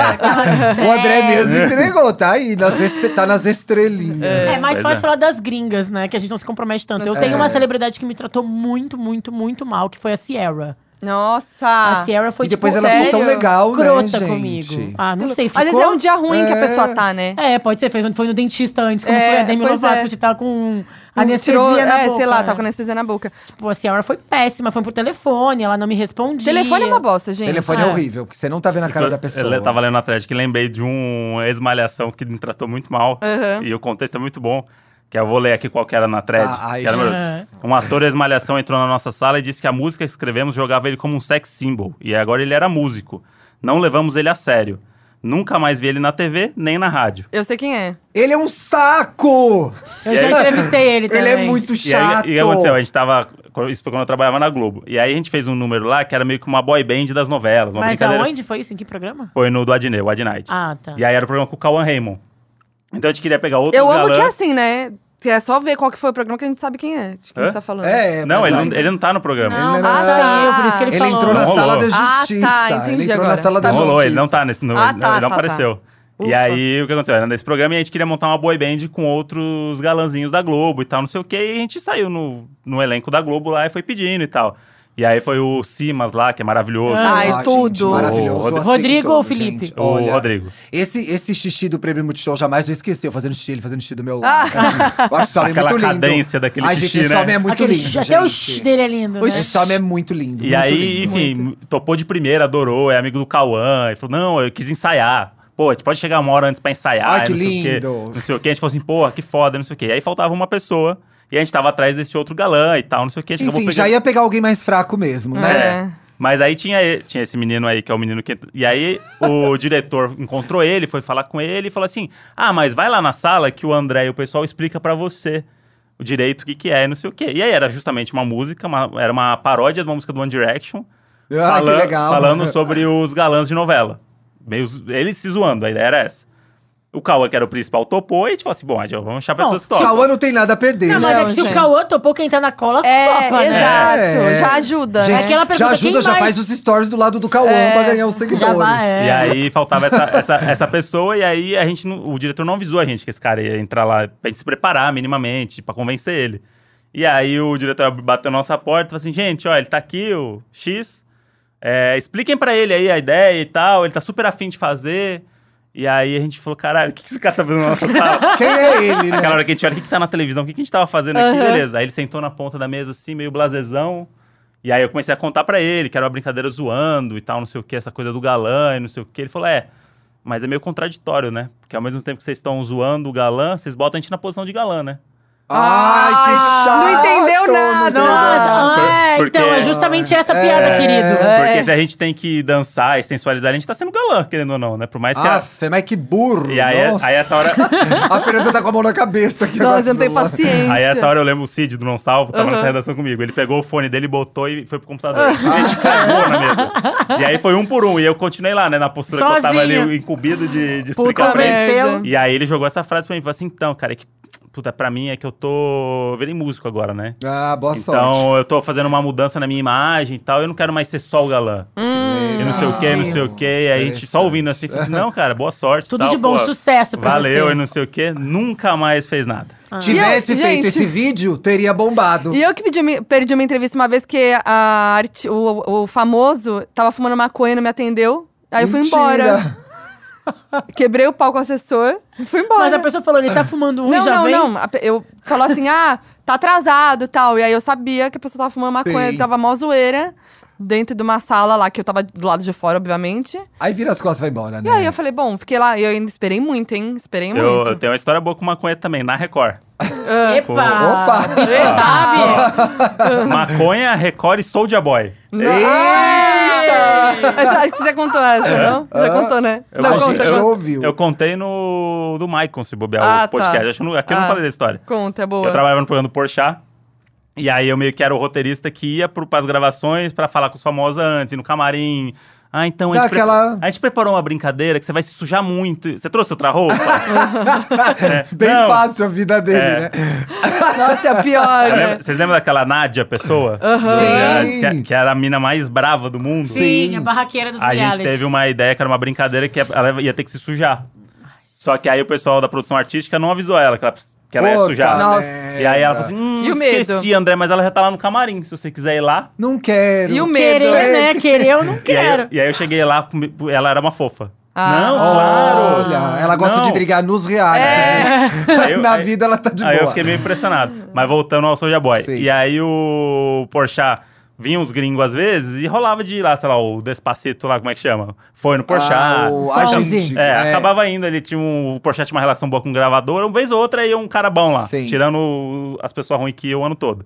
É. O André É. mesmo entregou, tá aí. Nas estre- tá nas estrelinhas. É mais Pois fácil é. falar das gringas, né? Que a gente não se compromete tanto. Eu É. tenho uma celebridade que me tratou muito, muito, muito mal, que foi a Sierra. Nossa. A Sierra foi, E depois tipo, ela ficou tão sério? legal, né, crota gente? comigo. Ah, não sei, ficou… Às vezes é um dia ruim que a É. pessoa tá, né? É, pode ser. Foi, foi no dentista antes, como É, foi a Demi pois Lovato, é. que tava com Não anestesia tirou- na é, boca. sei lá, né? tá com anestesia na boca. Tipo, a Sierra foi péssima, foi por telefone, ela não me respondia. Telefone é uma bosta, gente. Telefone é É. horrível, porque você não tá vendo a cara da pessoa. Eu tava lendo na thread que lembrei de um ex-malhação que me tratou muito mal. Uhum. E o contexto é muito bom. Que eu vou ler aqui qual que era na thread. Ah, ai, que era gente. maravilhoso. Um ator ex-malhação entrou na nossa sala e disse que a música que escrevemos jogava ele como um sex symbol. E agora ele era músico. Não levamos ele a sério. Nunca mais vi ele na T V, nem na rádio. Eu sei quem é. Ele é um saco! Eu E já aí- entrevistei ele também. Ele é muito E aí, chato. e o que aconteceu? A gente tava… Isso foi quando eu trabalhava na Globo. E aí a gente fez um número lá que era meio que uma boy band das novelas. Uma Mas brincadeira. aonde foi isso? Em que programa? Foi no do Adnet, o Ad Night. Ah, tá. E aí era o programa com o Cauã Raymond. Então a gente queria pegar outros Eu amo galãs. que é assim, né? Que é só ver qual que foi o programa que a gente sabe quem é. De quem Hã? você tá falando. É, Não, mas ele aí- não, ele não tá no programa. Não, Ele não não- saiu, por isso que ele, Ele falou. entrou na Não sala rolou. da Ah, justiça. tá, entendi ele entrou agora. na sala da Não justiça. rolou, ele não tá nesse. No, Ah, ele tá, não, ele não tá, apareceu. E Ufa. aí, o que aconteceu? Era nesse programa e a gente queria montar uma boy band com outros galanzinhos da Globo e tal, não sei o quê. E a gente saiu no, no elenco da Globo lá e foi pedindo e tal. E aí foi o Simas lá, que é maravilhoso. Ai, Ah, tudo. gente, maravilhoso. O Rod- assim, Rodrigo tudo, ou Felipe? gente. O Olha, Rodrigo. Esse, esse xixi do Prêmio Multishow jamais vou esquecer. Eu fazendo xixi, ele fazendo xixi do meu Ah. lado. Eu acho esse homem Aquela muito lindo. cadência daquele Ai, xixi, gente, esse né? homem é muito Aquele lindo, sh- Até o gente. shh dele é lindo, né? Esse homem é muito lindo. E muito aí, lindo. enfim, topou de primeira, adorou, é amigo do Cauã. Ele falou, não, eu quis ensaiar. Pô, a gente pode chegar uma hora antes pra ensaiar. Ai, e que não sei o quê, lindo. não sei o quê. A gente falou assim, porra, que foda, não sei o quê. E aí faltava uma pessoa. E a gente tava atrás desse outro galã e tal, não sei o quê. A gente acabou Enfim, pegando- já ia pegar alguém mais fraco mesmo, né? É. Mas aí tinha, e- tinha esse menino aí, que é o menino que... E aí o diretor encontrou ele, foi falar com ele e falou assim, ah, mas vai lá na sala que o André e o pessoal explica pra você o direito, o que que é, e não sei o quê. E aí era justamente uma música, uma- era uma paródia de uma música do One Direction, Ah, que falan- legal. falando sobre os galãs de novela. Meio, eles se zoando, a ideia era essa. O Cauã, que era o principal, topou e a gente falou assim, bom, vamos achar pessoas que O topam. Cauã não tem nada a perder, Não, mas né? é que se o gente. Cauã topou, quem tá na cola, É, topa, né? exato. É. Já ajuda, Gente, né? aquela já pergunta, ajuda, quem já mais- faz os stories do lado do Cauã É. pra ganhar os seguidores. Já vai, é. E aí faltava essa, essa, essa pessoa, e aí a gente, não- o diretor não avisou a gente que esse cara ia entrar lá pra gente se preparar minimamente, pra convencer ele. E aí o diretor bateu na nossa porta e falou assim, gente, ó, ele tá aqui, o X, é, expliquem pra ele aí a ideia e tal, ele tá super afim de fazer. E aí a gente falou, caralho, o que que esse cara tá fazendo na nossa sala? Quem é ele, né? Aquela hora que a gente olha, o que que tá na televisão, o que que a gente tava fazendo aqui, Aham. beleza. Aí ele sentou na ponta da mesa assim, meio blasezão. E aí eu comecei a contar pra ele, que era uma brincadeira zoando e tal, não sei o que, essa coisa do galã e não sei o que. Ele falou, é, mas é meio contraditório, né? Porque ao mesmo tempo que vocês estão zoando o galã, vocês botam a gente na posição de galã, né? Ai, que Ai, chato! não entendeu não nada. entendeu Nossa, nada. ah, é, Porque- então, é justamente essa piada, É. querido. Porque É. se a gente tem que dançar e sensualizar, a gente tá sendo galã, querendo ou não, né? Por mais que... a- Aff, mas que burro. E aí, nossa. aí essa hora... A Fernanda tá com a mão na cabeça aqui. Nossa, agora eu não tenho do celular. paciência. Aí essa hora eu lembro o Cid do Não Salvo, tava Aham. nessa redação comigo. Ele pegou o fone dele, botou e foi pro computador. A gente cagou na mesa. E aí foi um por um. E eu continuei lá, né? Na postura que eu tava Sozinho. ali, incumbido de, de Puta explicar pra ele. merda. Venceu. E aí ele jogou essa frase pra mim. Falou assim, então, cara, é que... Puta, pra mim é que eu tô... Virei músico agora, né? Ah, boa Então sorte. eu tô fazendo uma mudança na minha imagem e tal. Eu não quero mais ser só o galã. Hum. E não sei o que, não sei o que. E aí a gente só ouvindo assim, falou assim, não, cara, boa sorte. Tudo tal, de bom, pô, sucesso pra Valeu você. e não sei o que. Nunca mais fez nada. Tivesse E eu- feito gente- esse vídeo, teria bombado. E eu que pedi, perdi uma entrevista uma vez que a arti- o, o famoso tava fumando maconha e não me atendeu. Aí eu fui Mentira. embora. Quebrei o pau com o assessor e fui embora. Mas a pessoa falou, ele tá fumando um Não, e já não, vem... não. A pe- Eu falou assim, ah, tá atrasado e tal. E aí eu sabia que a pessoa tava fumando maconha, Sim. tava mó zoeira. Dentro de uma sala lá, que eu tava do lado de fora, obviamente. Aí vira as costas e vai embora, né? E aí eu falei, bom, fiquei lá. E eu ainda esperei muito, hein? Esperei Eu, muito. eu tenho uma história boa com maconha também, na Record. Epa! Opa! Você sabe? Maconha, Record e Soulja Boy. Eita! Mas acho que você já contou essa, não? Já contou, né? Eu não, a conto- conta, gente eu- conta. ouviu. Eu contei no do Maicon, se bobear Ah, o podcast. tá. Acho que eu não- aqui eu não Ah. falei da história. Conta, é boa. Eu trabalhava no programa do Porchat. E aí eu meio que era o roteirista que ia pro, pras gravações pra falar com os famosos antes, ir no camarim. Ah, então a gente, Daquela- prepa- a gente preparou uma brincadeira que você vai se sujar muito. Você trouxe outra roupa? É, Bem não. fácil a vida dele, É. né? Nossa, é a pior, Eu né? lembro- Vocês lembram daquela Nádia pessoa? Do Sim. reality, que, é- que era a mina mais brava do mundo? Sim, Sim. a barraqueira dos A gente realities. teve uma ideia que era uma brincadeira que ela ia ter que se sujar. Só que aí o pessoal da produção artística não avisou ela que ela, que ela ia Puta sujar. Nossa. E aí ela falou assim: hum, E o medo? esqueci, André, mas ela já tá lá no camarim. Se você quiser ir lá. Não quero. E o medo? Querer, É, né? que- Querer eu não E aí, quero. eu- e aí eu cheguei lá, com- ela era uma fofa. Ah. Não, claro. Olha, ela gosta Não. de brigar nos realities. né? Aí eu- Na aí- vida ela tá de Aí boa. eu fiquei meio impressionado. Mas voltando ao Soulja Boy. Sim. E aí o Porchat vinha uns gringos às vezes e rolava de ir lá, sei lá, o Despacito lá, como é que chama? Foi no Porchat. Ah, o Fauzi. agente. É, acabava indo, ele tinha um, o Porchat tinha uma relação boa com o gravador, uma vez ou outra ia um cara bom lá, Sim. tirando o- as pessoas ruins que ia o ano todo.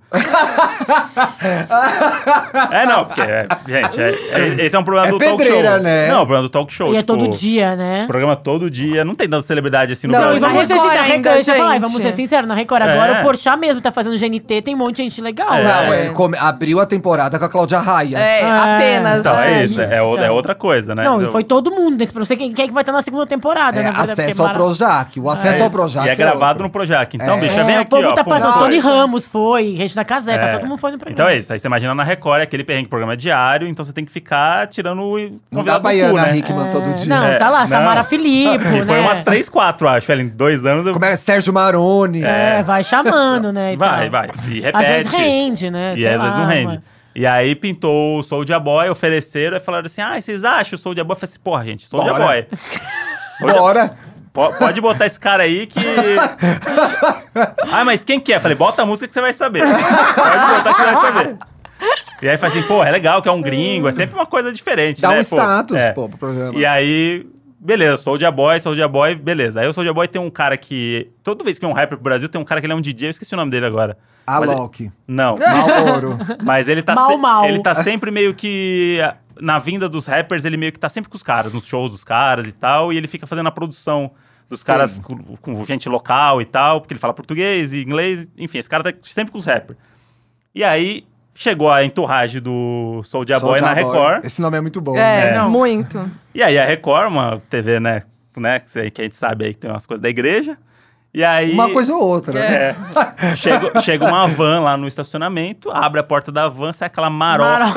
é, não, porque, é, gente, é- é- esse é um problema É do talk pedreira, show. né? Não, o problema do talk show. E é tipo, todo dia, né? Programa todo dia, não tem tanta celebridade assim no Não, Não, e Brasil. vamos ser Record sinceros, ainda, Record, deixa eu falar, e gente. vamos ser sinceros, na Record É. agora o Porchat mesmo tá fazendo G N T, tem um monte de gente legal. É. né? Não, ele come- abriu a temporada com a Cláudia Raia. É, É. apenas. Então, é É isso, é, isso, outra, então. é outra coisa, né? Não, e Eu- foi todo mundo nesse. Não sei quem, quem é que vai estar na segunda temporada, É, na verdade, acesso porque ao mara- Projac. O acesso É ao isso. Projac E é gravado outro. no Projac. Então, É. bicha, É, vem o aqui, povo ó. tá pum, passando. pum. Tony Ramos foi, Regina Casé, É. tá todo mundo foi no programa. Então é isso. Aí você imagina na Record, é aquele perrengue, programa é diário, então você tem que ficar tirando o Não dá convidado do Baiana cu, né? Hickman todo dia. Não, É, tá lá, não. Samara Filippo, E foi né? umas três, quatro, acho. Ela, em dois anos eu... Como é? Sérgio Maroni. É, vai chamando, né? e Vai, tal. vai. E repete. Às vezes rende, né? E sei às vezes lá, não rende. mas- E aí pintou o Soulja Boy, ofereceram e falaram assim: ah, vocês acham o Soulja Boy? Eu falei assim, porra, gente, Soulja Bora. Boy. Soulja- Bora. Po- Pode botar esse cara aí que. Ah, mas quem que é? Eu falei, bota a música que você vai saber. Pode botar que você vai saber. E aí fala assim, pô, é legal que é um gringo, é sempre uma coisa diferente, Dá né? um pô? status, É. pô, pro programa. E aí beleza, Soulja Boy, Soulja Boy, beleza. Aí o Soulja Boy tem um cara que... Toda vez que tem um rapper pro Brasil, tem um cara que ele é um D J, eu esqueci o nome dele agora. Mas Alok. ele- Não. Malboro. Mas ele tá, Mal, se- mal. ele tá sempre meio que... Na vinda dos rappers, ele meio que tá sempre com os caras, nos shows dos caras e tal. E ele fica fazendo a produção dos caras com, com gente local e tal. Porque ele fala português e inglês. Enfim, esse cara tá sempre com os rappers. E aí, chegou a entourage do Soulja Boy Soulja na Boy. Record. Esse nome é muito bom. É, não. muito. E aí, a Record, uma T V, né? né que que a gente sabe aí que tem umas coisas da igreja. E aí... Uma coisa ou outra, né? É. Chega, chega uma van lá no estacionamento, abre a porta da van, sai aquela marofa.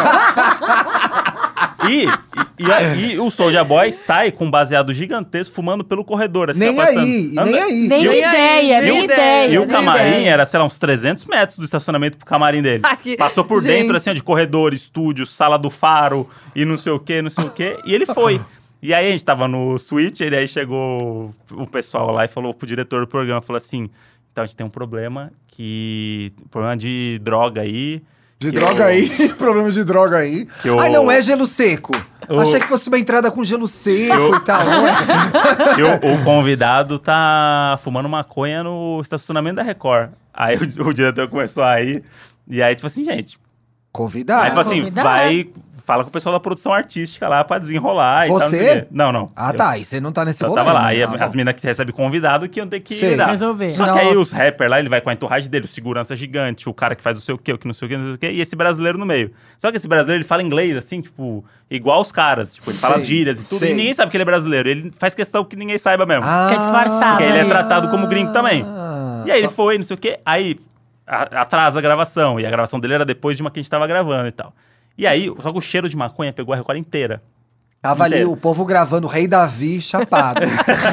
E, e, e, aí, o Soulja Boy sai com um baseado gigantesco fumando pelo corredor. Assim, Nem ó, passando. aí, Anda- nem aí. Nem E o- ideia, nem nem ideia. E o nem camarim ideia. era, sei lá, uns trezentos metros do estacionamento pro camarim dele. Ah, que- Passou por gente. dentro, assim, ó, de corredor, estúdio, sala do faro e não sei o quê, não sei o quê. E ele foi. E aí a gente tava no switch, e aí chegou o pessoal lá e falou pro diretor do programa, falou assim, então a gente tem um problema, que... problema de droga aí. De que droga o- aí, problema de droga aí. Que o- Ai, não é gelo seco. O- Achei que fosse uma entrada com gelo seco Eu- e tal. Não é? Que o, o convidado tá fumando maconha no estacionamento da Record. Aí o, o diretor começou a ir, e aí tipo assim, gente... Convidado. Aí falou assim, convidado. vai... Fala com o pessoal da produção artística lá pra desenrolar e tal. não sei o Você? quê. Não, não. Ah, Eu- tá. E você não tá nesse Eu rolê. tava lá, né? e Ah, as bom. meninas que recebem convidado que iam ter que Sei. lidar. Resolver. Só que aí Nossa. os rappers lá, ele vai com a entourage dele, o segurança gigante, o cara que faz o sei o quê, o que não sei o quê, não sei o quê, e esse brasileiro no meio. Só que esse brasileiro, ele fala inglês, assim, tipo, igual os caras. Tipo, ele fala Sei, as gírias e tudo, sei. e ninguém sabe que ele é brasileiro. Ele faz questão que ninguém saiba mesmo. Ah, Fica disfarçado. Porque ele é aí. tratado como gringo também. Ah, E aí ele só- foi, não sei o quê, aí a- atrasa a gravação. E a gravação dele era depois de uma que a gente tava gravando e tal. E aí, só que o cheiro de maconha pegou a Record inteira. Tava ali inteiro. o povo gravando o Rei Davi chapado.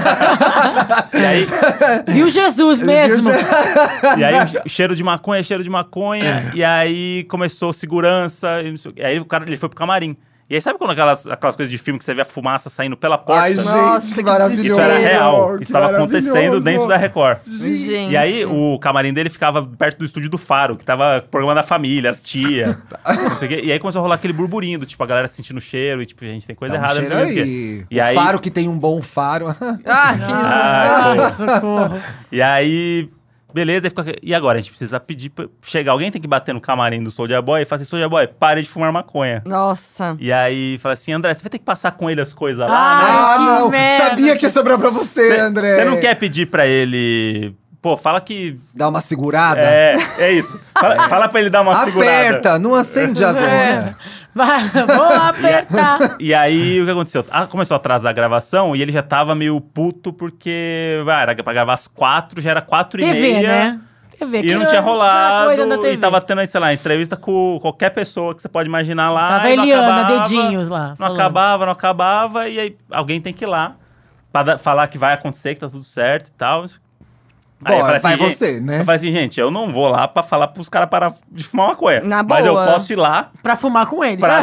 E aí, Viu Jesus mesmo? e aí o cheiro de maconha, cheiro de maconha. E aí começou segurança. E não sei o quê. Aí o cara ele foi pro camarim. E aí sabe quando aquelas, aquelas coisas de filme que você vê a fumaça saindo pela porta? Ai, Nossa, gente, que maravilhoso. Isso era real. que Isso estava acontecendo maravilhoso. dentro da Record. Gente. E aí, o camarim dele ficava perto do estúdio do Faro, que tava programa da família, as tia, não sei o quê. E aí começou a rolar aquele burburinho, do tipo, a galera sentindo cheiro, e tipo, gente, tem coisa Dá um errada. cheiro não sei o quê. aí. E o aí- faro que tem um bom faro. Ah, que Ah, Ai, socorro. E aí, beleza, aí fica... e agora? A gente precisa pedir pra chegar. Alguém tem que bater no camarim do Soulja Boy e falar assim, Soulja Boy, pare de fumar maconha. Nossa. E aí, fala assim, André, você vai ter que passar com ele as coisas lá, Ah, né? Ah, que não. merda. Sabia que ia sobrar pra você, André. Você não quer pedir pra ele... Pô, fala que... Dar uma segurada? É, é isso. Fala, fala pra ele dar uma segurada. Aperta, não acende agora. Vai, vou apertar. E aí, o que aconteceu? Ah, começou a atrasar a gravação e ele já tava meio puto porque, vai, era pra gravar às quatro, já era quatro e T V, meia. né? T V. E que não tinha aquela rolado, coisa na T V. e tava tendo, sei lá, entrevista com qualquer pessoa que você pode imaginar lá. Tava e não Eliana, acabava, dedinhos lá, Não falando. acabava, não acabava, e aí alguém tem que ir lá pra da- falar que vai acontecer, que tá tudo certo e tal. Aí Bom, eu falei assim, vai gente- você, né? Eu falei assim, gente, eu não vou lá pra falar pros caras parar de fumar maconha. Na Mas eu boa. posso ir lá Pra fumar com eles. pra...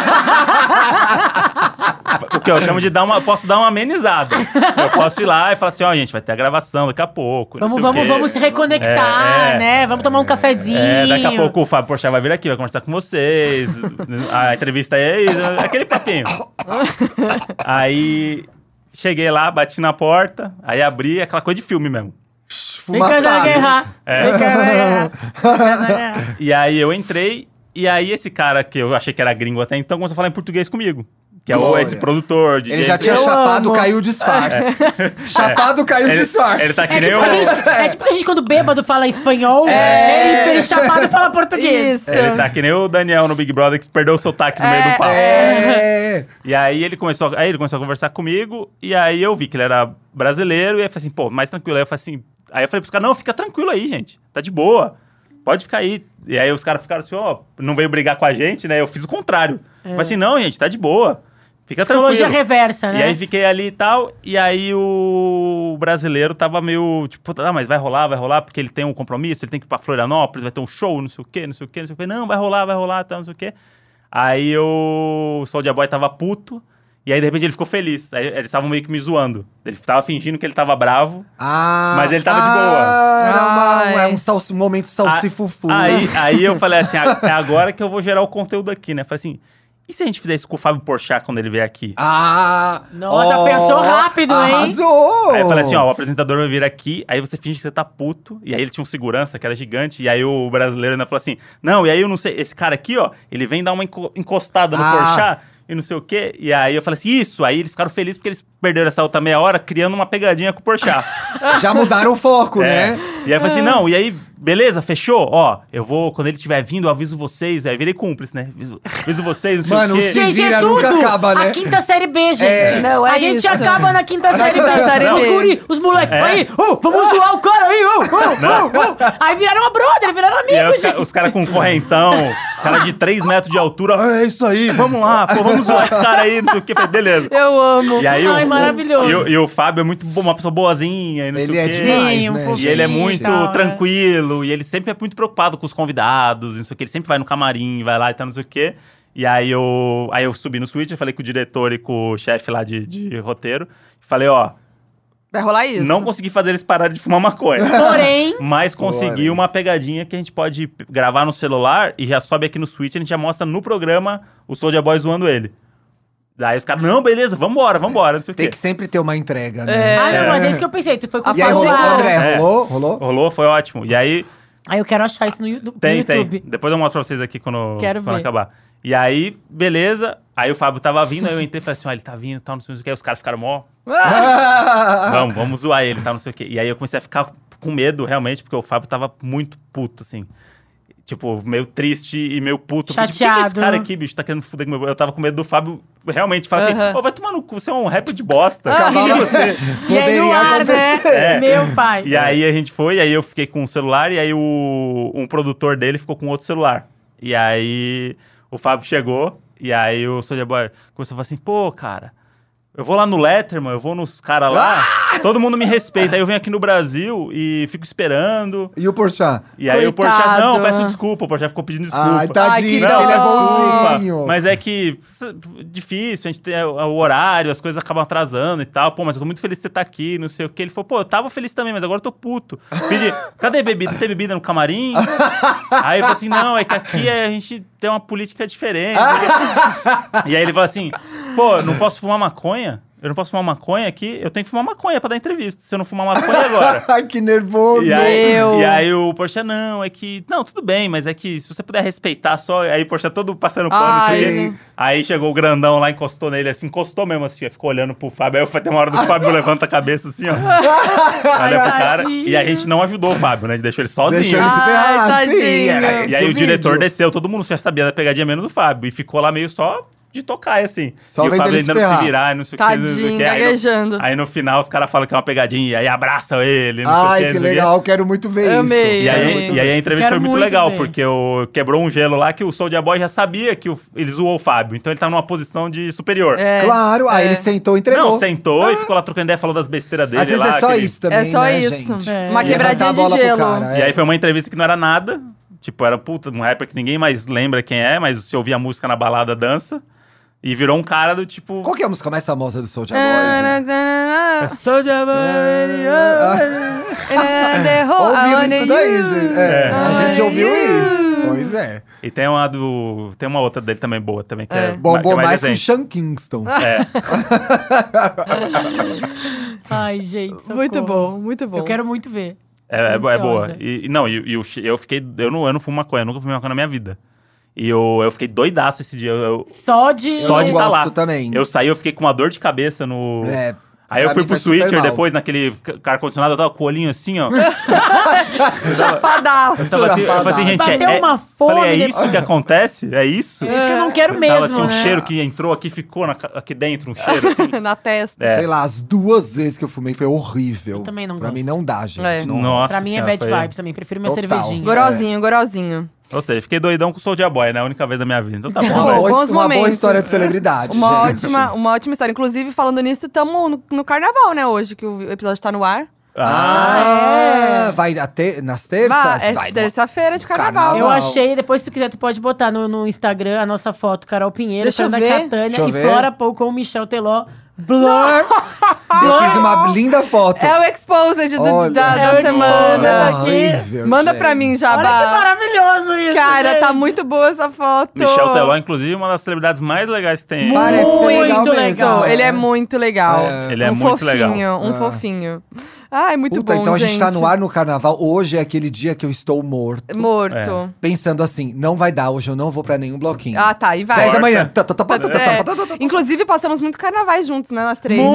O que eu chamo de dar uma... Eu posso dar uma amenizada. Eu posso ir lá e falar assim, ó, gente, vai ter a gravação daqui a pouco. não Vamos, sei o vamos, quê. vamos se reconectar, É, é. né? Vamos tomar um cafezinho. É, daqui a pouco o Fábio Porchat vai vir aqui, vai conversar com vocês. A entrevista é isso, aquele papinho. Aí cheguei lá, bati na porta, aí abri, aquela coisa de filme mesmo. Vem cá na Fumaçado. guerra. É. Vem cá na guerra. Vem cá na guerra. E aí eu entrei, e aí esse cara que eu achei que era gringo até então começou a falar em português comigo. Que é o, Glória. esse produtor de Ele já gente- tinha Eu chapado, amo. caiu o disfarce. Chapado, caiu o ele, disfarce. ele tá que É nem tipo, o... a gente, é tipo que a gente, quando bêbado, fala espanhol, ele, ele chapado fala português. Isso. Ele tá que nem o Daniel no Big Brother que perdeu o sotaque no meio do papo. É. E aí ele começou, a- aí ele começou a conversar comigo, e aí eu vi que ele era brasileiro, e aí eu falei assim, pô, mais tranquilo. Aí eu falei assim, aí eu falei pros caras, não, fica tranquilo aí, gente, tá de boa, pode ficar aí. E aí os caras ficaram assim, ó, não veio brigar com a gente, né? Eu fiz o contrário. Eu falei assim, não, gente, tá de boa, fica Psicologia tranquilo. reversa, né? E aí fiquei ali e tal, e aí o brasileiro tava meio, tipo, ah, mas vai rolar, vai rolar, porque ele tem um compromisso, ele tem que ir pra Florianópolis, vai ter um show, não sei o quê, não sei o quê, não sei o quê. Não, vai rolar, vai rolar, tal, não sei o quê. Aí o Soulja Boy tava puto, e aí de repente ele ficou feliz. Aí eles estavam meio que me zoando. Ele tava fingindo que ele tava bravo. Ah, Mas ele tava de boa. Ah, era uma- Ai. é um, salsi, um momento salsifufu. Aí, aí eu falei assim, "Ah, é agora que eu vou gerar o conteúdo aqui, né? Falei assim, E se a gente fizer isso com o Fábio Porchat quando ele vier aqui? Ah! Nossa, ó, pensou rápido, hein? Arrasou! Aí eu falei assim, ó, o apresentador vai vir aqui, aí você finge que você tá puto. E aí ele tinha um segurança que era gigante, e aí o brasileiro ainda falou assim, não, e aí eu não sei, esse cara aqui, ó, ele vem dar uma enco- encostada no Ah. Porchat e não sei o quê. E aí eu falei assim, isso, aí eles ficaram felizes porque eles perderam essa outra meia hora criando uma pegadinha com o Porchat. Já mudaram o foco, É. né? E aí eu falei assim, não, e aí, beleza, fechou? Ó, eu vou, quando ele estiver vindo, eu aviso vocês. Aí virei cúmplice, né? Aviso, aviso vocês, não sei Mano, o quê. se Gente, vira, é tudo! nunca acaba, né? A quinta série B, gente. É. Não, é a gente isso. acaba na quinta série B. quinta série os B. guri, os moleques, É. aí, ô, vamos zoar o cara aí, ô, ô, ô, ô. Aí viraram uma brother, viraram E aí amigos, os, ca- gente. os caras com correntão, cara de três metros de altura. Ah, é isso aí, vamos lá, pô, vamos zoar esse cara aí, não sei o quê. Falei, beleza. Eu amo. E aí Ai, o, maravilhoso. E, o, e o Fábio é muito bom, uma pessoa boazinha e não Ele sei é o quê. demais, Sim, um né? fofinho E ele é e muito tal, é. tranquilo, e ele sempre é muito preocupado com os convidados, não sei o que. Ele sempre vai no camarim, vai lá e tal, não sei o quê. E aí eu, aí eu subi no Switch, eu falei com o diretor e com o chefe lá de, de roteiro. Falei, ó, Vai rolar isso. não consegui fazer eles pararem de fumar maconha. Porém, Mas consegui Porém. uma pegadinha que a gente pode gravar no celular e já sobe aqui no Switch, a gente já mostra no programa o Soulja Boy zoando ele. Daí os caras, não, beleza, vambora, vambora, não sei o Tem quê. que sempre ter uma entrega, né? ah, não, mas é isso que eu pensei. Tu foi com o E aí, rolou, celular. André, É. rolou? Rolou? Rolou, foi ótimo. E aí, Aí eu quero achar isso no, Yu- no tem, YouTube. tem. Depois eu mostro pra vocês aqui quando, Quero quando ver. acabar. E aí, beleza. Aí o Fábio tava vindo, aí eu entrei e falei assim, ó, ele tá vindo, tal, não sei o que. Aí os caras ficaram mó, vamos, vamos zoar ele, tal, não sei o que. E aí eu comecei a ficar com medo, realmente, porque o Fábio tava muito puto, assim. Tipo, meio triste e meio puto. Porque, tipo, quem que é esse Chateado. cara aqui, bicho, tá querendo fuder com meu... Eu tava com medo do Fábio realmente falar Aham. assim, ô, vai tomar no cu, você é um rapper de bosta. Ah. Quem é você? E aí no Poderia ar, acontecer. né? É. Meu pai. E aí a gente foi, e aí eu fiquei com um celular, e aí o, um produtor dele ficou com outro celular. E aí o Fábio chegou, e aí o Soulja Boy começou a falar assim, pô, cara, eu vou lá no Letterman, eu vou nos caras lá, todo mundo me respeita. Aí eu venho aqui no Brasil e fico esperando. E o Porchat? E aí o Coitado. Porchat, não, peço desculpa, o Porchat ficou pedindo desculpa. Ai, tadinho, Ai, que ele é dó. bonzinho. Mas é que difícil, a gente tem o o horário, as coisas acabam atrasando e tal. Pô, mas eu tô muito feliz de você estar aqui, não sei o que. Ele falou, pô, eu tava feliz também, mas agora eu tô puto. Pedi, cadê bebida? Não tem bebida no camarim? Aí ele falou assim, não, é que aqui a gente tem uma política diferente. E aí ele falou assim, pô, não posso fumar maconha? Eu não posso fumar maconha aqui? Eu tenho que fumar maconha pra dar entrevista. Se eu não fumar maconha agora... Ai, que nervoso. E aí, Meu. e aí o Porchat, não, é que... Não, tudo bem, mas é que se você puder respeitar só... Aí o Porchat todo passando pano, não sei o Ai. quê. Aí chegou o grandão lá, encostou nele, assim, encostou mesmo, assim, ficou olhando pro Fábio. Aí foi até uma hora do Fábio levanta a cabeça, assim, ó. Olha pro cara. tadinho. E a gente não ajudou o Fábio, né? A gente deixou ele sozinho. Deixou ele se Ai, ferrar, tadinho. sim, era E aí esse o diretor vídeo. desceu, todo mundo já sabia da pegadinha, menos o Fábio. E ficou lá meio só de tocar, assim. Só e o vendo Fábio ele se ainda não se ferrar. virar, não sei o que, não sei o Tadinho, que. Aí no- gaguejando. Aí no final os caras falam que é uma pegadinha, e aí abraçam ele, não sei o Ai, que. que não sei o quê. legal, quero muito ver Amei. E isso. aí, muito e aí a entrevista Quero foi muito muito legal, ver. porque o, quebrou um gelo lá que o Soulja Boy já sabia que o, ele zoou o Fábio. Então ele tá numa posição de superior. É. Claro, aí É. ele sentou e entregou. Não, sentou e ficou lá trocando ideia, falou das besteiras dele Às vezes lá. é só aquele- isso também, É só né, isso. gente? É. Uma E quebradinha arrancar a de bola pro gelo. cara, E é. aí foi uma entrevista que não era nada. Tipo, era puta, um rapper que ninguém mais lembra quem é, mas se ouvia a música na balada, dança. E virou um cara do tipo... Qual que é a música mais famosa do Soulja Boy? Ah, gente? Soulja Boy, Ouviu isso daí, gente? É, a gente ouviu isso. Pois é. E tem uma do... Tem uma outra dele também boa, também, que é, É. Bombou que é mais que o recente. Sean Kingston. É. Ai, gente, socorro. Muito bom, muito bom. Eu quero muito ver. É, é, bo- é boa. Ansiosa. E, e não, e, e o che- eu fiquei. Eu não, eu não fumo maconha, eu nunca fumei maconha na minha vida. E eu, eu fiquei doidaço esse dia. Eu, eu- Só de... só Eu de não estar lá. gosto também. Eu saí, eu fiquei com uma dor de cabeça no. É, Aí eu pra fui mim pro faz super switcher mal. depois, naquele ca- ar-condicionado, eu tava com o olhinho assim, ó. Chapadaço. Eu tava assim, eu falei assim, gente, Bateu é, uma é, fome falei, é depois. isso que acontece? É isso? É isso que eu não quero Tava mesmo, assim, um né? cheiro que entrou aqui, ficou na ca- aqui dentro, um cheiro assim. Na testa. É. Sei lá, as duas vezes que eu fumei foi horrível. Eu também não Pra gosto. mim não dá, gente. É. Não. Nossa Pra mim é senhora, bad foi- vibes também. Prefiro minha Total. cervejinha. Gorozinho, gorozinho. Ou seja, fiquei doidão com o Soulja Boy, né? A única vez da minha vida. Então tá Uma, bom, Bom, velho. boa, bons uma boa momentos. história de celebridade, Uma gente. ótima, uma ótima história. Inclusive, falando nisso, estamos no, no carnaval, né, hoje, que o episódio tá no ar. Ah, é. vai até nas terças? Bah, é vai no- terça-feira de carnaval. Carnaval. Eu Uau. achei, depois se tu quiser, tu pode botar no, no Instagram a nossa foto, Carol Pinheiro, Deixa eu Fernanda ver. Catânia Deixa eu e ver. Flora Pou com o Michel Teló. Blur. Eu fiz uma linda foto. É o Exposed do- Olha. da, É da o Exposed semana. aqui. Horrível, Manda gente. pra mim, Olha que Jabá. maravilhoso isso, Cara, gente. tá muito boa essa foto. Michel Teló, inclusive, uma das celebridades mais legais que tem. Parece ser legal Muito mesmo. legal. Ele é muito legal. É. Ele é um muito fofinho, legal. um É. fofinho. Ai, muito Puta, bom, então a gente tá gente. no ar no carnaval. Hoje é aquele dia que eu estou morto. Morto. Pensando assim, não vai dar, hoje eu não vou pra nenhum bloquinho. Ah, tá, e vai. dez da Corta. manhã. Tá, tá, tá, tá, tá, tá, É. tá, tá, tá, tá. Inclusive, passamos muito carnavais juntos, né, nós três.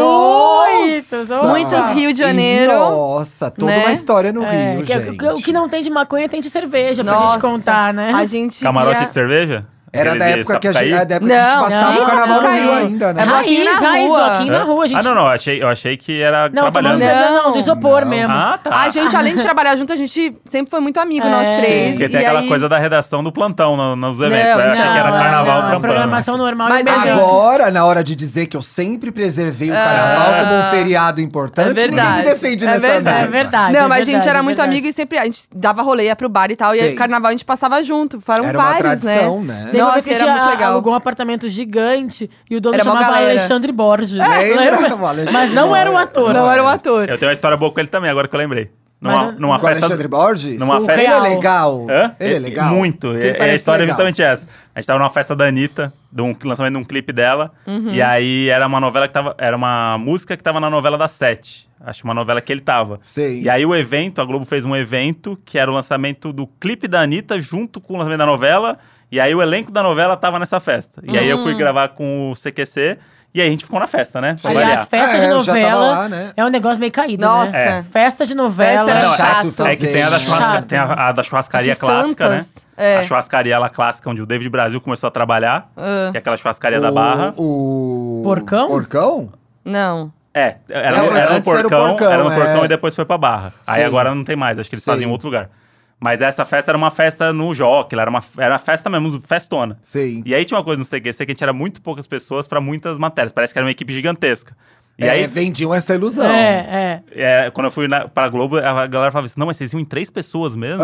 Muitos, Nossa! Muitos Rio de Janeiro. Nossa, toda né? uma história no É, Rio, que- gente. que- o que não tem de maconha tem de cerveja, pra Nossa, gente contar, né? A gente Camarote ia... de cerveja? Era Aquele da de época que a gente, Sapucaí? é da época que a gente Não, passava não, o carnaval no Sapucaí. Rio ainda, né? É bloquinho raiz, na raiz, rua. bloquinho na rua, gente. Ah, não, não. Achei, eu achei que era Não, tô trabalhando. falando Não. não, do isopor Não. mesmo. Ah, tá. A gente, além de trabalhar junto, a gente sempre foi muito amigo, É. nós três. Porque tem e aquela aí... coisa da redação do plantão no- nos eventos. Não, né? Eu achei não, que era não, carnaval não, a trampando. programação normal Mas e a gente- Agora, na hora de dizer que eu sempre preservei o carnaval Ah. como um feriado importante, É verdade. ninguém me defende É nessa verdade. merda. É verdade. Não, é mas a gente verdade, era é muito verdade. amigo e sempre a gente dava rolê, ia pro bar e tal. E Sei. aí, carnaval a gente passava junto. Foram Era uma vários, tradição, né? né? Teve uma Nossa, vez que a era gente muito legal. alugou um apartamento gigante e o dono Era uma chamava galera. Alexandre Borges. Lembra? Lembra? O Alexandre Mas não era um Borges. ator. Não era um ator. Eu tenho uma história boa com ele também, agora que eu lembrei. Numa, Mas eu- numa Com o festa. Alexandre Borges? numa Ele festa- é legal. Hã? Ele é legal. Muito. Ele E- a parece história é legal. justamente essa. A gente tava numa festa da Anitta, de um lançamento de um clipe dela. Uhum. E aí era uma novela que tava. Era uma música que tava na novela das sete. Acho uma novela que ele tava. Sei. E aí o evento, a Globo fez um evento que era o lançamento do clipe da Anitta junto com o lançamento da novela. E aí o elenco da novela tava nessa festa. E aí eu Hum. fui gravar com o C Q C. E aí a gente ficou na festa, né? Pra Aliás, variar. festa É, de eu já tava novela lá, né? é um negócio meio caído, Nossa. né? Festa de novela. Festa Não, é é- chato. fazer. É que tem a da, churrasca, Chato. tem a, a da churrascaria Fiz clássica, tantas. né? É. A churrascaria lá clássica, onde o David Brasil começou a trabalhar. Ah. Que é aquela churrascaria da Barra. O... Porcão? Porcão? Não. É, era, É, no- era no antes era o porcão, Porcão, era no porcão é. e depois foi pra Barra. Aí Sim. agora não tem mais, acho que eles Sim. fazem em outro lugar. Mas essa festa era uma festa no Jockey, ela era uma era uma festa mesmo, festona. Sei. E aí tinha uma coisa no C Q C que a gente era muito poucas pessoas pra muitas matérias, parece que era uma equipe gigantesca. E é, aí, vendiam essa ilusão. É, é. é, quando eu fui na, pra Globo, a galera falava assim, não, mas vocês iam em três pessoas mesmo?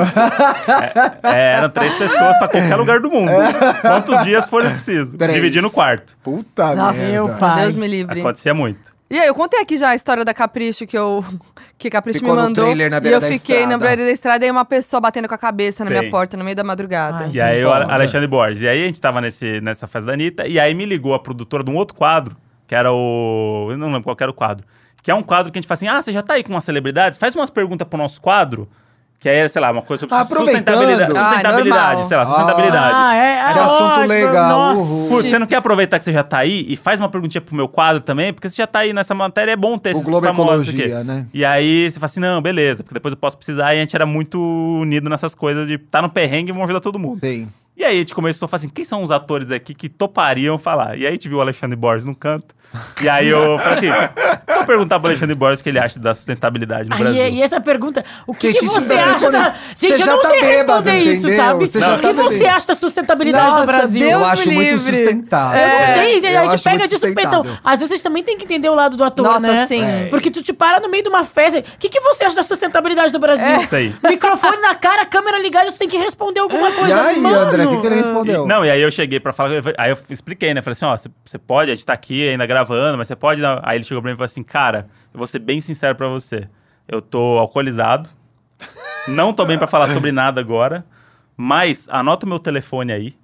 é, é, eram três pessoas pra qualquer lugar do mundo. Quantos dias forem preciso. Três. Dividir no quarto. Puta Nossa, merda. meu pai. Deus me livre. Acontecia muito. E aí, eu contei aqui já a história da Capricho que eu. Que Capricho Ficou me no mandou. trailer na e beira eu da fiquei estrada. na beira da estrada e uma pessoa batendo com a cabeça na Sim. minha porta no meio da madrugada. Ai. E aí o foda. Alexandre Borges. E aí a gente tava nesse, nessa festa da Anitta, e aí me ligou a produtora de um outro quadro, que era o... Eu não lembro qual que era o quadro. Que é um quadro que a gente fala assim, ah, você já tá aí com umas celebridades? Faz umas perguntas pro nosso quadro. Que aí, sei lá, uma coisa sobre Ah, aproveitando. sustentabilidade. Ah, Sustentabilidade, normal. sei lá, sustentabilidade. Ah, é. Que é assunto ótimo, legal, nossa. uhul. Putz, você não quer aproveitar que você já tá aí e faz uma perguntinha pro meu quadro também? Porque você já tá aí nessa matéria, é bom ter O esses Globo famosos aqui. Ecologia, né? E aí você fala assim, não, beleza, porque depois eu posso precisar. E a gente era muito unido nessas coisas de tá no perrengue e vamos ajudar todo mundo. Sei. E aí a gente começou a falar assim, quem são os atores aqui que topariam falar? E aí a gente viu o Alexandre Borges no canto. E aí eu falei assim, vou perguntar pro Alexandre Borges o que ele acha da sustentabilidade no Aí, Brasil. e essa pergunta, o que, Kate, que isso você dá pra acha responder. da... Você Gente, eu já não tá sei bêbado, responder isso, entendeu? sabe? Você já o tá que você bebendo. acha da sustentabilidade Nossa, do Brasil? Deus Eu acho me muito livre. sustentável. Eu não É, sei, eu a gente acho pega muito disso. Então, sustentável. às vezes vocês também tem que entender o lado do ator, Nossa, né? sim. É. Porque tu te para no meio de uma festa. O que, que você acha da sustentabilidade do Brasil? É. Isso aí. Microfone na cara, câmera ligada, tu tem que responder alguma E coisa. aí, Mano, André, o que, que ele E- respondeu? não, e aí eu cheguei pra falar, aí eu expliquei, né? Falei assim, ó, você pode, a gente tá aqui ainda gravando, mas você pode... dar- Aí ele chegou pra mim e falou assim, cara, eu vou ser bem sincero pra você. Eu tô alcoolizado, não tô bem pra falar sobre nada agora, mas anota o meu telefone aí.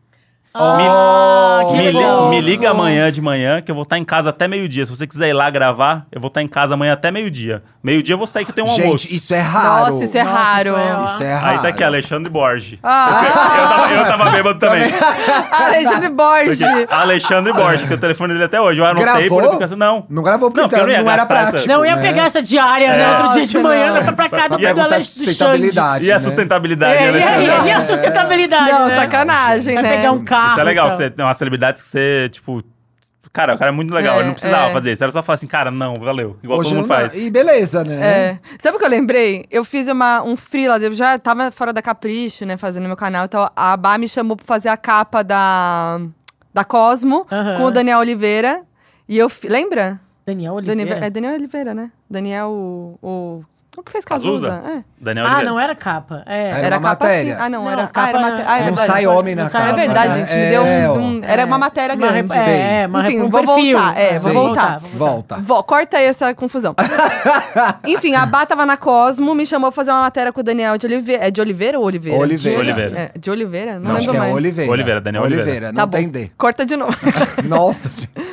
Ah, que Me, li- legal. me liga amanhã de manhã, que eu vou estar em casa até meio-dia. Se você quiser ir lá gravar, eu vou estar em casa amanhã até meio-dia. Meio-dia eu vou sair que eu tenho um almoço. Gente, isso é raro. Nossa, isso é Nossa, raro. isso é- Isso é raro. Aí tá aqui, Alexandre Borges. Ah. Eu, tava, eu tava bêbado também. Alexandre Borges. Aqui, Alexandre Borges, que é o telefone dele até hoje. Eu anotei Gravou? por educação. Não. Não gravou porque Não, porque eu não ia não era gastar essa- prático. Não, eu ia né? pegar essa diária, né? Outro dia de Nossa, manhã, não. pra, pra cá do Pra do perguntar Alex de do Xande. sustentabilidade. E a né? sustentabilidade, É, e, Alexandre? aí, e a sustentabilidade, Não, né? sacanagem, Vai né? pegar um carro. Isso é legal, então. que você tem umas celebridades que você, tipo... Cara, o cara é muito legal, É, ele não precisava é. fazer isso. Era só falar assim, cara, não, valeu. Igual Hoje todo mundo não dá. faz. E beleza, né? É. Sabe o que eu lembrei? Eu fiz uma, um freela, eu já tava fora da Capricho, né, fazendo meu canal. Então a Bá me chamou pra fazer a capa da, da Cosmo Aham. com o Daniel Oliveira. E eu. fi- Lembra? Daniel Daniel, Oliveira. é Daniel Oliveira, né? Daniel, o. o O que fez Cazuza? Cazuza? É. Daniel Ah, Oliveira. não era capa. É. Era uma capa matéria. assim. Ah, não, Não, era capa ah, era não- matéria. Ah, é não Não verdade. sai homem na Não sai- capa. É verdade, né? gente. Me deu É, um, ó. um- Era uma matéria Uma grande. rep- Sei. É, uma Enfim, um vou perfil. voltar. É, vou Vou voltar. vou voltar. Volta. Vo- corta aí essa confusão. Enfim, a Bá tava na Cosmo, me chamou pra fazer uma matéria com o Daniel de Oliveira. É de Oliveira ou Oliveira? Oliveira. De Oliveira. É, de Oliveira? Não, Não, acho lembro que é mais. Oliveira. Oliveira, Daniel Oliveira. Não Tá bom. tem D. Corta de novo. Nossa.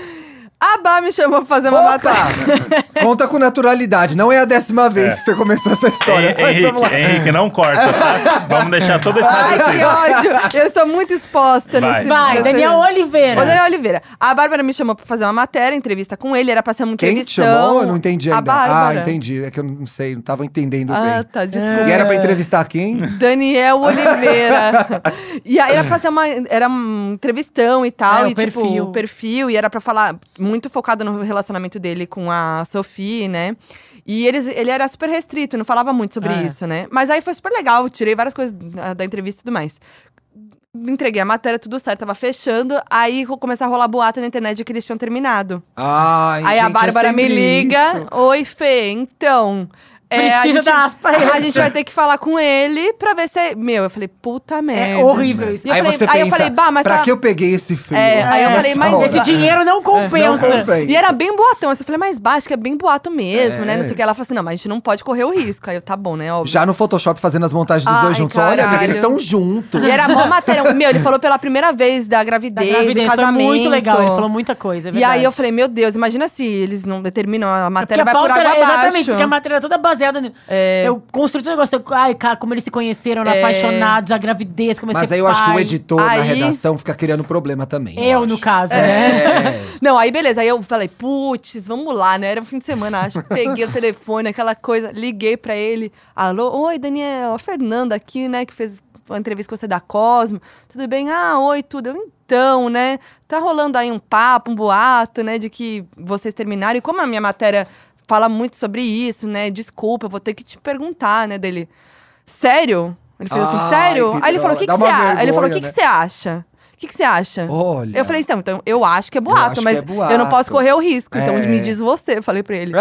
A Bá me chamou pra fazer uma Ô, matéria. cara, conta com naturalidade. Não é a décima vez que você começou essa história. Hen- Mas vamos Henrique, lá. Henrique, não corta, tá? Vamos deixar todo esse Ai, que raciocínio. ódio! Eu sou muito exposta Vai. nesse Vai, nesse- Daniel Oliveira. Ô, Daniel Oliveira. A Bárbara me chamou pra fazer uma matéria, entrevista com ele. Era pra ser uma Quem te entrevistão. chamou? Eu não entendi ainda. A Bárbara. Ah, entendi. É que eu não sei, não tava entendendo Ah, bem. tá, desculpa. E era pra entrevistar quem? Daniel Oliveira. E aí era pra ser uma. Era um entrevistão e tal. É, o e tipo, perfil. o perfil. E era pra falar muito focado no relacionamento dele com a Sophie, né? E eles, ele era super restrito, não falava muito sobre É. isso, né? Mas aí foi super legal, tirei várias coisas da, da entrevista e tudo mais. Entreguei a matéria, tudo certo, tava fechando. Aí ro- começou a rolar boato na internet de que eles tinham terminado. Ai, Aí a gente, é Bárbara me sempre liga. isso. Oi, Fê, então. é, a Precisa gente, dar aspa aí. a gente vai ter que falar com ele pra ver se. Meu, eu falei, puta merda. É horrível isso. E eu Aí falei- você aí pensa, eu falei, bah, mas pra tá- que eu peguei esse frio? É, aí eu falei, mas Esse dinheiro não compensa. Não compensa. E era bem boatão. Eu falei, mas baixo, que é bem boato mesmo, É. né? Não sei o que. Ela falou assim: não, mas a gente não pode correr o risco. Aí eu, tá bom, né? Óbvio. Já no Photoshop fazendo as montagens dos Ai, dois juntos. Olha, amiga, caralho. eles estão juntos. E era mó matéria. Meu, ele falou pela primeira vez da Da gravidez, gravidez do foi casamento. muito legal. Ele falou muita coisa. É E verdade. aí eu falei, meu Deus, imagina se eles não determinam, a É matéria porque vai por pauta água era- abaixo. Exatamente, porque a matéria era toda baseada nisso. É. Eu construí todo o negócio. Ai, cara, como eles se conheceram, É. apaixonados, a gravidez, como Mas ser aí eu acho que o pai. editor na Aí- redação fica criando problema também. Eu, acho. no caso, né? É. Não, aí beleza. Aí eu falei, putz, vamos lá, né? Era um fim de semana, acho. Peguei o telefone, aquela coisa, liguei pra ele. Alô, oi, Daniel, a Fernanda aqui, né, que fez uma entrevista com você da Cosmo. Tudo bem? Ah, oi, tudo. Eu, então, né? Tá rolando aí um papo, um boato, né, de que vocês terminaram. E como a minha matéria fala muito sobre isso, né? Desculpa, eu vou ter que te perguntar, né, dele. Sério? Ele fez assim, Ai, sério? que Aí ele falou, o que, que droga. você Dá uma acha? Aí ele falou, o que, vergonha, que você acha? O que, que você acha? Olha. Eu falei, então, então, eu acho que é boato, acho mas que é boato. eu não posso correr o risco. Então É. me diz você, eu falei pra ele.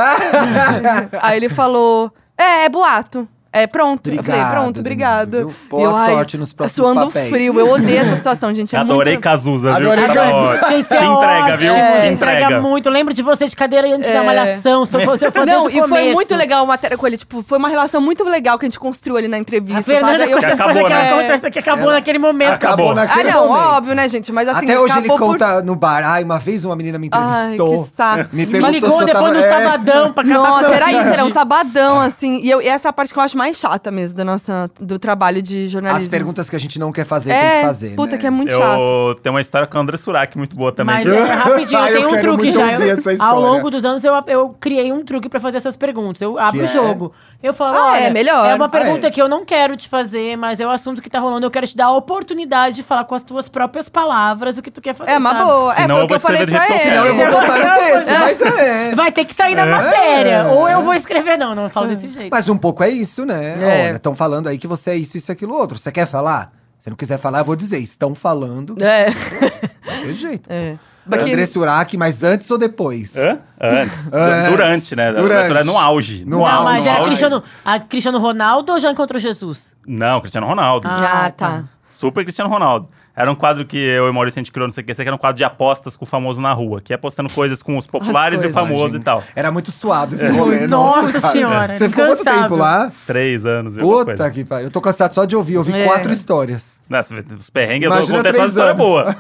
Aí ele falou, é, é boato. É, pronto. eu falei, Obrigado, pronto, obrigado. Danilo, viu? Boa E eu, ai, sorte nos próximos suando papéis. frio, eu odeio essa situação, gente. É Adorei muito... Cazuza, viu? Adorei Você tava Cazuza. ótimo. Gente, você Que é entrega, ótimo. viu? É. Que Entrega entrega. muito. Lembro de você de cadeira antes da É. malhação. Sou, sou fã Não, desde o e foi começo. muito legal a matéria com ele. Tipo, foi uma relação muito legal que a gente construiu ali na entrevista. A Fernanda sabe? com Eu- essas acabou, coisas que né? ela conversa que acabou naquele momento. Acabou. Ah, naquele não, momento. óbvio, né, gente? Mas assim, Até hoje ele acabou por- conta no bar. Ai, uma vez uma menina me Ai, entrevistou. que saco. Me Me perguntou ligou se eu depois tava... no é. sabadão pra acabar com Nossa, meu era isso, feed. era um sabadão, assim. E, eu, e essa é a parte que eu acho mais chata mesmo da nossa, do trabalho de jornalismo. As perguntas que a gente não quer fazer, tem É, que fazer, puta, né? que é muito chato. Eu tenho uma história com o André Surak muito boa também. Mas é, rapidinho, Ai, eu eu tenho um quero truque muito já. ouvir Eu- essa ao história. longo dos anos, eu, eu criei um truque pra fazer essas perguntas. Eu abro Que o é? jogo. Eu falo, Ah, olha, é melhor. é uma pergunta Ah, é. que eu não quero te fazer, mas é o assunto que tá rolando. Eu quero te dar a oportunidade de falar com as tuas próprias palavras o que tu quer fazer, É uma sabe? boa. É, Senão foi eu o que eu vou falei escrever do pra jeito que ele. eu Não, eu vou É. botar no texto, mas é. Vai ter que sair da matéria. Ou eu vou escrever. Não, não falo desse jeito. Mas um pouco é isso, né? É. Olha, estão falando aí que você é isso, isso, aquilo, outro. Você quer falar? Se não quiser falar, eu vou dizer. Estão falando. É. Não tem jeito. É. André Surak, mas antes ou depois? Hã? Antes. Antes. Durante, né? Durante. André Surak no auge. No não, auge. mas no era auge. Cristiano, a Cristiano Ronaldo ou já encontrou Jesus? Não, Cristiano Ronaldo. Ah, tá. Super Cristiano Ronaldo. Era um quadro que eu e o Maurício a gente criou, não sei o que, esse aqui era um quadro de apostas com o famoso na rua, que é apostando coisas com os populares e o coisas. famoso Ai, e tal. Era muito suado esse rolê. Nossa cara. senhora, Você ficou quanto incansável. tempo lá? Três anos e alguma Puta coisa. que pariu. Eu tô cansado só de ouvir. Eu ouvi É. quatro histórias. Nossa, os perrengues, eu tô Imagina contando só três história anos. boa.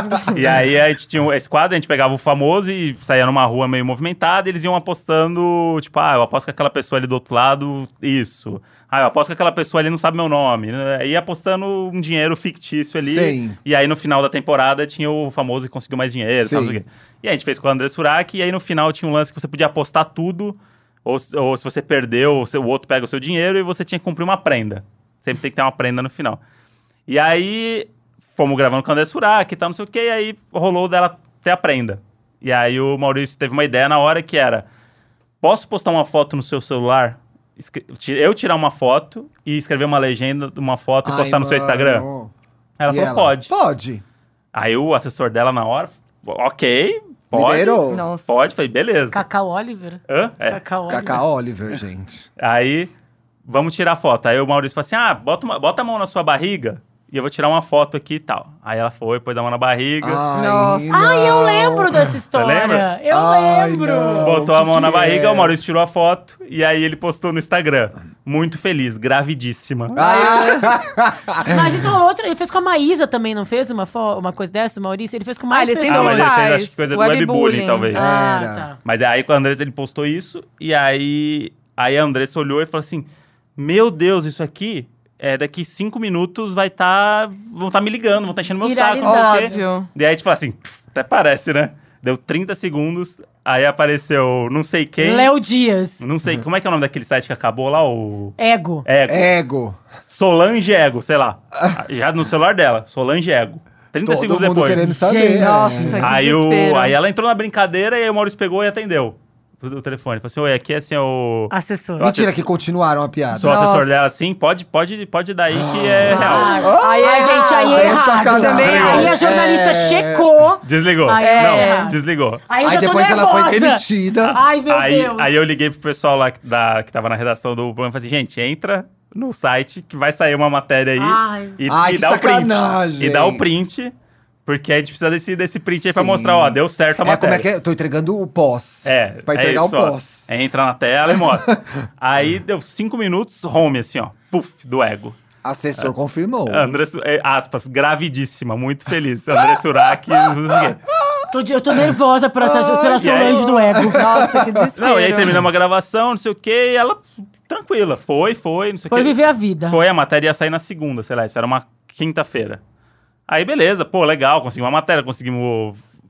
E aí a gente tinha um- esse quadro, a gente pegava o famoso e saía numa rua meio movimentada, e eles iam apostando, tipo, ah, eu aposto que aquela pessoa ali do outro lado, isso. Ah, eu aposto que aquela pessoa ali não sabe meu nome. Ia apostando um dinheiro fictício ali. Sim. E aí no final da temporada tinha o famoso que conseguiu mais dinheiro. Tal, Sim. não sei o quê. E aí a gente fez com o André Surak, e aí no final tinha um lance que você podia apostar tudo, ou, ou se você perdeu, o seu- o outro pega o seu dinheiro e você tinha que cumprir uma prenda. Sempre tem que ter uma prenda no final. E aí fomos gravando com o André Surak e tal, não sei o quê, e aí rolou dela ter a prenda. E aí o Maurício teve uma ideia na hora que era: posso postar uma foto no seu celular? Escre- Eu tirar uma foto e escrever uma legenda de uma foto e Ai, postar no seu mano. Instagram? Ela E falou, pode. Pode. Aí o assessor dela na hora, ok, Pode? Liberou. Nossa. Pode, falei, beleza. Cacau Oliver? Hã? É. Cacau Oliver. Cacá Oliver, gente. Aí, vamos tirar foto. Aí o Maurício falou assim, ah, bota, uma, bota a mão na sua barriga e eu vou tirar uma foto aqui e tal. Aí ela foi, pôs a mão na barriga, Ai, Nossa. não. Ai, eu lembro dessa história. lembra? Eu Ai, lembro. não. botou o a que mão na que barriga, é? o Maurício tirou a foto e aí ele postou no Instagram. Muito feliz, gravidíssima. Ah, Mas isso é outra. Ele fez com a Maísa também, não fez uma, fo- uma coisa dessa, o Maurício? Ele fez com Ah, mais ele pessoas. Ah, sempre mas ele fez faz. acho que coisa do Webbullying. webbullying, talvez. Ah, Era. tá. Mas aí com a Andressa ele postou isso e aí, aí a Andressa olhou e falou assim, meu Deus, isso aqui... É, daqui cinco minutos vai estar. vão estar me ligando, vão estar enchendo meu saco. Não sei o quê. Óbvio. E aí a gente fala assim, "Pff, até parece, né? Deu trinta segundos, aí apareceu não sei quem. Léo Dias. Não sei, como é que é o nome daquele site que acabou lá? O. Ego. Ego. Ego. Solange Ego, sei lá. Já no celular dela, Solange Ego. trinta Todo segundos mundo depois. querendo saber. Gente, é. nossa, que Aí, o, desespero. aí ela entrou na brincadeira e aí o Maurício pegou e atendeu o, o telefone. Falou assim: oi, aqui é assim, é o. Assessor. Mentira que continuaram a piada. Sou Nossa. assessor dela, assim, pode, pode, pode dar aí que é real. Aí, Ai, gente, aí é Aí é errado. sacanagem. Também Aí a acho. jornalista É. checou. Desligou. Aí é Não, errado. desligou. Aí, eu Aí já tô depois ela foi nervosa. demitida. Ai, meu Aí, Deus. aí eu liguei pro pessoal lá que, da, que tava na redação do programa e falei assim, gente, entra no site que vai sair uma matéria aí Ai. e, Ai, e que dá o print. sacanagem. E dá o print, porque a gente precisa desse, desse print aí pra Sim. mostrar, ó, deu certo a É, como matéria. é que é? Tô entregando o pós. É, Vai é entregar isso, o ó. pós. Entra na tela e mostra. Aí deu cinco minutos, home, assim, ó. Puf, do ego. Assessor confirmou. André, Su- é, aspas, gravidíssima, muito feliz. André Surak, não sei o quê. Tô, de- eu tô nervosa pela, essa- pela E aí? Solange do Ego. Nossa, que desespero. Não, e aí terminamos a gravação, não sei o quê, e ela, tranquila, foi, foi, não sei o Foi quê. viver a vida. Foi, a matéria ia sair na segunda, sei lá, isso era uma quinta-feira. Aí, beleza, pô, legal, conseguimos uma matéria, conseguimos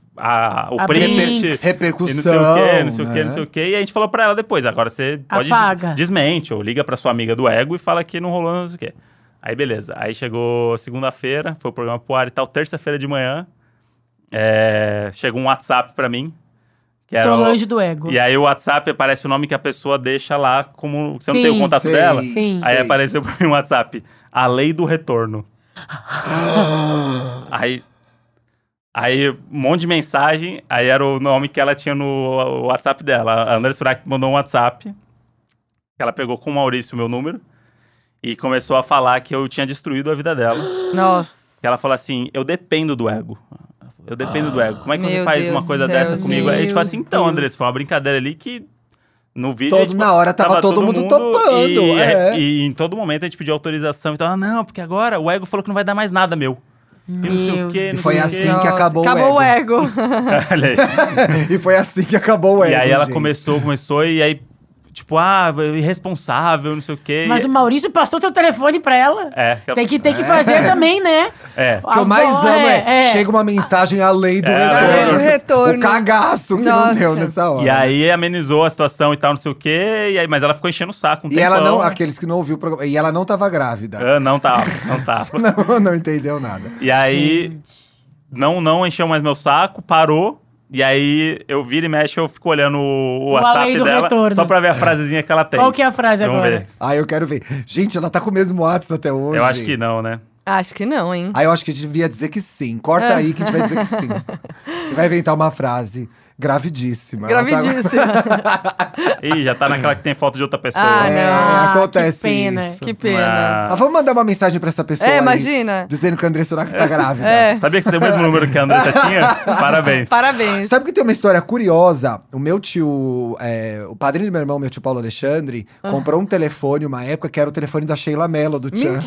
a, o A print. print. Repercussão, E não sei o quê, não sei o quê, né? não sei o quê. E a gente falou pra ela depois, agora você pode Apaga. des- desmente, ou liga pra sua amiga do Ego e fala que não rolou, não sei o quê. Aí, beleza. Aí chegou segunda-feira, foi o programa pro ar e tal, terça-feira de manhã, é, chegou um WhatsApp pra mim. Que era o- Solange do Ego. E aí o WhatsApp aparece o nome que a pessoa deixa lá, como você não Sim, tem o contato sei. dela? Sim. Aí Sei. apareceu pra mim o WhatsApp, a lei do retorno. aí, aí um monte de mensagem, aí era o nome que ela tinha no WhatsApp dela. A André Surak mandou um WhatsApp, que ela pegou com o Maurício o meu número, e começou a falar que eu tinha destruído a vida dela. Nossa. Que ela falou assim, eu dependo do ego. Eu dependo do ego. Como é que você Meu faz Deus uma coisa do céu, dessa comigo? Aí a gente falou assim, então, Deus. Andressa, foi uma brincadeira ali que no vídeo... Todo- a gente, na hora tava todo mundo topando, E, é. e em todo momento a gente pediu autorização. Então, ah, não, porque agora o ego falou que não vai dar mais nada meu. E não sei o Meu quê, E não foi sei assim o quê. que acabou o Acabou o ego. Olha aí. E foi assim que acabou o ego, E aí ela gente. começou, começou, e aí, tipo, ah, irresponsável, não sei o quê. Mas E- o Maurício passou teu telefone pra ela. É. Tem que, tem que fazer também, né? É. O que eu mais avó, amo é, chega uma mensagem além do É, retorno. além do retorno. O cagaço que não Nossa. deu nessa hora. E aí amenizou a situação e tal, não sei o quê. E aí, mas ela ficou enchendo o saco um E ela tempão. não, aqueles que não ouviu o programa, e ela não tava grávida. Ah, não tava, não tava. Não, não entendeu nada. E aí, não, não encheu mais meu saco, parou. E aí, eu viro e mexo, eu fico olhando o, o além WhatsApp do dela, retorno. só pra ver a frasezinha que ela tem. Qual que é a frase Vamos agora? ver. Ah, eu quero ver. Gente, ela tá com o mesmo WhatsApp até hoje. Eu acho que não, né? Acho que não, hein? Ah, eu acho que a gente devia dizer que sim. Corta aí que a gente vai dizer que sim. E vai inventar uma frase gravidíssima. Ela tá- Gravidíssima. Ih, já tá naquela que tem foto de outra pessoa. Ah, É, Ah, acontece que pena, isso. Que pena. Ah. Mas vamos mandar uma mensagem pra essa pessoa É, aí, imagina. dizendo que a André Surak tá grávida. É. Sabia que você tem o mesmo número que a Andressa tinha? Parabéns. Parabéns. Sabe que tem uma história curiosa? O meu tio, é, o padrinho do meu irmão, meu tio Paulo Alexandre, Ah. comprou um telefone, uma época, que era o telefone da Sheila Mello, do Tchan.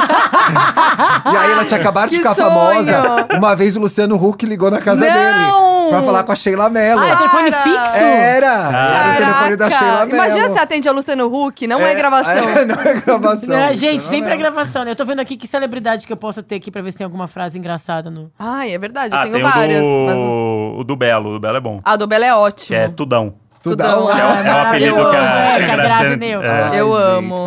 E aí ela tinha acabado de Que ficar sonho! famosa. Uma vez o Luciano Huck ligou na casa Não! dele pra falar com a Sheila Mello. Ah, é telefone Para! fixo? Era! Era o Caraca. telefone da Sheila Mello. Imagina se atende a Luciano Huck, não é, gravação. É, não é gravação. Né, gente, Luciano sempre é Mello. gravação, né? Eu tô vendo aqui que celebridade que eu posso ter aqui pra ver se tem alguma frase engraçada no. Ai, é verdade, eu Ah, tenho tem várias. o do, mas não- o do Belo. O do Belo é bom. A do Bela é ótimo. Que é Tudão. Tudão. Tudão. Que é, o- Ah, é um apelido que a, maravilhoso, é, que a Graciane- Grazi deu. é. Eu Ai, amo. gente.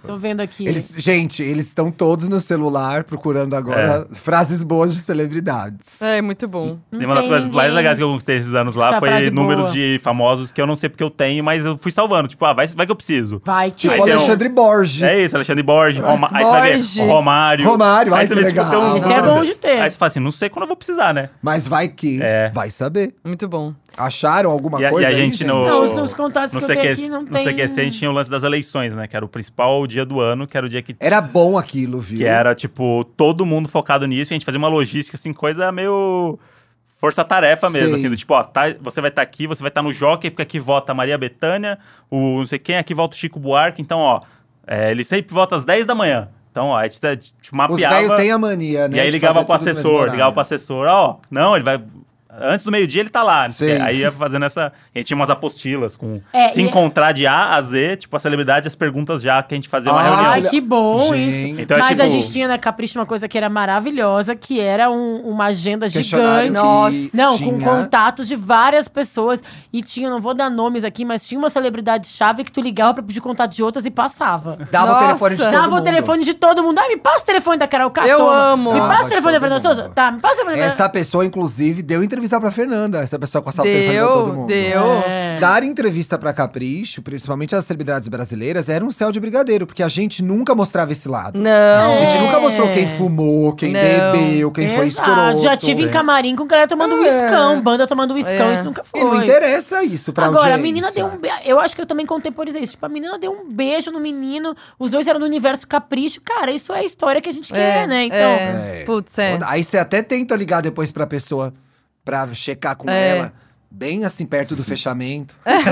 Tô vendo aqui. Eles, gente, eles estão todos no celular procurando agora frases boas de celebridades. É, muito bom. Não E uma das tem coisas mais ninguém. legais que eu gostei esses anos lá Essa foi frase números boa. de famosos que eu não sei porque eu tenho, mas eu fui salvando. Tipo, ah, vai, vai que eu preciso. Vai que Tipo Aí o tem um- Alexandre Borges. É isso, Alexandre Borges. Roma, aí você vai ver Borges. Romário. Romário, ai, aí você que vê, tipo, legal. tem um- Esse é bom de ter. Aí você fala assim, não sei quando eu vou precisar, né? Mas vai que, É. vai saber. Muito bom. Acharam alguma E a, coisa e a aí, gente no. Não, os- nos contatos no que eu tenho C Q, aqui não no tem- C Q C a gente tinha o lance das eleições, né? Que era o principal dia do ano, que era o dia que. Era bom aquilo, viu? Que era, tipo, todo mundo focado nisso. E a gente fazia uma logística, assim, coisa meio. Força-tarefa mesmo, Sei. assim, do tipo, ó, tá, você vai estar aqui, você vai estar no Jockey, porque aqui vota a Maria Bethânia, o não sei quem, aqui vota o Chico Buarque, então, ó, é, ele sempre vota às dez da manhã. Então, ó, a gente, a gente Os mapeava. velhos têm a mania, né? E aí de ligava fazer pro tudo no mesmo assessor, horário. ligava pro assessor, ó, não, ele vai. Antes do meio-dia ele tá lá. não sei o Sim. quê. Aí ia fazendo essa. A gente tinha umas apostilas com. É, se e- encontrar de A a Z, tipo, a celebridade, as perguntas já que a gente fazia uma Ah, reunião. Ai, Olha- que bom Gente. isso. Então é Mas a tipo- gente tinha na Capricho uma coisa que era maravilhosa, que era um- uma agenda Questionário gigante. Nossa. Não, tinha. com contatos de várias pessoas. E tinha, não vou dar nomes aqui, mas tinha uma celebridade-chave que tu ligava pra pedir contato de outras e passava. Dava Nossa. o telefone de todo Dava mundo. o telefone de todo mundo. Ah, me passa o telefone da Carol K. Eu toma. amo. Me Dava passa o de telefone da todo Fernanda mundo. Souza. Tá, me passa o telefone da Essa pessoa, inclusive, deu entrevista pra Fernanda. Essa pessoa passava o telefone pra todo Deu, mundo. deu. É. Dar entrevista pra Capricho, principalmente as celebridades brasileiras, era um céu de brigadeiro, porque a gente nunca mostrava esse lado. Não. A gente É. nunca mostrou quem fumou, quem Não. bebeu, quem foi Exato. escroto. Já tive em camarim com galera tomando É. uiscão, banda tomando uiscão, É. isso nunca foi. E não interessa isso pra Agora, a audiência. menina deu um beijo. Eu acho que eu também contemporizei isso. Tipo, a menina deu um beijo no menino, os dois eram do universo Capricho. Cara, isso é a história que a gente quer, né? Então. É. Putz, é. Aí você até tenta ligar depois pra pessoa pra checar com É. ela. Bem assim, perto do fechamento.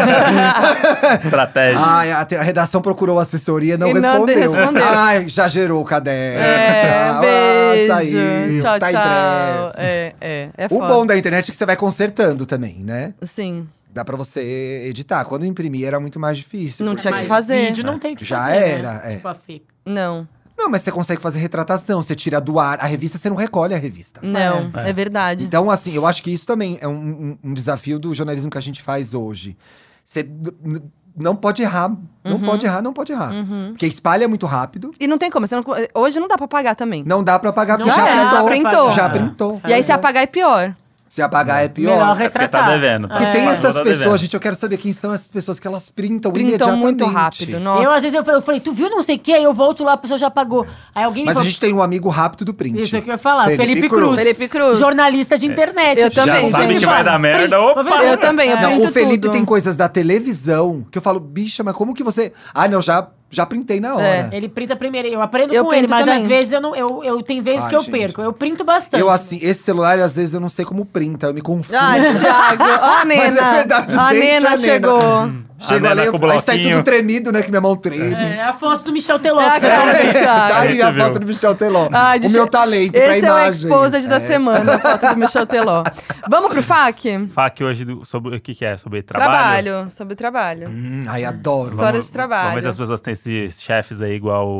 Estratégia. Ai, a, a redação procurou assessoria, não E não respondeu. respondeu. Ai, já gerou o caderno. É, tchau. beijo. Ah, saiu. Tchau, tá tchau. impresso. É, é, é O foda. bom da internet é que você vai consertando também, né? Sim. Dá pra você editar. Quando imprimir era muito mais difícil. Não porque- tinha que Mas fazer. vídeo não tem o que Já fazer, era, né? é. Tipo a Fê. Não. Não, mas você consegue fazer retratação, você tira do ar. A revista, você não recolhe a revista. Não, É. é, verdade. Então, assim, eu acho que isso também é um, um- um desafio do jornalismo que a gente faz hoje. Você n- n- não pode errar, não pode errar, não pode errar. Porque espalha muito rápido, E não tem como. Você não- hoje não dá pra apagar também. não dá pra apagar, Não porque Já já era, printou. já printou. Já É. printou. E aí, se apagar, é pior. Se apagar é pior. Melhor É porque retratar. tá devendo. Tá Porque tem É. essas Tá pessoas, devendo. gente, eu quero saber quem são essas pessoas que elas printam, Printam imediatamente. muito rápido. Nossa. Eu, às vezes, eu falei, eu falei, tu viu não sei o que? Aí eu volto lá, a pessoa já apagou. Aí alguém me Mas a falou, gente tem um amigo rápido do print. isso é o que eu ia falar, Felipe, Cruz. Cruz. Felipe Cruz. Jornalista de internet. Eu também, Já sabe gente. que vai dar merda. Print. Opa! Eu também, eu Não, printo o Felipe tudo. tem coisas da televisão que eu falo, bicha, mas como que você. Ah, não, já, já printei na hora. É. Ele printa primeiro, eu aprendo Eu com ele, printo mas também. às vezes eu não. Eu, eu tem vezes Ai, que eu gente. perco. Eu printo bastante. Eu, assim, esse celular, às vezes, eu não sei como printa, eu me confundo. Ai, Thiago. Ó a Nena. Mas é verdade, a gente, Nena a Nena. chegou. Chego A ali, Nena com o aí sai bloquinho. tudo tremido, né? Que minha mão treme. É a foto do Michel Teló. É a que você cara vai ver. do Thiago. Tá A aí gente a viu. foto do Michel Teló. Ai, o deixa- meu talento pra Esse é o imagem. exposed da semana, a foto do Michel Teló. Vamos pro F A Q? Fac hoje do- sobre o que, que é? Sobre trabalho? Trabalho. Sobre trabalho. Hum, ai, adoro. História de trabalho. Vamos ver se as pessoas têm esses chefes aí igual. o-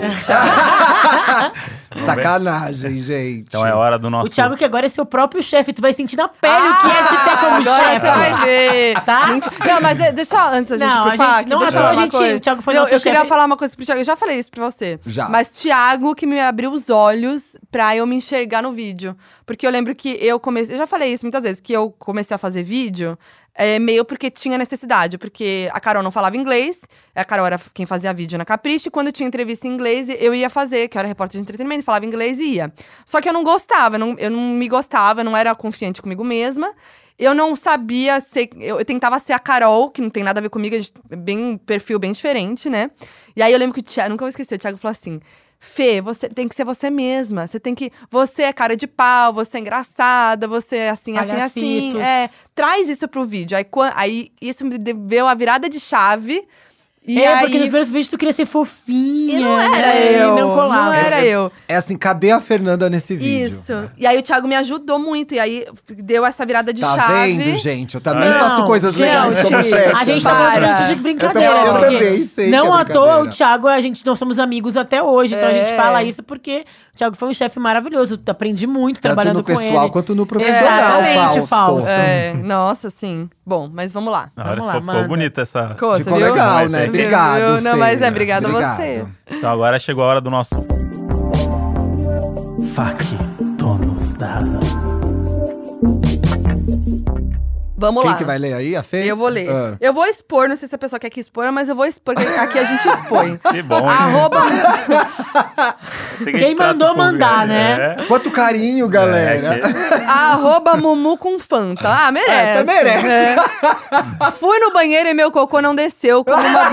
Sacanagem, gente. Então é hora do nosso. O Thiago que agora é seu próprio chefe, tu vai sentir na pele o que é te ter como Agora chefe. você vai ver. Tá? Mentira. Não, mas é, deixa eu- antes a gente Não, ir pro a F A Q, gente- não deixa eu à toa falar a uma gente- coisa. o Thiago foi eu, nosso eu queria chefe. falar uma coisa pro Thiago, eu já falei isso pra você. Já. Mas Thiago que me abriu os olhos pra eu me enxergar no vídeo. Porque eu lembro que eu comecei, eu já falei isso muitas vezes, que eu comecei a fazer vídeo é, meio porque tinha necessidade. Porque a Carol não falava inglês, a Carol era quem fazia vídeo na Capricho, e quando tinha entrevista em inglês, eu ia fazer, que eu era repórter de entretenimento, falava inglês e ia. Só que eu não gostava, eu não, eu não me gostava, eu não era confiante comigo mesma. Eu não sabia ser. Eu, eu tentava ser a Carol, que não tem nada a ver comigo, a gente é bem um perfil bem diferente, né? E aí eu lembro que o Thiago, nunca vou esquecer, o Thiago falou assim: Fê, você tem que ser você mesma. Você tem que. Você é cara de pau, você é engraçada, você é assim, assim, assim. Palhacitos. É, traz isso pro vídeo. Aí, quan- aí isso me deu a virada de chave. E é, aí, porque nos primeiros vídeos tu queria ser fofinha. e não era né? eu. E não colava. Não era eu. É assim, cadê a Fernanda nesse vídeo? Isso. E aí o Thiago me ajudou muito. E aí deu essa virada de Tá chave. vendo, gente? Eu também Não, faço coisas legais gente, como chefe. A gente tá Para. falando isso de brincadeira. Eu também- eu porque também sei que Não é à toa, brincadeira. o Thiago, a gente, nós somos amigos até hoje. Então a gente É. fala isso porque o Thiago foi um chefe maravilhoso. Aprendi muito Tanto trabalhando no com ele. pessoal quanto no profissional, Exatamente, Fausto. Fausto. É, nossa, sim. Bom, mas vamos lá. Na hora Vamos lá, ficou, ficou manda. bonita essa. Ficou, Ficou você viu? legal, né? Você Obrigado, viu? Não, Fê. mas é, obrigado a Obrigado. você. Então agora chegou a hora do nosso. Factonos da razão. Vamos Quem lá. que vai ler aí, a Fê? Eu vou ler. Ah. Eu vou expor, não sei se a pessoa quer que expor, mas eu vou expor, porque aqui a gente expõe. Que bom, hein? Arroba, Sei que a Quem gente trata mandou o público, mandar, né? É. Quanto carinho, galera. É, que- arroba Mumu com Fanta. Ah, merece. É, tá merece. É. Fui no banheiro e meu cocô não desceu como uma...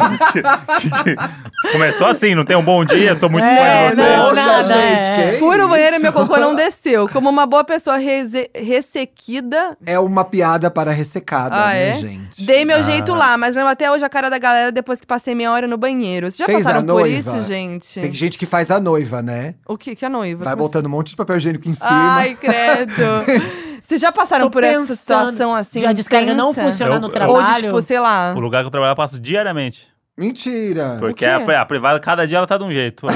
Começou assim, não tem um bom dia, sou muito É, fã de você. não, Poxa, nada, gente, é. que Fui no banheiro e meu isso? cocô não desceu. Como uma boa pessoa rese- ressequida, É uma piada para ressecada, Ah, né, é? gente? dei meu Ah. jeito lá, mas mesmo até hoje a cara da galera depois que passei meia hora no banheiro. Vocês já Fez passaram a por noiva? isso, gente? Tem gente que faz a noiva, né? O que que é noiva? Vai Como botando um monte de papel higiênico em cima. Ai, credo. Vocês já passaram Tô por essa pensando. situação assim? De a descarga não tensa? funciona Eu- no eu- trabalho. Ou de, tipo, sei lá. O lugar que eu trabalho eu passo diariamente. Mentira. Porque quê? a, pri- a privada, cada dia ela tá de um jeito. Ou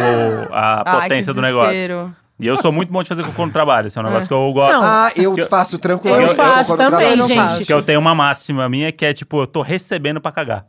a Ai, potência que do negócio. desespero. E eu sou muito bom de fazer cocô no trabalho. Esse é um negócio É. que eu gosto. Não. Ah, eu Eu- faço Eu, tranquilamente. faço quando também, trabalho. gente. Que eu tenho uma máxima minha que é tipo, eu tô recebendo pra cagar.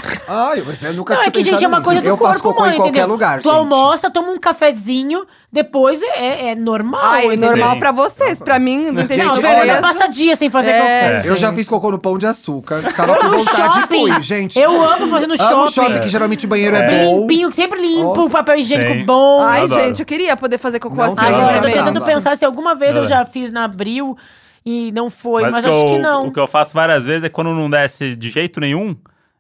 Ai, mas eu nunca Não, tinha é que, gente, pensado é uma nisso. coisa do Eu faço corpo cocô humano, em qualquer entendeu? lugar, Tu gente. almoça, toma um cafezinho, depois é, é normal. Ai, é entendeu? normal Sim. pra vocês. Pra mim, não tem Não, Gente, Fernanda olha- passa dia sem fazer É, cocô. Eu já gente. fiz cocô no Pão de Açúcar. Tava Eu com no vontade e shopping. fui, gente. Eu amo fazer no Amo shopping. shopping, que geralmente o banheiro é, É. bom. Limpinho, sempre limpo, Nossa. papel higiênico Sim. bom. Ai, adoro. gente, eu queria poder fazer cocô Não assim. tem, Agora, eu tô também. tentando pensar se alguma vez eu É. já fiz na Abril e não foi, mas, o que acho eu- que não. O que eu faço várias vezes é quando não desce de jeito nenhum,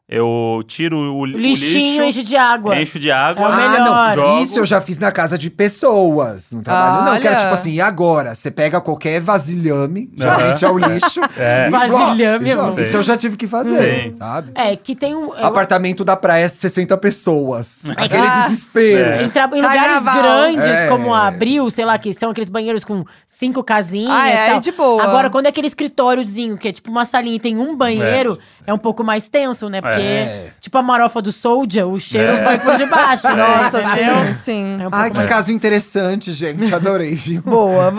eu tiro o, o Lixinho, lixo, enche de água. encho de água. É o Ah, melhor. não. Jogo. Isso eu já fiz na casa de pessoas. No trabalho, não. Que era Olha. tipo assim, e agora? Você pega qualquer vasilhame, geralmente é o lixo. É. e Vasilhame, joga. amor. Isso eu já tive que fazer, Sim. sabe? É, que tem um... eu- Apartamento da praia, sessenta pessoas. Aquele Ah. desespero. É. Em, tra- em lugares Carnaval. grandes, É. como a Abril, sei lá, que são aqueles banheiros com cinco casinhas Ah, é, e tal. aí de boa. Agora, quando é aquele escritóriozinho, que é tipo uma salinha e tem um banheiro, é, um pouco mais tenso, né? Porque, É. tipo a marofa do Soldier, o cheiro É. vai por debaixo, né? Nossa, Entendeu? sim, sim. É um Ai, pouco que mais... caso interessante, gente. Adorei, viu? Boa.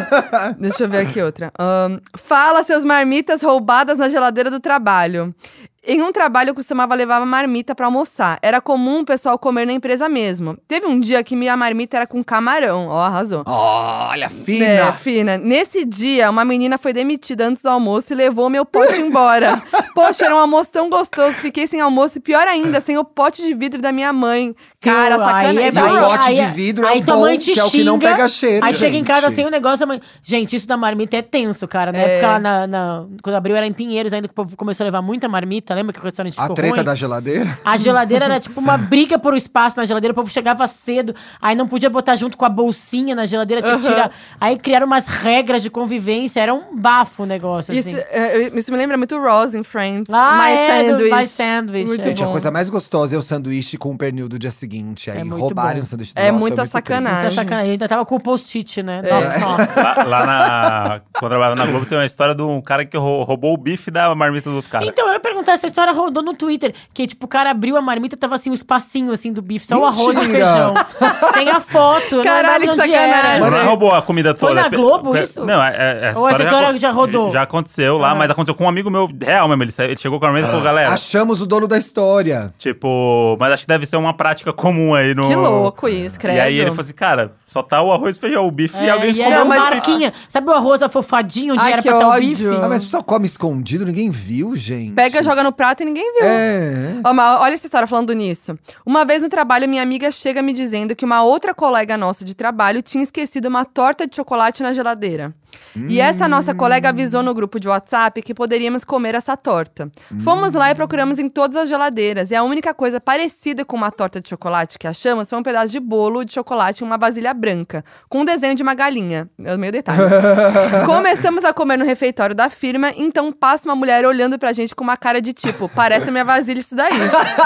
Deixa eu ver aqui outra. Ahn, fala seus marmitas roubadas na geladeira do trabalho. Em um trabalho, eu costumava levar marmita pra almoçar. Era comum o pessoal comer na empresa mesmo. Teve um dia que minha marmita era com camarão. Ó, arrasou. Olha, fina. É, fina. Nesse dia, uma menina foi demitida antes do almoço e levou meu pote embora. Poxa, era um almoço tão gostoso. Fiquei sem almoço e pior ainda, sem o pote de vidro da minha mãe. Cara, Aí sacanagem. é E o Aí- pote aí- de vidro é aí o tua bom, mãe te que é o que não xinga, pega cheiro, Aí chega em casa gente. sem o negócio, a mãe... Gente, isso da marmita é tenso, cara. Na É. época, lá na, na- quando abriu, era em Pinheiros, ainda que o povo começou a levar muita marmita. Lembra que o restaurante A ficou treta ruim? da geladeira. A geladeira era tipo uma briga por o espaço na geladeira. O povo chegava cedo, aí não podia botar junto com a bolsinha na geladeira, tinha que Aham. tirar. Aí criaram umas regras de convivência, era um bafo o negócio, Isso, assim. é, eu- isso me lembra muito Ross em Friends. Ah, My é, do Sandwich. My Sandwich, Muito é. Gente, a bom. coisa mais gostosa é o sanduíche com o pernil do dia seguinte. Aí É muito roubarem bom. o sanduíche do É Nossa, muita muito sacanagem. Isso é sacanagem. Eu ainda tava com o post-it, né? É. Toque, toque. Lá, lá na. Quando eu trabalhava na Globo, tem uma história de um cara que rou- roubou o bife da marmita do outro cara. Então, eu ia perguntar, essa história rodou no Twitter. Que, tipo, o cara abriu a marmita, tava assim, o espacinho, assim, do bife. Só o arroz e o Mentira! feijão. Tem a foto. eu não Caralho, lembrava que de onde era. sacanagem. Mas não roubou a comida Foi toda. na Pe- Globo pe- isso? Não, é, é, essa Ou essa história já, já rodou? Já aconteceu lá, Ah. mas aconteceu com um amigo meu real mesmo. Ele, sa- ele chegou com a marmita e falou, galera, Achamos o dono da história. tipo, mas acho que deve ser uma prática comum aí no. Que louco isso, credo. E aí ele falou assim, cara, só tá o arroz, feijão, o bife e É, alguém e comeu era o uma mas- marquinha. Sabe o arroz afofadinho onde Ai, era que pra estar o ódio. bife? Ah, mas só come escondido, ninguém viu, gente. Pega, joga no prato e ninguém viu. É. Ó, mas olha essa história falando nisso. Uma vez no trabalho, minha amiga chega me dizendo que uma outra colega nossa de trabalho tinha esquecido uma torta de chocolate na geladeira. E essa nossa colega avisou no grupo de WhatsApp que poderíamos comer essa torta. Fomos lá e procuramos em todas as geladeiras. E a única coisa parecida com uma torta de chocolate que achamos foi um pedaço de bolo de chocolate em uma vasilha branca, com um desenho de uma galinha. É o meio detalhe. Começamos a comer no refeitório da firma, então passa uma mulher olhando pra gente com uma cara de tipo, parece a minha vasilha isso daí.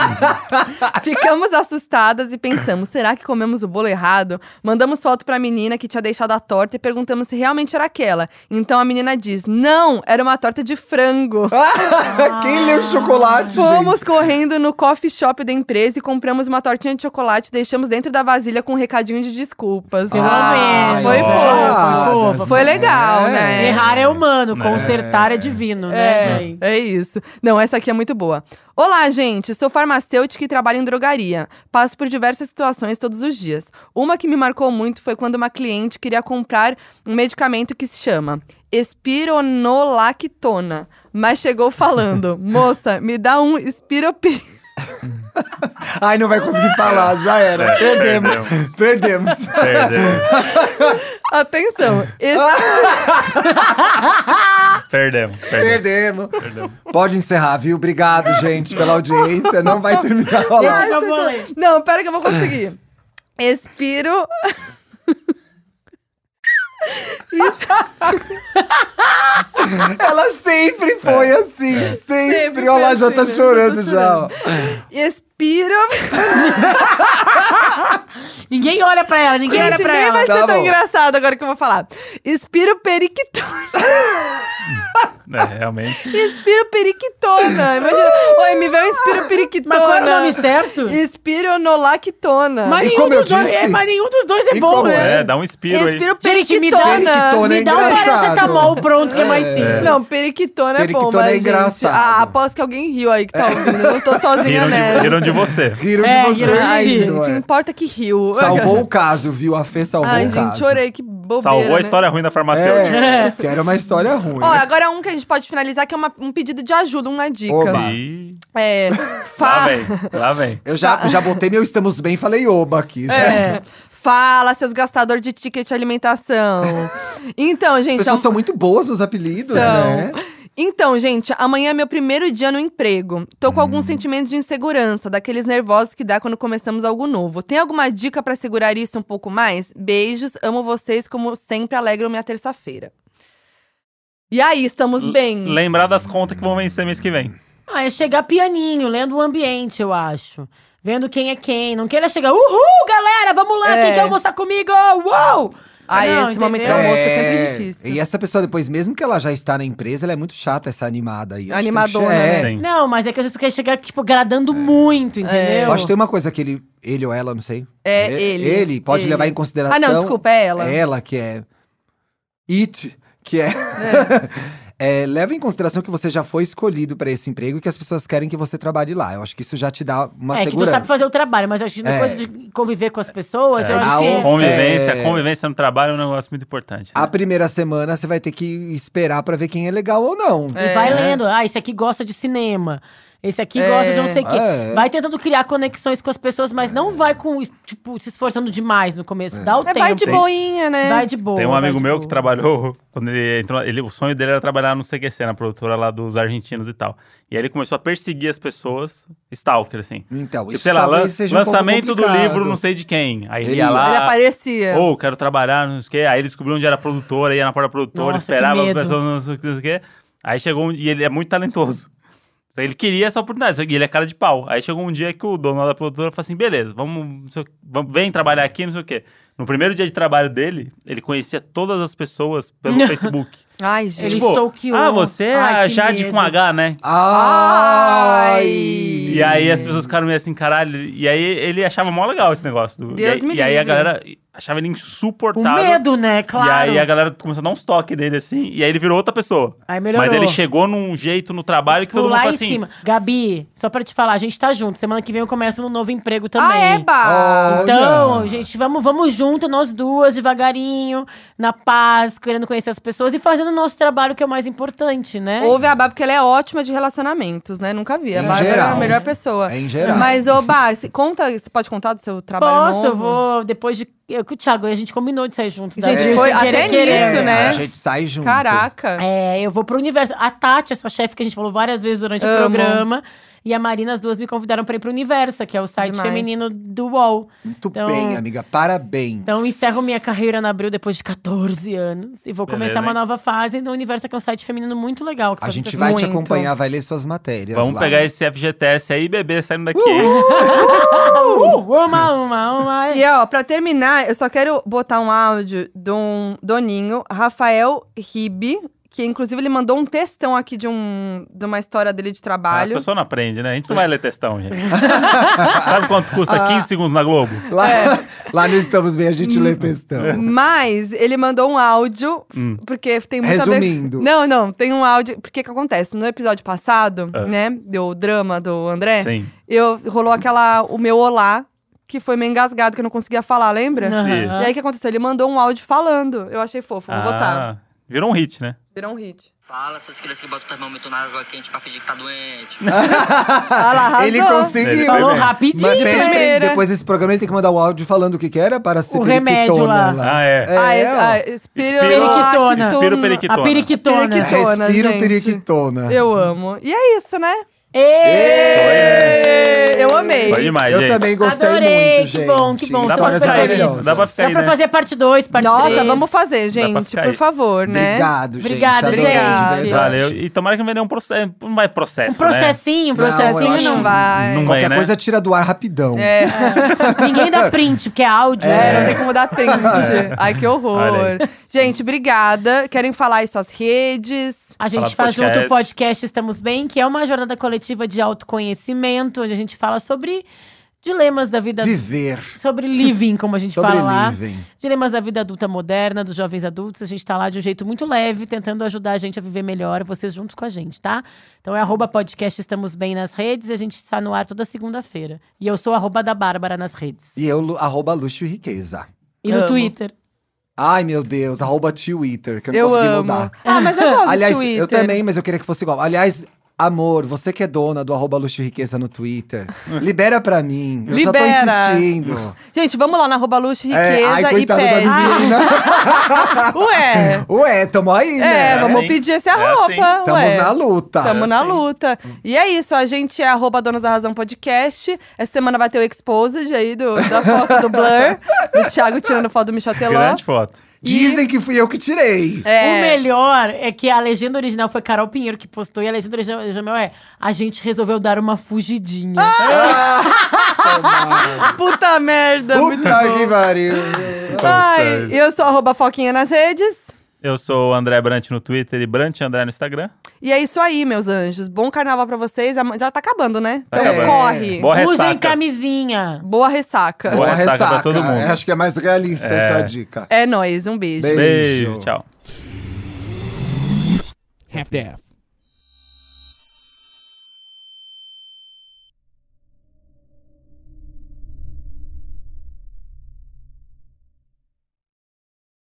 Ficamos assustadas e pensamos, será que comemos o bolo errado? Mandamos foto pra menina que tinha deixado a torta e perguntamos se realmente era aquela. Então a menina diz, não, era uma torta de frango. Quem leu chocolate, Fomos gente? correndo no coffee shop da empresa e compramos uma tortinha de chocolate e deixamos dentro da vasilha com um recadinho de desculpas. Pelo Ah, menos. Foi É, fofo. foi fofo. Foi legal, É. né? É. Errar é humano, consertar é divino, né, É, gente? é isso. Não, essa aqui é muito boa. Olá, gente. Sou farmacêutica e trabalho em drogaria. Passo por diversas situações todos os dias. Uma que me marcou muito foi quando uma cliente queria comprar um medicamento que se chama espironolactona. Mas chegou falando, moça, me dá um espiropi... Ai, não vai conseguir falar, já era. É, Perdemos. Perdemos. Perdeu. Atenção. Es... Perdemos. Perdemos. Perdemos. Perdemos. Pode encerrar, viu? Obrigado, gente, pela audiência. Não vai terminar a Deixa live. que eu vou ler. Não, pera que eu vou conseguir. Expiro... Ela sempre foi assim, sempre. Sempre Olha lá, foi já assim, tá né? chorando Já tô já. ó. Expiro... Ninguém olha pra ela, ninguém olha Gente, pra nem ela. vai ser Tá tão bom. engraçado agora que eu vou falar. Expiro periquitona. É, realmente. Expiro periquitona. Imagina. Oi, me vê um expiro periquitona. Mas qual é o nome certo? Espironolactona. Mas E nenhum, como eu dos dois, disse- é, mas nenhum dos dois é E bom, como né? É, dá um inspiro aí. Expiro Gente, me dá- periquitona. Periquitona é Me dá um engraçado. paracetamol pronto, que é mais simples. Não, periquitona é bom, Periquitona mas, é gente, engraçado. ah, aposto que alguém riu aí que tá ouvindo. Eu não tô sozinha Riram de, nessa. riram de você. Riram É, de você. riram de Ai, ti. gente, importa que riu. Salvou o caso, viu? A Fê salvou Ai, o caso. gente, chorei, que bobeira, Salvou né? a história ruim da farmacêutica. É, que era uma história ruim. Ó, agora um que a gente pode finalizar, que é uma- um pedido de ajuda, uma dica. Oba. E... É, Lá fa... vem, lá vem. Eu já, já botei meu estamos bem e falei oba aqui. Já. É. Fala, seus gastadores de ticket de alimentação. Então, As gente... pessoas am- são muito boas nos apelidos, São. né? Então, gente, amanhã é meu primeiro dia no emprego. Tô com Hum. alguns sentimentos de insegurança, daqueles nervosos que dá quando começamos algo novo. Tem alguma dica pra segurar isso um pouco mais? Beijos, amo vocês, como sempre alegram minha terça-feira. E aí, estamos bem? Lembrar das contas que vão vencer mês que vem. Ah, é chegar pianinho, lendo o ambiente, eu acho. Vendo quem é quem. Não queira chegar, uhul, galera, vamos lá, É. quem quer almoçar comigo? Uou! Ai, Não, esse momento entendeu? do almoço é sempre difícil. E essa pessoa, depois, mesmo que ela já está na empresa, ela é muito chata, essa animada aí. Eu acho que tem que Animadona, che- é. né? Sim. Não, mas é que às vezes tu quer chegar, tipo, agradando muito, entendeu? Eu acho que tem uma coisa que ele, ele ou ela, não sei. É, ele. Ele pode Ele. levar em consideração. Ah, não, desculpa, é ela. Ela, que é. It, que é. É, leva em consideração que você já foi escolhido para esse emprego e que as pessoas querem que você trabalhe lá. Eu acho que isso já te dá uma é que tu segurança. sabe fazer o trabalho, mas acho que É. coisa de conviver com as pessoas, eu É, acho a que on- Convivência, É. convivência no trabalho é um negócio muito importante. né? A primeira semana você vai ter que esperar pra ver quem é legal ou não. E vai É. lendo. Ah, esse aqui gosta de cinema. Esse aqui É. gosta de não sei o quê. É. Vai tentando criar conexões com as pessoas, mas não vai com, tipo, se esforçando demais no começo. Dá o É, tempo. vai de boinha, né? Vai de boa. Tem um vai amigo de meu boa. que trabalhou, quando ele entrou, ele, o sonho dele era trabalhar no C Q C, na produtora lá dos argentinos e tal. E aí ele começou a perseguir as pessoas, stalker, assim. Então, Tipo, isso sei lá, talvez lan- seja um pouco lançamento do complicado. livro não sei de quem. Aí ele, Ele- ia lá, Ele aparecia. ou quero trabalhar, não sei o quê. Aí ele descobriu onde era a produtora, ia na porta da produtora, Nossa, que esperava as medo. pessoas, não sei o que, não sei o quê. Aí chegou um dia, e ele é muito talentoso. Ele queria essa oportunidade, só que ele é cara de pau. Aí chegou um dia que o dono da produtora falou assim, beleza, vamos, não sei o quê, vamos vem trabalhar aqui, não sei o quê. No primeiro dia de trabalho dele, ele conhecia todas as pessoas pelo Facebook. Ai, gente. Ele Tipo, stalkeou. ah, você é Ai, a que Jade medo. com H, né? Ai! E aí as pessoas ficaram meio assim, caralho. E aí ele achava mó legal esse negócio. Do, Deus e, aí, me e aí a livre. galera achava ele Com insuportável. medo, né? Claro. E aí a galera começou a dar uns toques nele assim. E aí ele virou outra pessoa. Aí melhorou. Mas ele chegou num jeito no trabalho que Tipo, todo mundo lá falou em assim. cima. Gabi, só pra te falar, a gente tá junto. Semana que vem eu começo no novo emprego também. Ah, é, Bah? Olha. Então, gente, vamos, vamos junto, nós duas, devagarinho, na paz, querendo conhecer as pessoas e fazendo o nosso trabalho, que é o mais importante, né? Ouve a Bá, porque ela é ótima de relacionamentos, né? Nunca vi. A Em Bárbara é a geral. melhor pessoa. É em geral. Mas, ô, Bá, se- conta, você pode contar do seu trabalho Posso, novo? eu vou, depois de... Eu com o Thiago, a gente combinou de sair juntos. da Gente, vez, foi sem querer, até querendo. nisso, né? A gente sai junto. Caraca. É, eu vou pro universo. A Tati, essa chefe que a gente falou várias vezes durante o Amo. programa, e a Marina, as duas me convidaram pra ir pro Universa, que é o site Demais. feminino do U O L. Muito Então- bem, amiga. Parabéns. Então, encerro minha carreira na Abril depois de catorze anos. E vou Beleza, começar uma hein? nova fase no Universa, que é um site feminino muito legal. que A faz gente muitas vai te Muito. acompanhar, vai ler suas matérias. Vamos lá. pegar esse F G T S aí e beber saindo daqui. Uh, uma, uma, uma. E, ó, pra terminar, eu só quero botar um áudio de um doninho, Rafael Ribe, que inclusive ele mandou um textão aqui de, um, de uma história dele de As trabalho. pessoas não aprendem, né? A gente não vai ler textão, gente. Sabe quanto custa quinze segundos na Globo? Lá, Lá no Estamos Bem, a gente lê textão. Mas ele mandou um áudio, Hum. porque tem muito a Resumindo. ver… Não, não, tem um áudio… Porque o que acontece? No episódio passado, Ah. né, do drama do André, Sim. eu, rolou aquela… o meu olá, que foi meio engasgado, que eu não conseguia falar, lembra? Aham. Isso. E aí, o que aconteceu? Ele mandou um áudio falando. Eu achei fofo, vou botar. Ah, virou um hit, né? Virou um hit. Fala, seus crianças que botam o termômetro na água quente pra fingir que tá doente. Ah lá, arrasou. Ele conseguiu. Falou mesmo. rapidinho, Mas pede pra ele, primeira. depois desse programa ele tem que mandar o áudio falando o que que era para ser O remédio lá. Ah, é. Ah, É, es- ó. ah, espiro- Periquitona. Espiro A periquitona. periquitona. Periquitona. Respiro gente. periquitona. Eu amo. E é isso, né? Ê! Eu amei. Foi demais, Eu gente. também gostei Adorei, muito, que gente. bom, que bom. Dá Você pra pode ficar fazer aí, isso. dá pra ficar Dá aí, pra né? fazer parte dois, parte Nossa, três. vamos fazer, pra gente. ficar Por aí. favor, né? Obrigado, gente. Obrigada, Adorei, gente. de verdade. Valeu. E tomara que não venha nenhum processo. Não vai processo, Um processinho, um Não, eu processinho acho não, que- vai. Não Qualquer vai, né? coisa tira do ar rapidão. É, Ninguém dá print, porque é áudio. é, não né? tem como dar print. Ai, que Olha horror. Gente, obrigada. Querem falar aí suas redes? A Falar gente do faz junto podcast. o podcast Estamos Bem, que é uma jornada coletiva de autoconhecimento, onde a gente fala sobre dilemas da vida… Viver. Sobre living, como a gente Sobre fala lá. living. Dilemas da vida adulta moderna, dos jovens adultos. A gente tá lá de um jeito muito leve, tentando ajudar a gente a viver melhor, vocês juntos com a gente, tá? Então é arroba podcast Estamos Bem nas redes, e a gente está no ar toda segunda-feira. E eu sou arroba da Bárbara nas redes. E eu, lu- arroba luxo e riqueza. E no Amo. Twitter. Ai, meu Deus, arroba Twitter, que eu não Eu consegui amo. mudar. Ah, mas eu gosto Aliás, do Twitter. eu também, mas eu queria que fosse igual. Aliás, amor, você que é dona do arroba luxo e riqueza no Twitter, libera pra mim. Eu Libera. já tô insistindo. Gente, vamos lá na arroba luxo e É, riqueza ai, e coitada da pede. menina. Ué, Ué, tamo aí, é, né? vamos assim. pedir esse É arroba. assim. Tamo ué. na luta. Tamo É na assim. luta. E é isso, a gente é arroba Donas da Razão Podcast. Essa semana vai ter o Exposed aí do, da foto do Blur, do Thiago tirando foto do Michel Teló. Grande foto. Dizem que fui eu que tirei. É. O melhor é que a legenda original foi Carol Pinheiro que postou, e a legenda original é: a gente resolveu dar uma fugidinha. Puta merda, muito Puta bom. que pariu. Ai, eu sou arroba Foquinha nas redes. Eu sou o André Brant no Twitter e Brant André no Instagram. E é isso aí, meus anjos. Bom carnaval pra vocês. Ama- Já tá acabando, né? Tá Então acabando. corre. Boa Usem ressaca. camisinha. Boa ressaca. Boa Boa ressaca pra todo mundo. É, acho que é mais realista É. essa dica. É nóis, um beijo. Beijo. Beijo, tchau. Half-Deaf.